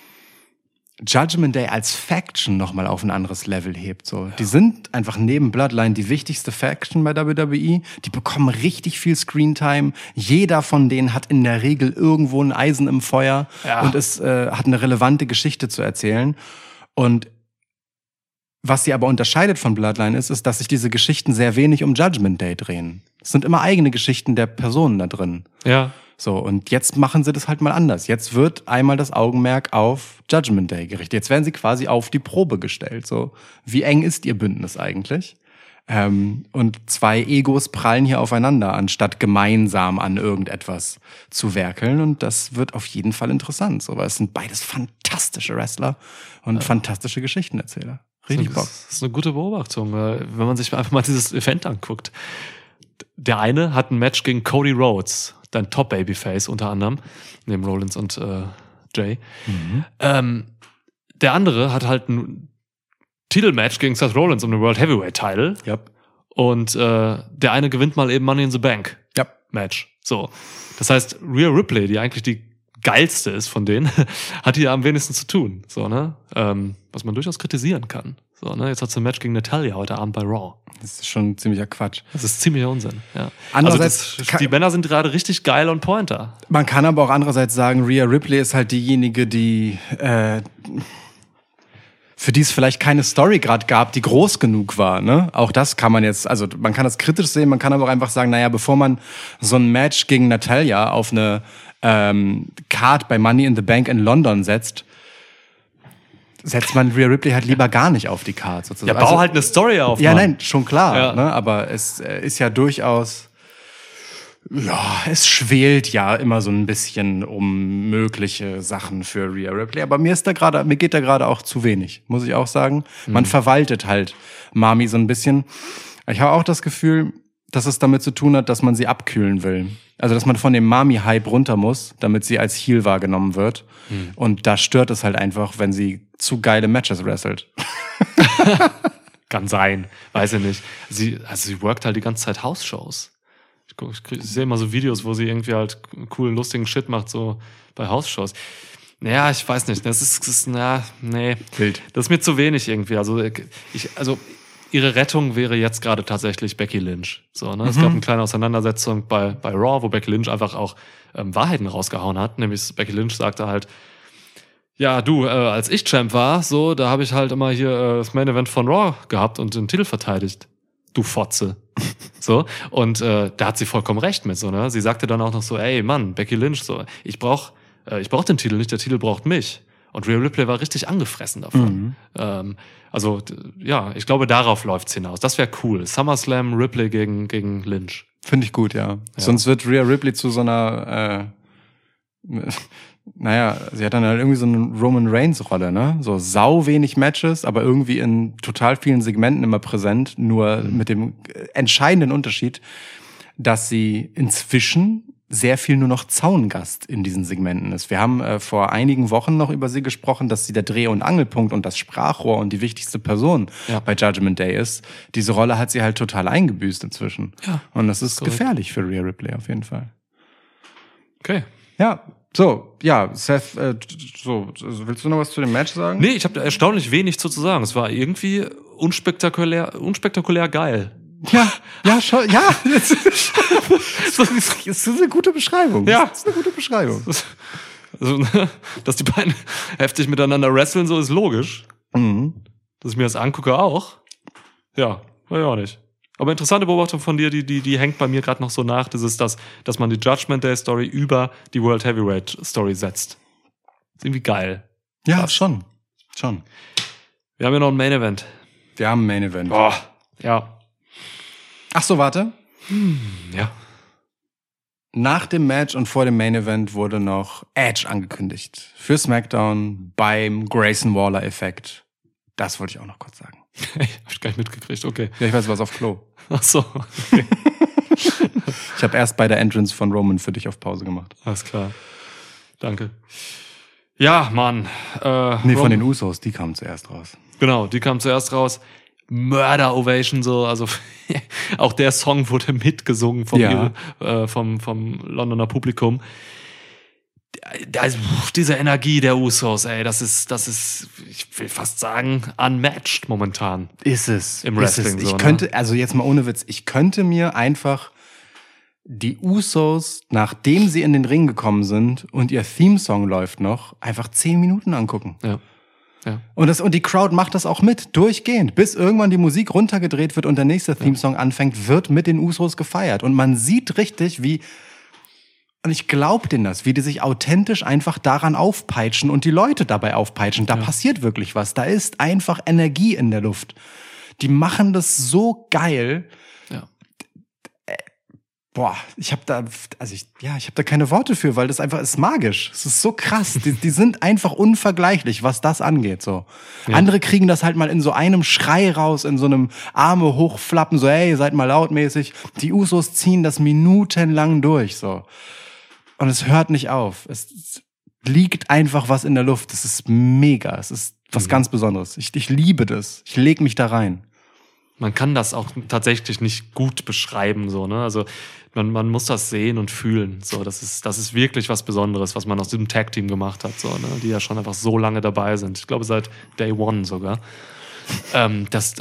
Judgment Day als Faction nochmal auf ein anderes Level hebt. So. Die sind einfach neben Bloodline die wichtigste Faction bei WWE. Die bekommen richtig viel Screentime. Jeder von denen hat in der Regel irgendwo ein Eisen im Feuer und es hat eine relevante Geschichte zu erzählen. Und was sie aber unterscheidet von Bloodline ist, dass sich diese Geschichten sehr wenig um Judgment Day drehen. Es sind immer eigene Geschichten der Personen da drin. Ja. So, und jetzt machen sie das halt mal anders. Jetzt wird einmal das Augenmerk auf Judgment Day gerichtet. Jetzt werden sie quasi auf die Probe gestellt. So, wie eng ist ihr Bündnis eigentlich? Und 2 Egos prallen hier aufeinander, anstatt gemeinsam an irgendetwas zu werkeln. Und das wird auf jeden Fall interessant. So, weil es sind beides fantastische Wrestler und fantastische Gesichtenerzähler. Richtig Bock. Das ist eine gute Beobachtung, wenn man sich einfach mal dieses Event anguckt. Der eine hat ein Match gegen Cody Rhodes, dein Top-Babyface unter anderem, neben Rollins und Jay. Der andere hat halt ein Titelmatch gegen Seth Rollins um den World Heavyweight Title. Yep. Und der eine gewinnt mal eben Money in the Bank Match. So. Das heißt, Rhea Ripley, die eigentlich die geilste ist von denen, hat hier am wenigsten zu tun. So, ne? Was man durchaus kritisieren kann. So, ne? Jetzt hat sie ein Match gegen Natalya heute Abend bei Raw. Das ist schon ziemlicher Quatsch. Das ist ziemlicher Unsinn, ja. Andererseits also die Männer sind gerade richtig geil on Pointer. Man kann aber auch andererseits sagen, Rhea Ripley ist halt diejenige, die für die es vielleicht keine Story gerade gab, die groß genug war, ne? Auch das kann man jetzt, also man kann das kritisch sehen, man kann aber auch einfach sagen, naja, bevor man so ein Match gegen Natalya auf eine Card bei Money in the Bank in London setzt man Rhea Ripley halt lieber gar nicht auf die Card sozusagen. Ja, bau halt eine Story auf. Ja, Mann. nein, schon klar. Ja. Ne? Aber es ist ja durchaus Ja, es schwelt ja immer so ein bisschen um mögliche Sachen für Rhea Ripley, aber mir geht da gerade auch zu wenig, muss ich auch sagen. Man verwaltet halt Mami so ein bisschen. Ich habe auch das Gefühl, dass es damit zu tun hat, dass man sie abkühlen will. Also, dass man von dem Mami-Hype runter muss, damit sie als Heel wahrgenommen wird. Und da stört es halt einfach, wenn sie zu geile Matches wrestelt. Kann sein, weiß ich nicht. Sie workt halt die ganze Zeit House-Shows. Ich sehe immer so Videos, wo sie irgendwie halt coolen, lustigen Shit macht, so bei House-Shows. Naja, ich weiß nicht. Das ist nee. Wild. Das ist mir zu wenig irgendwie. Also ihre Rettung wäre jetzt gerade tatsächlich Becky Lynch. So, ne? Es gab eine kleine Auseinandersetzung bei Raw, wo Becky Lynch einfach auch Wahrheiten rausgehauen hat. Nämlich Becky Lynch sagte halt, ja, du, als ich Champ war, so, da habe ich halt immer hier das Main Event von Raw gehabt und den Titel verteidigt. Du Fotze. So, und da hat sie vollkommen recht mit, so, ne? Sie sagte dann auch noch so, ey, Mann, Becky Lynch, so, ich brauch den Titel nicht, der Titel braucht mich. Und Rhea Ripley war richtig angefressen davon. Ich glaube, darauf läuft's hinaus. Das wäre cool. SummerSlam, Ripley gegen Lynch. Finde ich gut, ja. Sonst wird Rhea Ripley zu so einer, sie hat dann halt irgendwie so eine Roman Reigns-Rolle, ne? So sau wenig Matches, aber irgendwie in total vielen Segmenten immer präsent, nur mit dem entscheidenden Unterschied, dass sie inzwischen sehr viel nur noch Zaungast in diesen Segmenten ist. Wir haben vor einigen Wochen noch über sie gesprochen, dass sie der Dreh- und Angelpunkt und das Sprachrohr und die wichtigste Person bei Judgment Day ist. Diese Rolle hat sie halt total eingebüßt inzwischen. Ja. Und das ist gefährlich für Rhea Ripley auf jeden Fall. Okay. Ja, Seth, willst du noch was zu dem Match sagen? Nee, ich habe da erstaunlich wenig zu sagen. Es war irgendwie unspektakulär geil. Ja, schon, ja. Das ist eine gute Beschreibung. Ja. Das ist eine gute Beschreibung. Also, dass die beiden heftig miteinander wresteln, so ist logisch. Dass ich mir das angucke auch. Ja, weiß ich auch nicht. Aber interessante Beobachtung von dir, die hängt bei mir gerade noch so nach, dass man die Judgment Day Story über die World Heavyweight Story setzt. Ist irgendwie geil. Ja, krass. Schon. Wir haben ja noch ein Main Event. Wir haben ein Main Event. Boah, ja. Ach so, warte. Ja. Nach dem Match und vor dem Main Event wurde noch Edge angekündigt. Für SmackDown beim Grayson Waller Effekt. Das wollte ich auch noch kurz sagen. Hab ich gar nicht mitgekriegt, okay. Ja, ich weiß, was auf Klo. Ach so. Okay. Ich habe erst bei der Entrance von Roman für dich auf Pause gemacht. Alles klar. Danke. Ja, Mann. Von den Usos, die kamen zuerst raus. Genau, die kamen zuerst raus. Mörder-Ovation, so, also auch der Song wurde mitgesungen vom Londoner Publikum. Diese Energie der Usos, ey, das ist, ich will fast sagen, unmatched momentan. Ist es. Im Wrestling. Ich könnte, also jetzt mal ohne Witz, ich könnte mir einfach die Usos, nachdem sie in den Ring gekommen sind und ihr Theme-Song läuft noch, einfach 10 Minuten angucken. Ja. Und die Crowd macht das auch mit, durchgehend. Bis irgendwann die Musik runtergedreht wird und der nächste Theme-Song anfängt, wird mit den Usos gefeiert. Und man sieht richtig, und ich glaube denen das, wie die sich authentisch einfach daran aufpeitschen und die Leute dabei aufpeitschen. Da passiert wirklich was. Da ist einfach Energie in der Luft. Die machen das so geil. Ja. Boah, ich habe da keine Worte für, weil das einfach ist magisch. Es ist so krass. Die sind einfach unvergleichlich, was das angeht, so. Ja. Andere kriegen das halt mal in so einem Schrei raus, in so einem Arme hochflappen, so, hey, seid mal lautmäßig. Die Usos ziehen das minutenlang durch, so. Und es hört nicht auf. Es liegt einfach was in der Luft. Es ist mega. Es ist was ganz Besonderes. Ich liebe das. Ich leg mich da rein. Man kann das auch tatsächlich nicht gut beschreiben, so, ne? Also man muss das sehen und fühlen. So, das ist wirklich was Besonderes, was man aus diesem Tag-Team gemacht hat, so, ne? Die ja schon einfach so lange dabei sind. Ich glaube seit Day One sogar. Das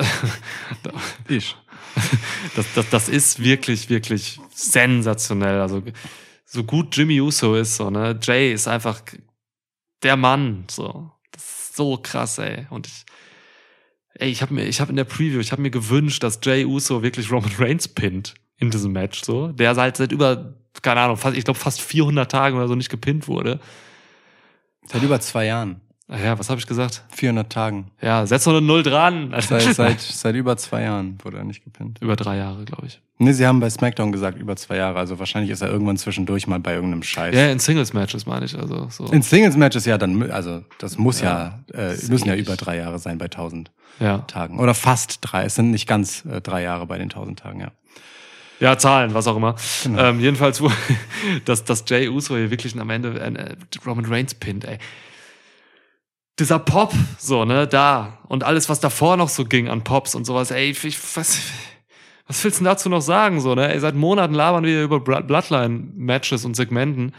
ist wirklich, wirklich sensationell. Also so gut Jimmy Uso ist, so, ne? Jay ist einfach der Mann, so. Das ist so krass, ey. Und ich habe in der Preview, mir gewünscht, dass Jay Uso wirklich Roman Reigns pinnt in diesem Match, so. Der halt seit über, keine Ahnung, fast 400 Tagen oder so nicht gepinnt wurde. Seit über 2 Jahren. Ja, was habe ich gesagt? 400 Tagen. Ja, setz noch eine 0 dran. Seit über 2 Jahren wurde er nicht gepinnt. Über 3 Jahre, glaube ich. Nee, sie haben bei SmackDown gesagt, über 2 Jahre. Also wahrscheinlich ist er irgendwann zwischendurch mal bei irgendeinem Scheiß. Ja, in Singles-Matches meine ich. Also so. In Singles-Matches ja dann, also das muss müssen ja über 3 Jahre sein bei 1000 Tagen. Oder fast 3. Es sind nicht ganz 3 Jahre bei den 1000 Tagen, ja. Ja, Zahlen, was auch immer. Genau. Jedenfalls, dass Jey Uso hier wirklich am Ende Roman Reigns pinnt, ey. Dieser Pop, so, ne, da. Und alles, was davor noch so ging an Pops und sowas, ey, was willst du denn dazu noch sagen, so, ne? Ey, seit Monaten labern wir über Bloodline-Matches und Segmenten.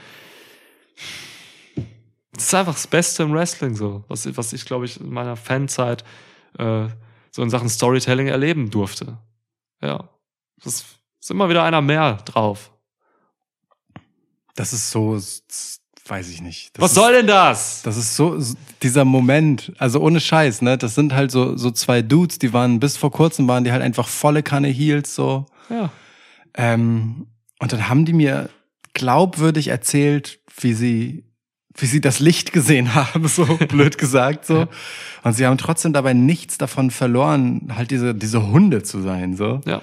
Das ist einfach das Beste im Wrestling, so. Was ich, glaube ich, in meiner Fanzeit so in Sachen Storytelling erleben durfte. Ja. Das ist immer wieder einer mehr drauf. Das ist so, weiß ich nicht. Was soll denn das? Das ist so, dieser Moment, also ohne Scheiß, ne? Das sind halt so 2 Dudes, die waren, bis vor kurzem waren die halt einfach volle Kanne Heels, so. Ja. Und dann haben die mir glaubwürdig erzählt, wie sie das Licht gesehen haben, so blöd gesagt, so. Und sie haben trotzdem dabei nichts davon verloren, halt diese Hunde zu sein, so. Ja.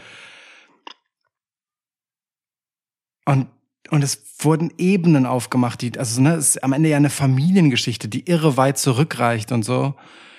Und es wurden Ebenen aufgemacht, es ist am Ende ja eine Familiengeschichte, die irre weit zurückreicht und so,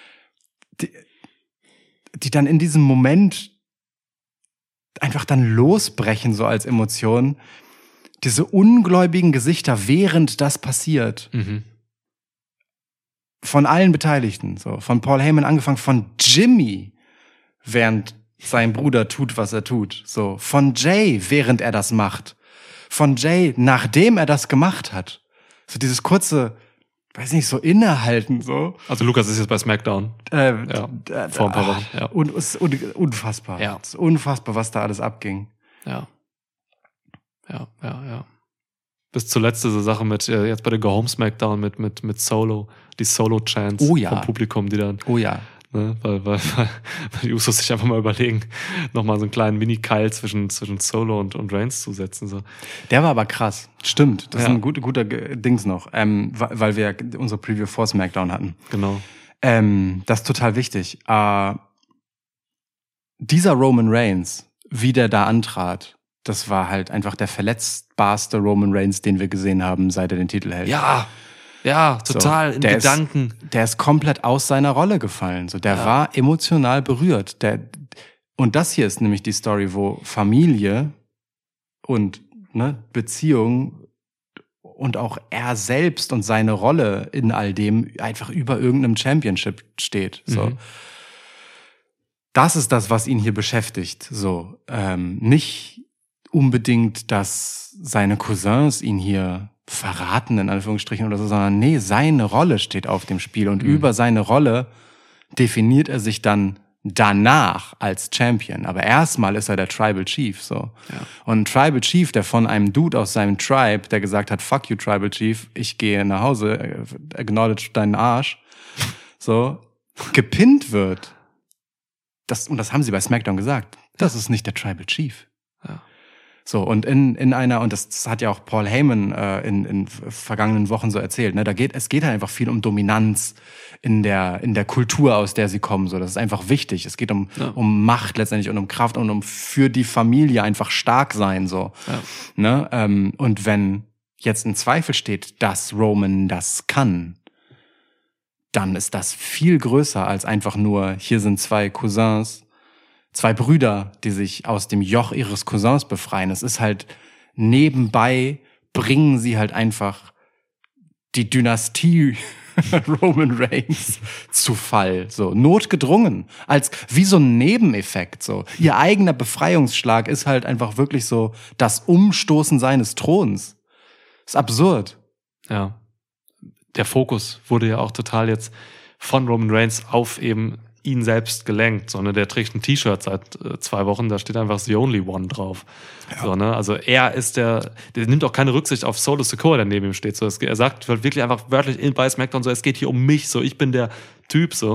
die dann in diesem Moment einfach dann losbrechen, so als Emotion. Diese ungläubigen Gesichter, während das passiert. Mhm. Von allen Beteiligten, so. Von Paul Heyman angefangen, von Jimmy, während sein Bruder tut, was er tut, so. Von Jay, während er das macht. Von Jay, nachdem er das gemacht hat. So dieses kurze, weiß nicht, so innehalten, so. Also Lukas ist jetzt bei SmackDown. Vor ein paar Wochen. Ja. Und es ist unfassbar. Ja. Es ist unfassbar, was da alles abging. Ja. Bis zuletzt diese Sache mit, jetzt bei der Go Home Smackdown mit Solo, die Solo-Chants vom Publikum, die dann. Oh ja. Ne, weil die Usos sich einfach mal überlegen, nochmal so einen kleinen Mini-Keil zwischen Solo und Reigns zu setzen. So. Der war aber krass. Stimmt. Das ist ein guter Dings noch. Weil wir unsere Preview vor SmackDown hatten. Genau. Das ist total wichtig. Dieser Roman Reigns, wie der da antrat, das war halt einfach der verletzbarste Roman Reigns, den wir gesehen haben, seit er den Titel hält. Ja, total, so, in Gedanken. Der ist komplett aus seiner Rolle gefallen. So, der war emotional berührt. Und das hier ist nämlich die Story, wo Familie und Beziehung und auch er selbst und seine Rolle in all dem einfach über irgendeinem Championship steht. So. Mhm. Das ist das, was ihn hier beschäftigt. So, nicht unbedingt, dass seine Cousins ihn hier verraten, in Anführungsstrichen oder so, sondern nee, seine Rolle steht auf dem Spiel und über seine Rolle definiert er sich dann danach als Champion. Aber erstmal ist er der Tribal Chief, so. Ja. Und ein Tribal Chief, der von einem Dude aus seinem Tribe, der gesagt hat, fuck you Tribal Chief, ich gehe nach Hause, acknowledge deinen Arsch, so, gepinnt wird. Das haben sie bei SmackDown gesagt. Das ist nicht der Tribal Chief. Ja. So, und in einer, und das hat ja auch Paul Heyman in vergangenen Wochen so erzählt, ne, es geht halt einfach viel um Dominanz in der Kultur, aus der sie kommen, so, das ist einfach wichtig. Es geht um Macht letztendlich und um Kraft und um für die Familie einfach stark sein, so. Ja. Ne? Und wenn jetzt in Zweifel steht, dass Roman das kann, dann ist das viel größer als einfach nur, hier sind 2 Cousins, 2 Brüder, die sich aus dem Joch ihres Cousins befreien. Es ist halt, nebenbei bringen sie halt einfach die Dynastie Roman Reigns zu Fall. So, notgedrungen. Wie so ein Nebeneffekt, so. Ihr eigener Befreiungsschlag ist halt einfach wirklich so das Umstoßen seines Throns. Ist absurd. Ja. Der Fokus wurde ja auch total jetzt von Roman Reigns auf eben ihn selbst gelenkt, sondern der trägt ein T-Shirt seit 2 Wochen, da steht einfach The Only One drauf. Ja. So, ne? Also er ist der nimmt auch keine Rücksicht auf Solo Sikoa, der neben ihm steht. So, er sagt wirklich einfach wörtlich bei SmackDown so, es geht hier um mich, so, ich bin der Typ, so.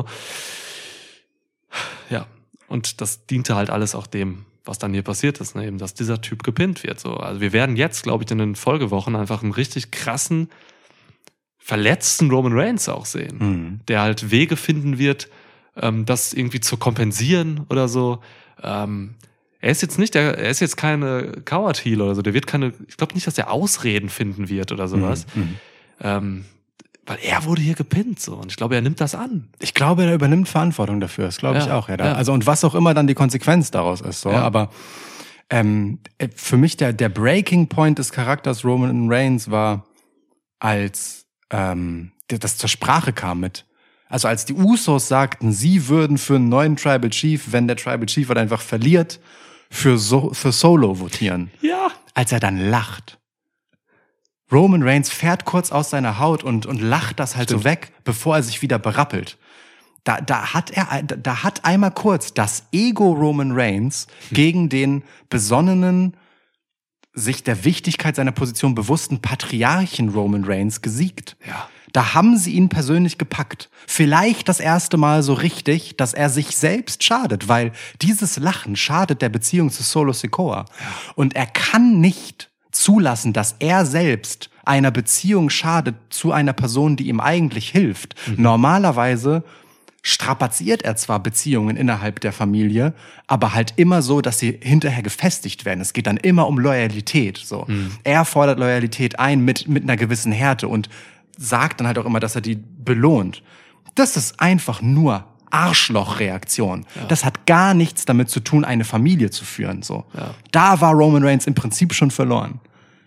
Ja, und das diente halt alles auch dem, was dann hier passiert ist, ne? Eben, dass dieser Typ gepinnt wird. So. Also wir werden jetzt, glaube ich, in den Folgewochen einfach einen richtig krassen verletzten Roman Reigns auch sehen, der halt Wege finden wird, das irgendwie zu kompensieren oder so. Er ist jetzt keine Coward Heel oder so. Ich glaube nicht, dass er Ausreden finden wird oder sowas. Weil er wurde hier gepinnt, so. Und ich glaube, er nimmt das an. Ich glaube, er übernimmt Verantwortung dafür. Das glaube ich auch, ja. Also, und was auch immer dann die Konsequenz daraus ist, so. Ja. Aber, für mich der Breaking Point des Charakters Roman Reigns war, als, das zur Sprache kam also als die Usos sagten, sie würden für einen neuen Tribal Chief, wenn der Tribal Chief halt einfach verliert, für Solo votieren. Ja. Als er dann lacht. Roman Reigns fährt kurz aus seiner Haut und lacht das halt so weg, bevor er sich wieder berappelt. Da hat einmal kurz das Ego Roman Reigns gegen den besonnenen, sich der Wichtigkeit seiner Position bewussten Patriarchen Roman Reigns gesiegt. Ja. Da haben sie ihn persönlich gepackt. Vielleicht das erste Mal so richtig, dass er sich selbst schadet, weil dieses Lachen schadet der Beziehung zu Solo Sikoa. Ja. Und er kann nicht zulassen, dass er selbst einer Beziehung schadet zu einer Person, die ihm eigentlich hilft. Normalerweise strapaziert er zwar Beziehungen innerhalb der Familie, aber halt immer so, dass sie hinterher gefestigt werden. Es geht dann immer um Loyalität. So. Er fordert Loyalität ein mit einer gewissen Härte und sagt dann halt auch immer, dass er die belohnt. Das ist einfach nur Arschlochreaktion. Ja. Das hat gar nichts damit zu tun, eine Familie zu führen. So. Ja. Da war Roman Reigns im Prinzip schon verloren.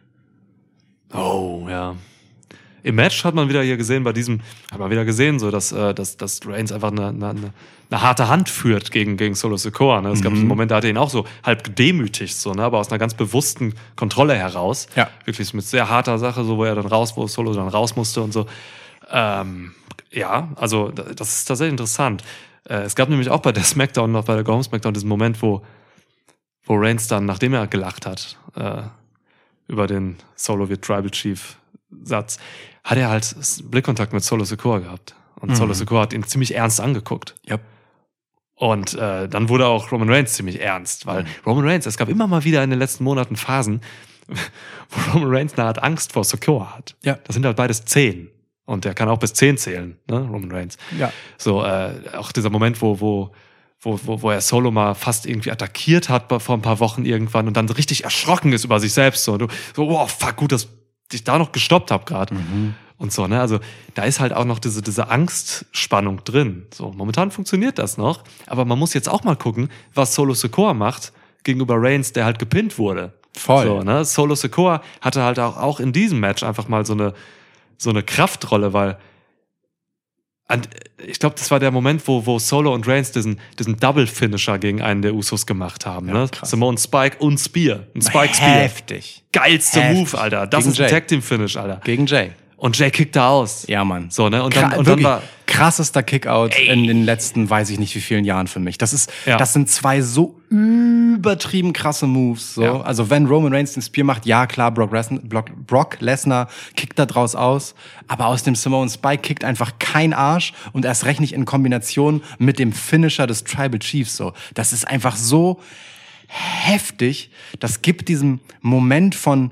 Oh, ja. Im Match hat man wieder hier gesehen, so, dass Reigns einfach eine harte Hand führt gegen Solo Sikoa. Ne? Es gab einen Moment, da hat er ihn auch so halb gedemütigt, so, ne? Aber aus einer ganz bewussten Kontrolle heraus. Ja. Wirklich mit sehr harter Sache, so, wo Solo dann raus musste und so. Ja, also das ist tatsächlich interessant. Es gab nämlich auch bei der SmackDown, noch bei der Go Home SmackDown, diesen Moment, wo Reigns dann, nachdem er gelacht hat, über den Solo wird Tribal Chief Satz, hat er halt Blickkontakt mit Solo Sikoa gehabt. Und Solo Sikoa hat ihn ziemlich ernst angeguckt. Yep. Und dann wurde auch Roman Reigns ziemlich ernst, weil Roman Reigns, es gab immer mal wieder in den letzten Monaten Phasen, wo Roman Reigns eine Art Angst vor Sikoa hat. Ja. Das sind halt beides 10. Und der kann auch bis 10 zählen, ne, Roman Reigns. Ja. So, auch dieser Moment, wo er Solo mal fast irgendwie attackiert hat vor ein paar Wochen irgendwann und dann so richtig erschrocken ist über sich selbst. So, wow, fuck, gut, dass ich da noch gestoppt habe gerade. Und so, ne, also da ist halt auch noch diese Angstspannung drin. So, momentan funktioniert das noch, aber man muss jetzt auch mal gucken, was Solo Sikoa macht gegenüber Reigns, der halt gepinnt wurde. Voll. So, ne, Solo Sikoa hatte halt auch in diesem Match einfach mal so eine Kraftrolle, weil ich glaube, das war der Moment, wo Solo und Reigns diesen Double-Finisher gegen einen der Usos gemacht haben. Ja, ne? Simone Spike und Spear. Ein Spike-Spear. Heftig. Geilste Move, Alter. Das ist ein Tag-Team-Finish, Alter. Gegen Jay. Und Jay kickt da aus. Ja, Mann. So, ne? Und dann war krassester Kickout in den letzten, weiß ich nicht wie vielen Jahren für mich. Das sind zwei so übertrieben krasse Moves. So. Ja. Also wenn Roman Reigns den Spear macht, ja klar, Brock Lesnar kickt da draus aus, aber aus dem Simone Spike kickt einfach kein Arsch und erst recht nicht in Kombination mit dem Finisher des Tribal Chiefs. So. Das ist einfach so heftig. Das gibt diesem Moment von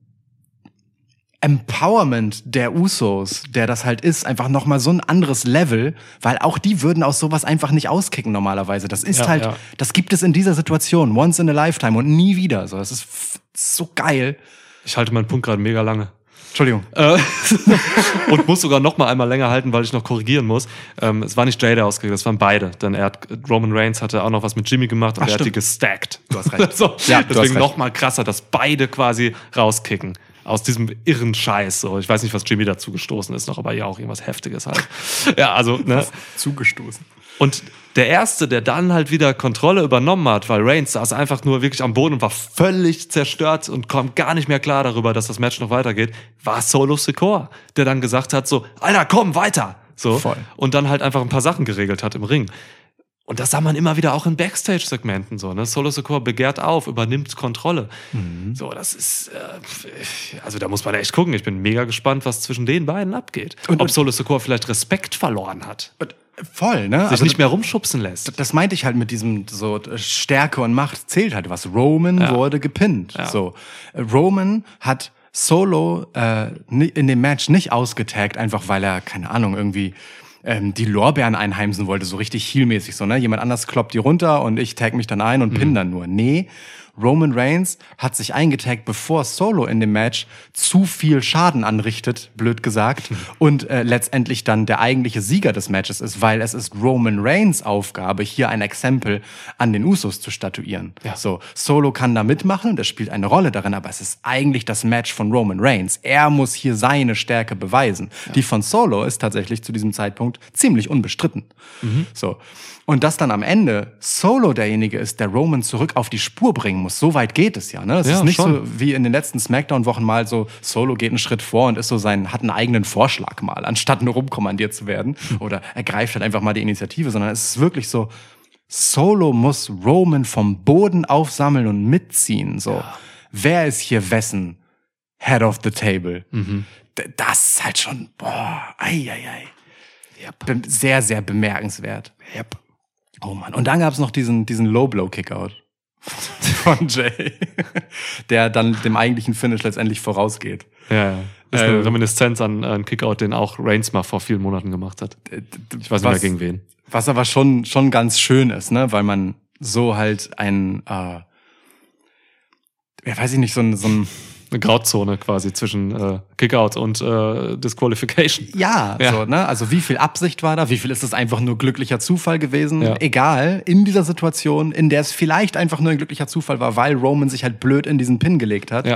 Empowerment der Usos, der das halt ist, einfach nochmal so ein anderes Level, weil auch die würden aus sowas einfach nicht auskicken normalerweise. Das ist das gibt es in dieser Situation, once in a lifetime und nie wieder. So, das ist so geil. Ich halte meinen Punkt gerade mega lange. Entschuldigung. Und muss sogar noch mal einmal länger halten, weil ich noch korrigieren muss. Es war nicht Jay, der ausgekriegt, das waren beide. Denn Roman Reigns hatte auch noch was mit Jimmy gemacht und er hat die gestackt. Du hast recht. So, ja, deswegen noch mal krasser, dass beide quasi rauskicken. Aus diesem irren Scheiß. So. Ich weiß nicht, was Jimmy dazu gestoßen ist noch, aber ja auch irgendwas Heftiges halt. Ja, also, ne? Zugestoßen. Und der Erste, der dann halt wieder Kontrolle übernommen hat, weil Reigns saß einfach nur wirklich am Boden und war völlig zerstört und kam gar nicht mehr klar darüber, dass das Match noch weitergeht, war Solo Sikoa, der dann gesagt hat so, Alter, komm, weiter! So. Voll. Und dann halt einfach ein paar Sachen geregelt hat im Ring. Und das sah man immer wieder auch in Backstage-Segmenten so, ne? Solo Sikoa begehrt auf, übernimmt Kontrolle. So, das ist, also da muss man echt gucken. Ich bin mega gespannt, was zwischen den beiden abgeht. Und ob Solo Sikoa vielleicht Respekt verloren hat. Voll, ne? Sich also nicht mehr rumschubsen lässt. Das meinte ich halt mit diesem so Stärke und Macht zählt halt was. Roman wurde gepinnt. Ja. So. Roman hat Solo in dem Match nicht ausgetaggt, einfach weil er, keine Ahnung, irgendwie die Lorbeeren einheimsen wollte, so richtig heel-mäßig, so, ne? Jemand anders kloppt die runter und ich tag mich dann ein und pin dann nur. Nee, Roman Reigns hat sich eingetaggt, bevor Solo in dem Match zu viel Schaden anrichtet, blöd gesagt, und letztendlich dann der eigentliche Sieger des Matches ist, weil es ist Roman Reigns Aufgabe, hier ein Exempel an den Usos zu statuieren. Ja. So, Solo kann da mitmachen und er spielt eine Rolle darin, aber es ist eigentlich das Match von Roman Reigns. Er muss hier seine Stärke beweisen. Ja. Die von Solo ist tatsächlich zu diesem Zeitpunkt ziemlich unbestritten. So. Und dass dann am Ende Solo derjenige ist, der Roman zurück auf die Spur bringen muss. So weit geht es ja, ne? Es ist nicht schon so wie in den letzten Smackdown-Wochen mal so, Solo geht einen Schritt vor und ist so hat einen eigenen Vorschlag mal, anstatt nur rumkommandiert zu werden. Oder er greift halt einfach mal die Initiative, sondern es ist wirklich so, Solo muss Roman vom Boden aufsammeln und mitziehen. So, wer ist hier wessen Head of the Table? Das ist halt schon, Yep. Sehr, sehr bemerkenswert. Yep. Oh Mann. Und dann gab's noch diesen Low-Blow-Kickout von Jay, der dann dem eigentlichen Finish letztendlich vorausgeht. Ja. Das ist eine Reminiszenz an einen Kickout, den auch Reigns mal vor vielen Monaten gemacht hat. Ich weiß nicht mehr gegen wen. Was aber schon ganz schön ist, ne, weil man so halt eine Grauzone quasi zwischen Kickout und Disqualification. Ja. So, ne? Also wie viel Absicht war da? Wie viel ist es einfach nur glücklicher Zufall gewesen? Ja. Egal, in dieser Situation, in der es vielleicht einfach nur ein glücklicher Zufall war, weil Roman sich halt blöd in diesen Pin gelegt hat,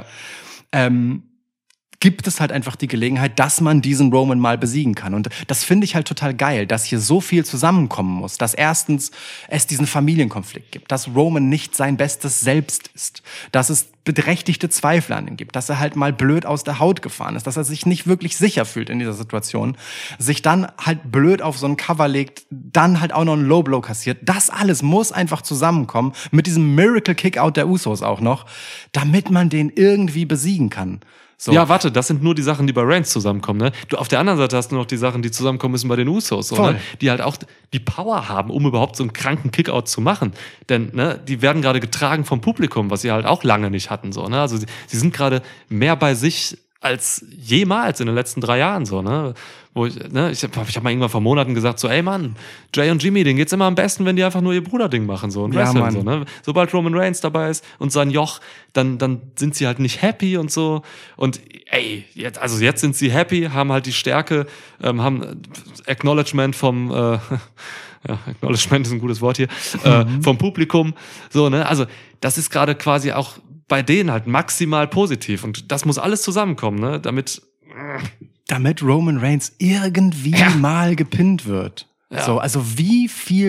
gibt es halt einfach die Gelegenheit, dass man diesen Roman mal besiegen kann. Und das finde ich halt total geil, dass hier so viel zusammenkommen muss. Dass erstens es diesen Familienkonflikt gibt, dass Roman nicht sein bestes Selbst ist, dass es berechtigte Zweifel an ihm gibt, dass er halt mal blöd aus der Haut gefahren ist, dass er sich nicht wirklich sicher fühlt in dieser Situation, sich dann halt blöd auf so ein Cover legt, dann halt auch noch einen Low Blow kassiert. Das alles muss einfach zusammenkommen, mit diesem Miracle Kickout der Usos auch noch, damit man den irgendwie besiegen kann. So. Ja, warte, das sind nur die Sachen, die bei Reigns zusammenkommen, ne? Du, auf der anderen Seite hast du noch die Sachen, die zusammenkommen müssen bei den Usos, so, ne? Die halt auch die Power haben, um überhaupt so einen kranken Kickout zu machen. Denn, ne, die werden gerade getragen vom Publikum, was sie halt auch lange nicht hatten, so, ne? Also, sie sind gerade mehr bei sich als jemals in den letzten 3 Jahren, so, ne? Wo ich hab mal irgendwann vor Monaten gesagt, so, ey Mann, Jay und Jimmy, denen geht's immer am besten, wenn die einfach nur ihr Bruderding machen, so, und wresteln, so, ne? Sobald Roman Reigns dabei ist und sein Joch, dann sind sie halt nicht happy und so. Und, ey, jetzt sind sie happy, haben halt die Stärke, haben Acknowledgement vom, Acknowledgement ist ein gutes Wort hier, vom Publikum, so, ne? Also, das ist gerade quasi auch bei denen halt maximal positiv. Und das muss alles zusammenkommen, ne? Damit Roman Reigns irgendwie mal gepinnt wird. Ja. So, also wie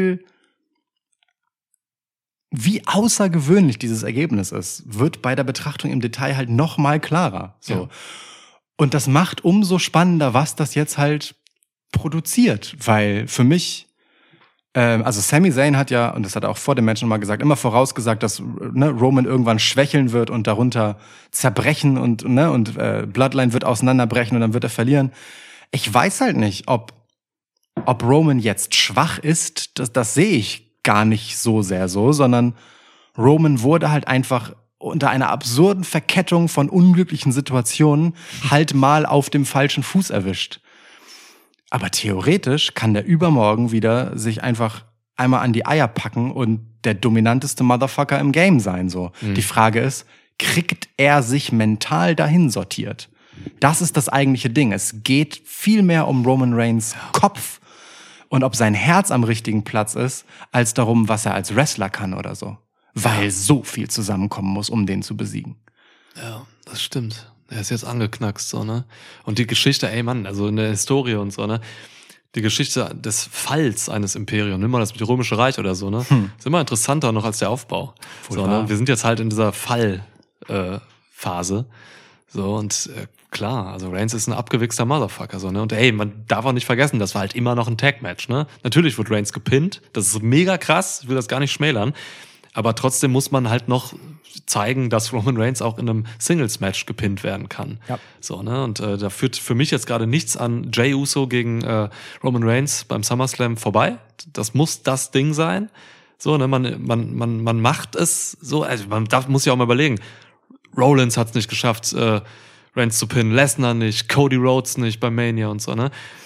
außergewöhnlich dieses Ergebnis ist, wird bei der Betrachtung im Detail halt noch mal klarer. So. Ja. Und das macht umso spannender, was das jetzt halt produziert. Weil für mich, also Sami Zayn hat ja, und das hat er auch vor dem Match mal gesagt, immer vorausgesagt, dass Roman irgendwann schwächeln wird und darunter zerbrechen und Bloodline wird auseinanderbrechen und dann wird er verlieren. Ich weiß halt nicht, ob Roman jetzt schwach ist, das sehe ich gar nicht so sehr so, sondern Roman wurde halt einfach unter einer absurden Verkettung von unglücklichen Situationen halt mal auf dem falschen Fuß erwischt. Aber theoretisch kann der übermorgen wieder sich einfach einmal an die Eier packen und der dominanteste Motherfucker im Game sein, so. Die Frage ist, kriegt er sich mental dahin sortiert? Das ist das eigentliche Ding. Es geht viel mehr um Roman Reigns Kopf und ob sein Herz am richtigen Platz ist, als darum, was er als Wrestler kann oder so. Weil so viel zusammenkommen muss, um den zu besiegen. Ja, das stimmt. Er ist jetzt angeknackst, so, ne? Und die Geschichte, ey Mann, also in der Historie und so, ne? Die Geschichte des Falls eines Imperiums, nimm mal das mit dem Römische Reich oder so, ne? Ist immer interessanter noch als der Aufbau. So, ne? Wir sind jetzt halt in dieser Phase. So, und klar, also Reigns ist ein abgewichster Motherfucker, so, ne? Und ey, man darf auch nicht vergessen, das war halt immer noch ein Tag-Match, ne? Natürlich wird Reigns gepinnt, das ist mega krass, ich will das gar nicht schmälern. Aber trotzdem muss man halt noch zeigen, dass Roman Reigns auch in einem Singles-Match gepinnt werden kann. Ja. So, ne? Und da führt für mich jetzt gerade nichts an Jey Uso gegen Roman Reigns beim SummerSlam vorbei. Das muss das Ding sein. So, ne? Man macht es so, also muss ja auch mal überlegen. Rollins hat es nicht geschafft, Reigns zu pinnen, Lesnar nicht, Cody Rhodes nicht bei Mania und so, ne?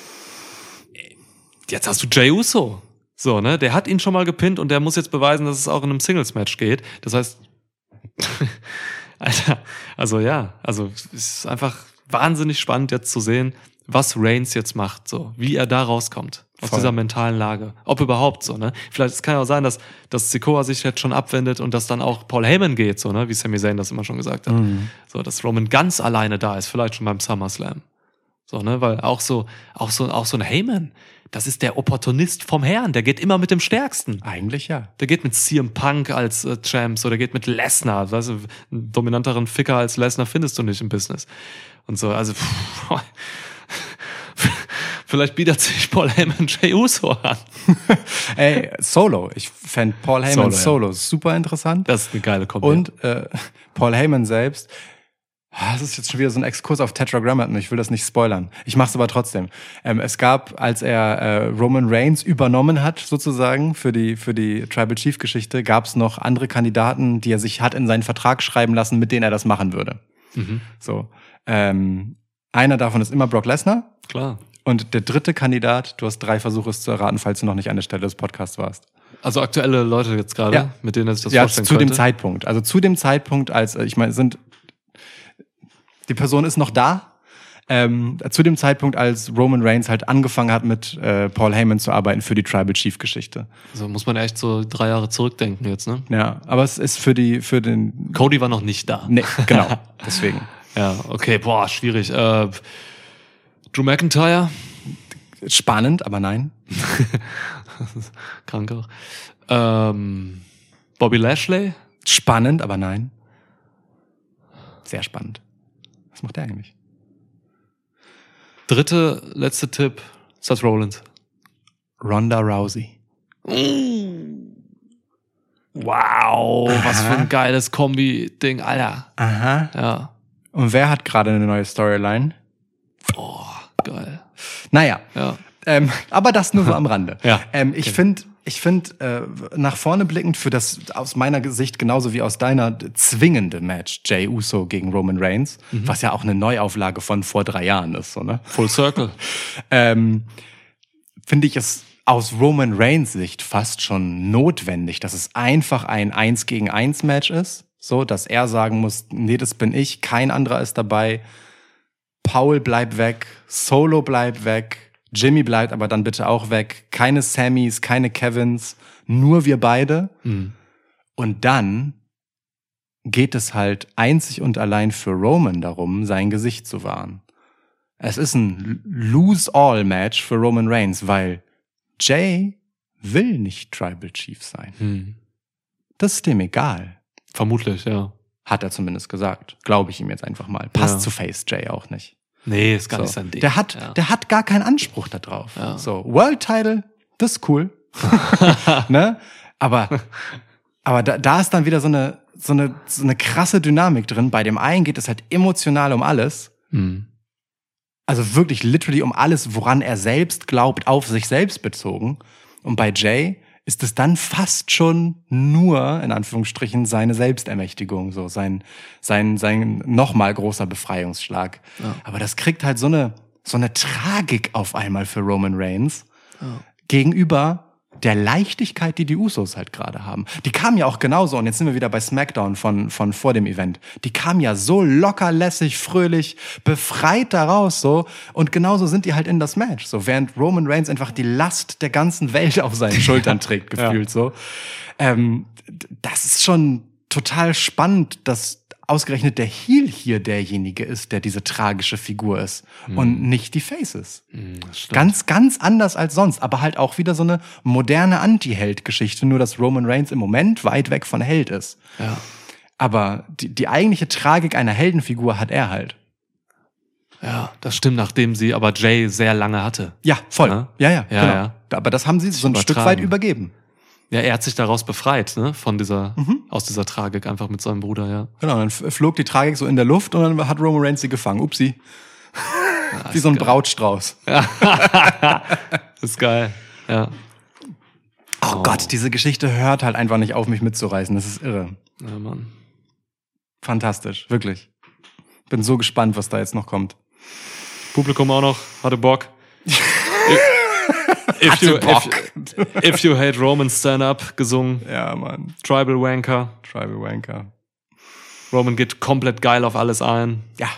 Jetzt hast du Jey Uso. So, ne? Der hat ihn schon mal gepinnt und der muss jetzt beweisen, dass es auch in einem Singles-Match geht. Das heißt, Alter, also es ist einfach wahnsinnig spannend jetzt zu sehen, was Reigns jetzt macht, so, wie er da rauskommt. Aus dieser mentalen Lage. Ob überhaupt so, ne? Vielleicht, es kann ja auch sein, dass Sikoa sich jetzt schon abwendet und dass dann auch Paul Heyman geht, so, ne? Wie Sami Zayn das immer schon gesagt hat. So, dass Roman ganz alleine da ist, vielleicht schon beim SummerSlam. So, ne? Weil auch so ein Heyman, das ist der Opportunist vom Herrn, der geht immer mit dem Stärksten. Eigentlich ja. Der geht mit CM Punk als Champ, so, der geht mit Lesnar, weißt du, einen dominanteren Ficker als Lesnar findest du nicht im Business. Und so, also, vielleicht bietet sich Paul Heyman Jey Uso an. Ey, Solo. Ich fände Paul Heyman Solo super interessant. Das ist eine geile Kombi. Und Paul Heyman selbst, das ist jetzt schon wieder so ein Exkurs auf Tetragrammaton, ich will das nicht spoilern. Ich mach's aber trotzdem. Es gab, als er Roman Reigns übernommen hat, sozusagen, für die Tribal Chief Geschichte, gab's noch andere Kandidaten, die er sich hat in seinen Vertrag schreiben lassen, mit denen er das machen würde. So. Einer davon ist immer Brock Lesnar. Klar. Und der dritte Kandidat, du hast 3 Versuche, es zu erraten, falls du noch nicht an der Stelle des Podcasts warst. Also aktuelle Leute jetzt gerade, mit denen er sich das vorstellen zu könnte? dem Zeitpunkt. Also zu dem Zeitpunkt, als, ich meine, die Person ist noch da. Zu dem Zeitpunkt, als Roman Reigns halt angefangen hat, mit Paul Heyman zu arbeiten für die Tribal Chief Geschichte. Also muss man echt so 3 Jahre zurückdenken jetzt, ne? Ja, aber es ist für den... Cody war noch nicht da. Nee, genau, deswegen. Ja, okay, boah, schwierig. Drew McIntyre? Spannend, aber nein. Krank auch. Bobby Lashley? Spannend, aber nein. Sehr spannend. Was macht der eigentlich? Letzter Tipp, Seth Rollins. Ronda Rousey. Wow, was für ein geiles Kombi-Ding, Alter. Aha. Ja. Und wer hat gerade eine neue Storyline? Oh, geil. Naja. Ja. Aber das nur so am Rande. Ja. Ich finde, nach vorne blickend für das aus meiner Sicht genauso wie aus deiner zwingende Match Jey Uso gegen Roman Reigns, was ja auch eine Neuauflage von vor 3 Jahren ist, so, ne? Full Circle. Finde ich es aus Roman Reigns Sicht fast schon notwendig, dass es einfach ein 1-gegen-1 Match ist, so, dass er sagen muss, nee, das bin ich, kein anderer ist dabei, Paul bleibt weg, Solo bleibt weg, Jimmy bleibt aber dann bitte auch weg. Keine Sammys, keine Kevins, nur wir beide. Und dann geht es halt einzig und allein für Roman darum, sein Gesicht zu wahren. Es ist ein Lose-All-Match für Roman Reigns, weil Jey will nicht Tribal Chief sein. Das ist dem egal. Vermutlich, ja. Hat er zumindest gesagt. Glaube ich ihm jetzt einfach mal. Passt zu Face Jey auch nicht. Nee, ist gar nicht So. sein Ding. Der hat gar keinen Anspruch da drauf. Ja. So, World Title, das ist cool. Ne? Aber da ist dann wieder so eine krasse Dynamik drin. Bei dem einen geht es halt emotional um alles. Also wirklich literally um alles, woran er selbst glaubt, auf sich selbst bezogen. Und bei Jey ist es dann fast schon nur, in Anführungsstrichen, seine Selbstermächtigung, so sein nochmal großer Befreiungsschlag. Ja. Aber das kriegt halt so eine Tragik auf einmal für Roman Reigns gegenüber der Leichtigkeit, die Usos halt gerade haben. Die kamen ja auch genauso, und jetzt sind wir wieder bei SmackDown von vor dem Event. Die kamen ja so locker, lässig, fröhlich, befreit daraus, so. Und genauso sind die halt in das Match, so. Während Roman Reigns einfach die Last der ganzen Welt auf seinen Schultern trägt, gefühlt, so. Das ist schon total spannend, dass ausgerechnet der Heel hier derjenige ist, der diese tragische Figur ist und nicht die Faces. Ganz, ganz anders als sonst, aber halt auch wieder so eine moderne Anti-Held-Geschichte, nur dass Roman Reigns im Moment weit weg von Held ist. Ja. Aber die eigentliche Tragik einer Heldenfigur hat er halt. Ja, das stimmt, nachdem sie aber Jey sehr lange hatte. Ja, voll. Ja, genau. Ja. Aber das haben sie so ein Stück weit übergeben. Ja, er hat sich daraus befreit, ne, aus dieser Tragik, einfach mit seinem Bruder, ja. Genau, dann flog die Tragik so in der Luft und dann hat Roman Reigns sie gefangen. Upsi. Ja, wie so ein geil. Brautstrauß. Ja. Ist geil, ja. Oh Gott, diese Geschichte hört halt einfach nicht auf, mich mitzureißen. Das ist irre. Ja, Mann. Fantastisch, wirklich. Bin so gespannt, was da jetzt noch kommt. Publikum auch noch, hatte Bock. If you hate Roman, stand up, gesungen. Ja, Mann. Tribal Wanker. Roman geht komplett geil auf alles ein. Ja.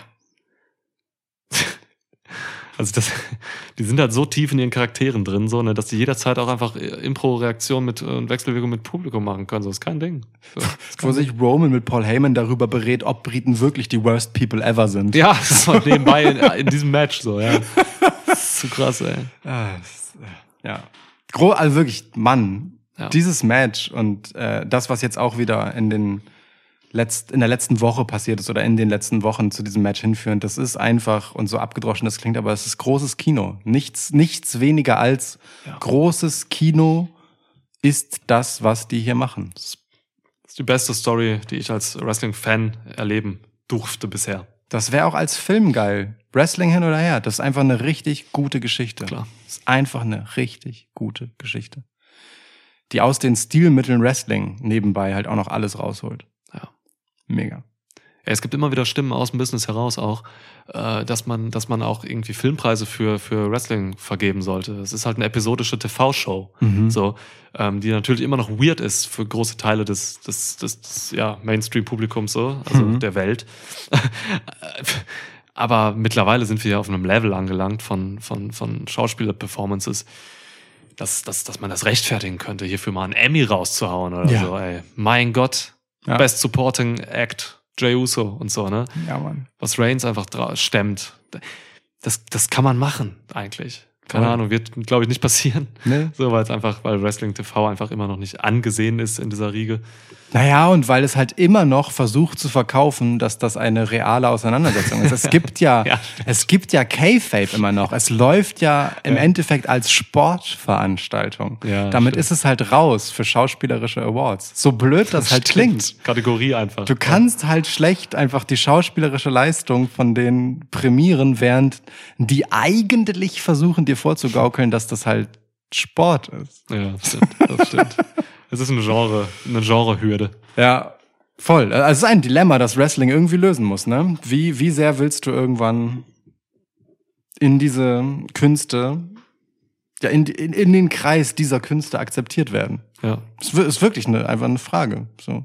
Also die sind halt so tief in ihren Charakteren drin, so, ne, dass die jederzeit auch einfach Impro-Reaktionen und Wechselwirkung mit Publikum machen können. So, ist kein Ding. So, Wo sich Roman mit Paul Heyman darüber berät, ob Briten wirklich die worst people ever sind. Ja, das war nebenbei in diesem Match so, ja. Das ist zu krass, ey. Ja. Also wirklich, Mann, Ja. dieses Match und das, was jetzt auch wieder in der letzten Woche passiert ist oder in den letzten Wochen zu diesem Match hinführend, das ist einfach, und so abgedroschen das klingt, aber es ist großes Kino. Nichts weniger als großes Kino ist das, was die hier machen. Das ist die beste Story, die ich als Wrestling-Fan erleben durfte bisher. Das wäre auch als Film geil. Wrestling hin oder her. Das ist einfach eine richtig gute Geschichte. Klar. Das ist einfach eine richtig gute Geschichte. Die aus den Stilmitteln Wrestling nebenbei halt auch noch alles rausholt. Ja. Mega. Ja, es gibt immer wieder Stimmen aus dem Business heraus auch, dass man auch irgendwie Filmpreise für Wrestling vergeben sollte. Es ist halt eine episodische TV-Show, so, die natürlich immer noch weird ist für große Teile des Mainstream-Publikums, so, also der Welt. Aber mittlerweile sind wir ja auf einem Level angelangt von Schauspieler-Performances, dass man das rechtfertigen könnte, hierfür mal einen Emmy rauszuhauen oder so, ey. Mein Gott. Ja. Best Supporting Act, Jey Uso und so, ne? Ja, Mann. Was Reigns einfach stemmt. Das kann man machen, eigentlich. Keine Ahnung, wird, glaube ich, nicht passieren. Nee. So, weil Wrestling TV einfach immer noch nicht angesehen ist in dieser Riege. Naja, und weil es halt immer noch versucht zu verkaufen, dass das eine reale Auseinandersetzung ist. Es gibt ja Kayfabe immer noch. Es läuft ja im Endeffekt als Sportveranstaltung. Ja, damit ist es halt raus für schauspielerische Awards. So blöd das halt klingt. Kategorie einfach. Du kannst halt schlecht einfach die schauspielerische Leistung von denen prämieren, während die eigentlich versuchen, dir vorzugaukeln, dass das halt Sport ist. Ja, das stimmt. Es ist eine Genrehürde. Ja, voll. Also es ist ein Dilemma, das Wrestling irgendwie lösen muss, ne? Wie sehr willst du irgendwann in diese Künste, ja, in den Kreis dieser Künste akzeptiert werden? Ja. Es ist wirklich einfach eine Frage, so.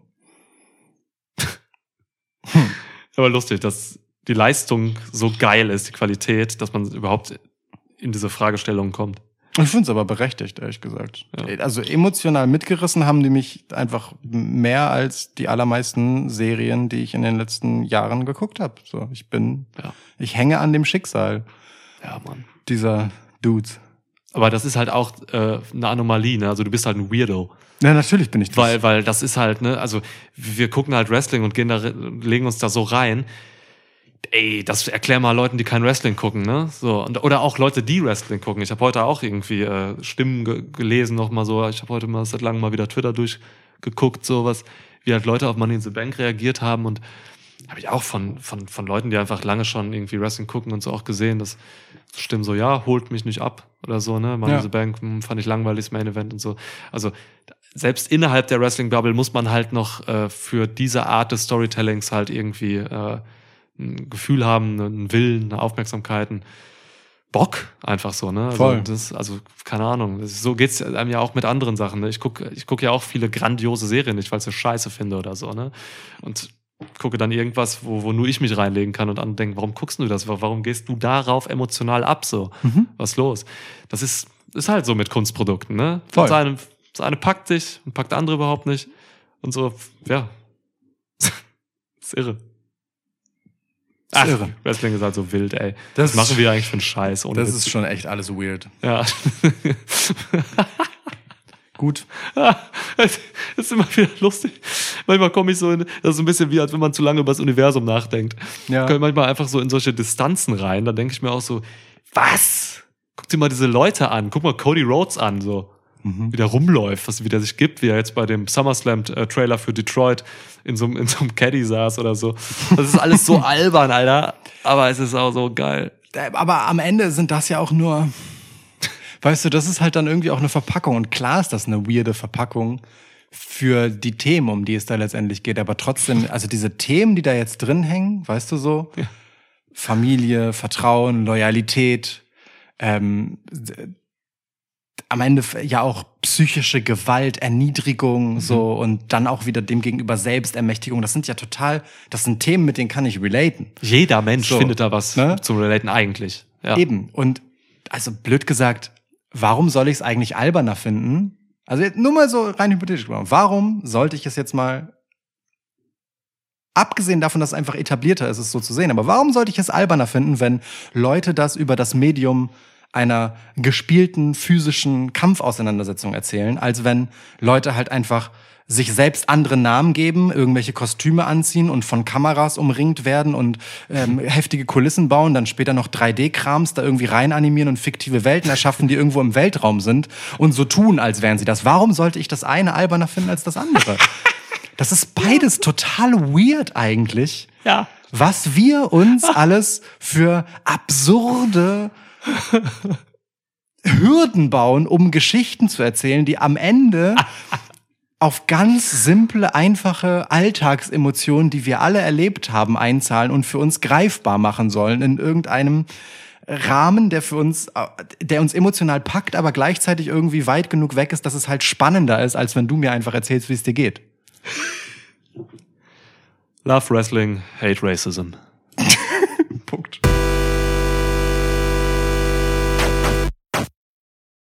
Aber lustig, dass die Leistung so geil ist, die Qualität, dass man überhaupt in diese Fragestellung kommt. Ich finde es aber berechtigt, ehrlich gesagt. Ja. Also emotional mitgerissen haben die mich einfach mehr als die allermeisten Serien, die ich in den letzten Jahren geguckt habe. So, ich hänge an dem Schicksal dieser Dudes. Aber das ist halt auch eine Anomalie, ne? Also du bist halt ein Weirdo. Ja, natürlich bin ich das. Weil das ist halt, ne? Also wir gucken halt Wrestling und legen uns da so rein. Ey, das erklär mal Leuten, die kein Wrestling gucken, ne? So, oder auch Leute, die Wrestling gucken. Ich habe heute auch irgendwie Stimmen gelesen, nochmal so. Ich habe heute mal seit langem mal wieder Twitter durchgeguckt, sowas, wie halt Leute auf Money in the Bank reagiert haben. Und habe ich auch von Leuten, die einfach lange schon irgendwie Wrestling gucken und so auch gesehen, dass Stimmen so, ja, holt mich nicht ab oder so, ne? Money in the Bank fand ich langweilig, das Main Event und so. Also selbst innerhalb der Wrestling-Bubble muss man halt noch für diese Art des Storytellings halt irgendwie ein Gefühl haben, einen Willen, eine Aufmerksamkeit, einen Bock einfach so, ne? Voll. Also keine Ahnung. So geht's einem ja auch mit anderen Sachen, ne? Ich guck ja auch viele grandiose Serien nicht, weil ich sie scheiße finde oder so, ne? Und gucke dann irgendwas, wo nur ich mich reinlegen kann und dann denke, warum guckst du das? Warum gehst du darauf emotional ab so? Was ist los? Das ist halt so mit Kunstprodukten, ne? Voll. Das eine packt dich und packt andere überhaupt nicht. Und so, ja. Das ist irre. Ach, irre. Wrestling ist halt so wild, ey. Das machen wir eigentlich für einen Scheiß. Das ist schon echt alles weird. Ja. Gut. Das ist immer wieder lustig. Manchmal komme ich so in, das ist ein bisschen wie, als wenn man zu lange über das Universum nachdenkt. Ja. Ich komme manchmal einfach so in solche Distanzen rein. Da denke ich mir auch so, was? Guck dir mal diese Leute an. Guck mal Cody Rhodes an, so. Wie der rumläuft, wie der sich gibt, wie er jetzt bei dem SummerSlam-Trailer für Detroit in so einem Caddy saß oder so. Das ist alles so albern, Alter. Aber es ist auch so geil. Aber am Ende sind das ja auch nur, weißt du, das ist halt dann irgendwie auch eine Verpackung. Und klar ist das eine weirde Verpackung für die Themen, um die es da letztendlich geht. Aber trotzdem, also diese Themen, die da jetzt drin hängen, weißt du so, Familie, Vertrauen, Loyalität, am Ende ja auch psychische Gewalt, Erniedrigung, so, und dann auch wieder dem gegenüber Selbstermächtigung. Das sind Themen, mit denen kann ich relaten. Jeder Mensch So, findet da was ne? zum Relaten eigentlich. Ja. Eben. Und also blöd gesagt, warum soll ich es eigentlich alberner finden? Also jetzt nur mal so rein hypothetisch gesprochen. Warum sollte ich es jetzt mal, abgesehen davon, dass es einfach etablierter ist, es so zu sehen, aber warum sollte ich es alberner finden, wenn Leute das über das Medium einer gespielten physischen Kampfauseinandersetzung erzählen, als wenn Leute halt einfach sich selbst andere Namen geben, irgendwelche Kostüme anziehen und von Kameras umringt werden und heftige Kulissen bauen, dann später noch 3D-Krams da irgendwie rein animieren und fiktive Welten erschaffen, die irgendwo im Weltraum sind und so tun, als wären sie das. Warum sollte ich das eine alberner finden als das andere? Das ist beides total weird eigentlich. Ja. Was wir uns alles für absurde Hürden bauen, um Geschichten zu erzählen, die am Ende auf ganz simple, einfache Alltagsemotionen, die wir alle erlebt haben, einzahlen und für uns greifbar machen sollen in irgendeinem Rahmen, der uns emotional packt, aber gleichzeitig irgendwie weit genug weg ist, dass es halt spannender ist, als wenn du mir einfach erzählst, wie es dir geht. Love Wrestling, Hate Racism. Punkt.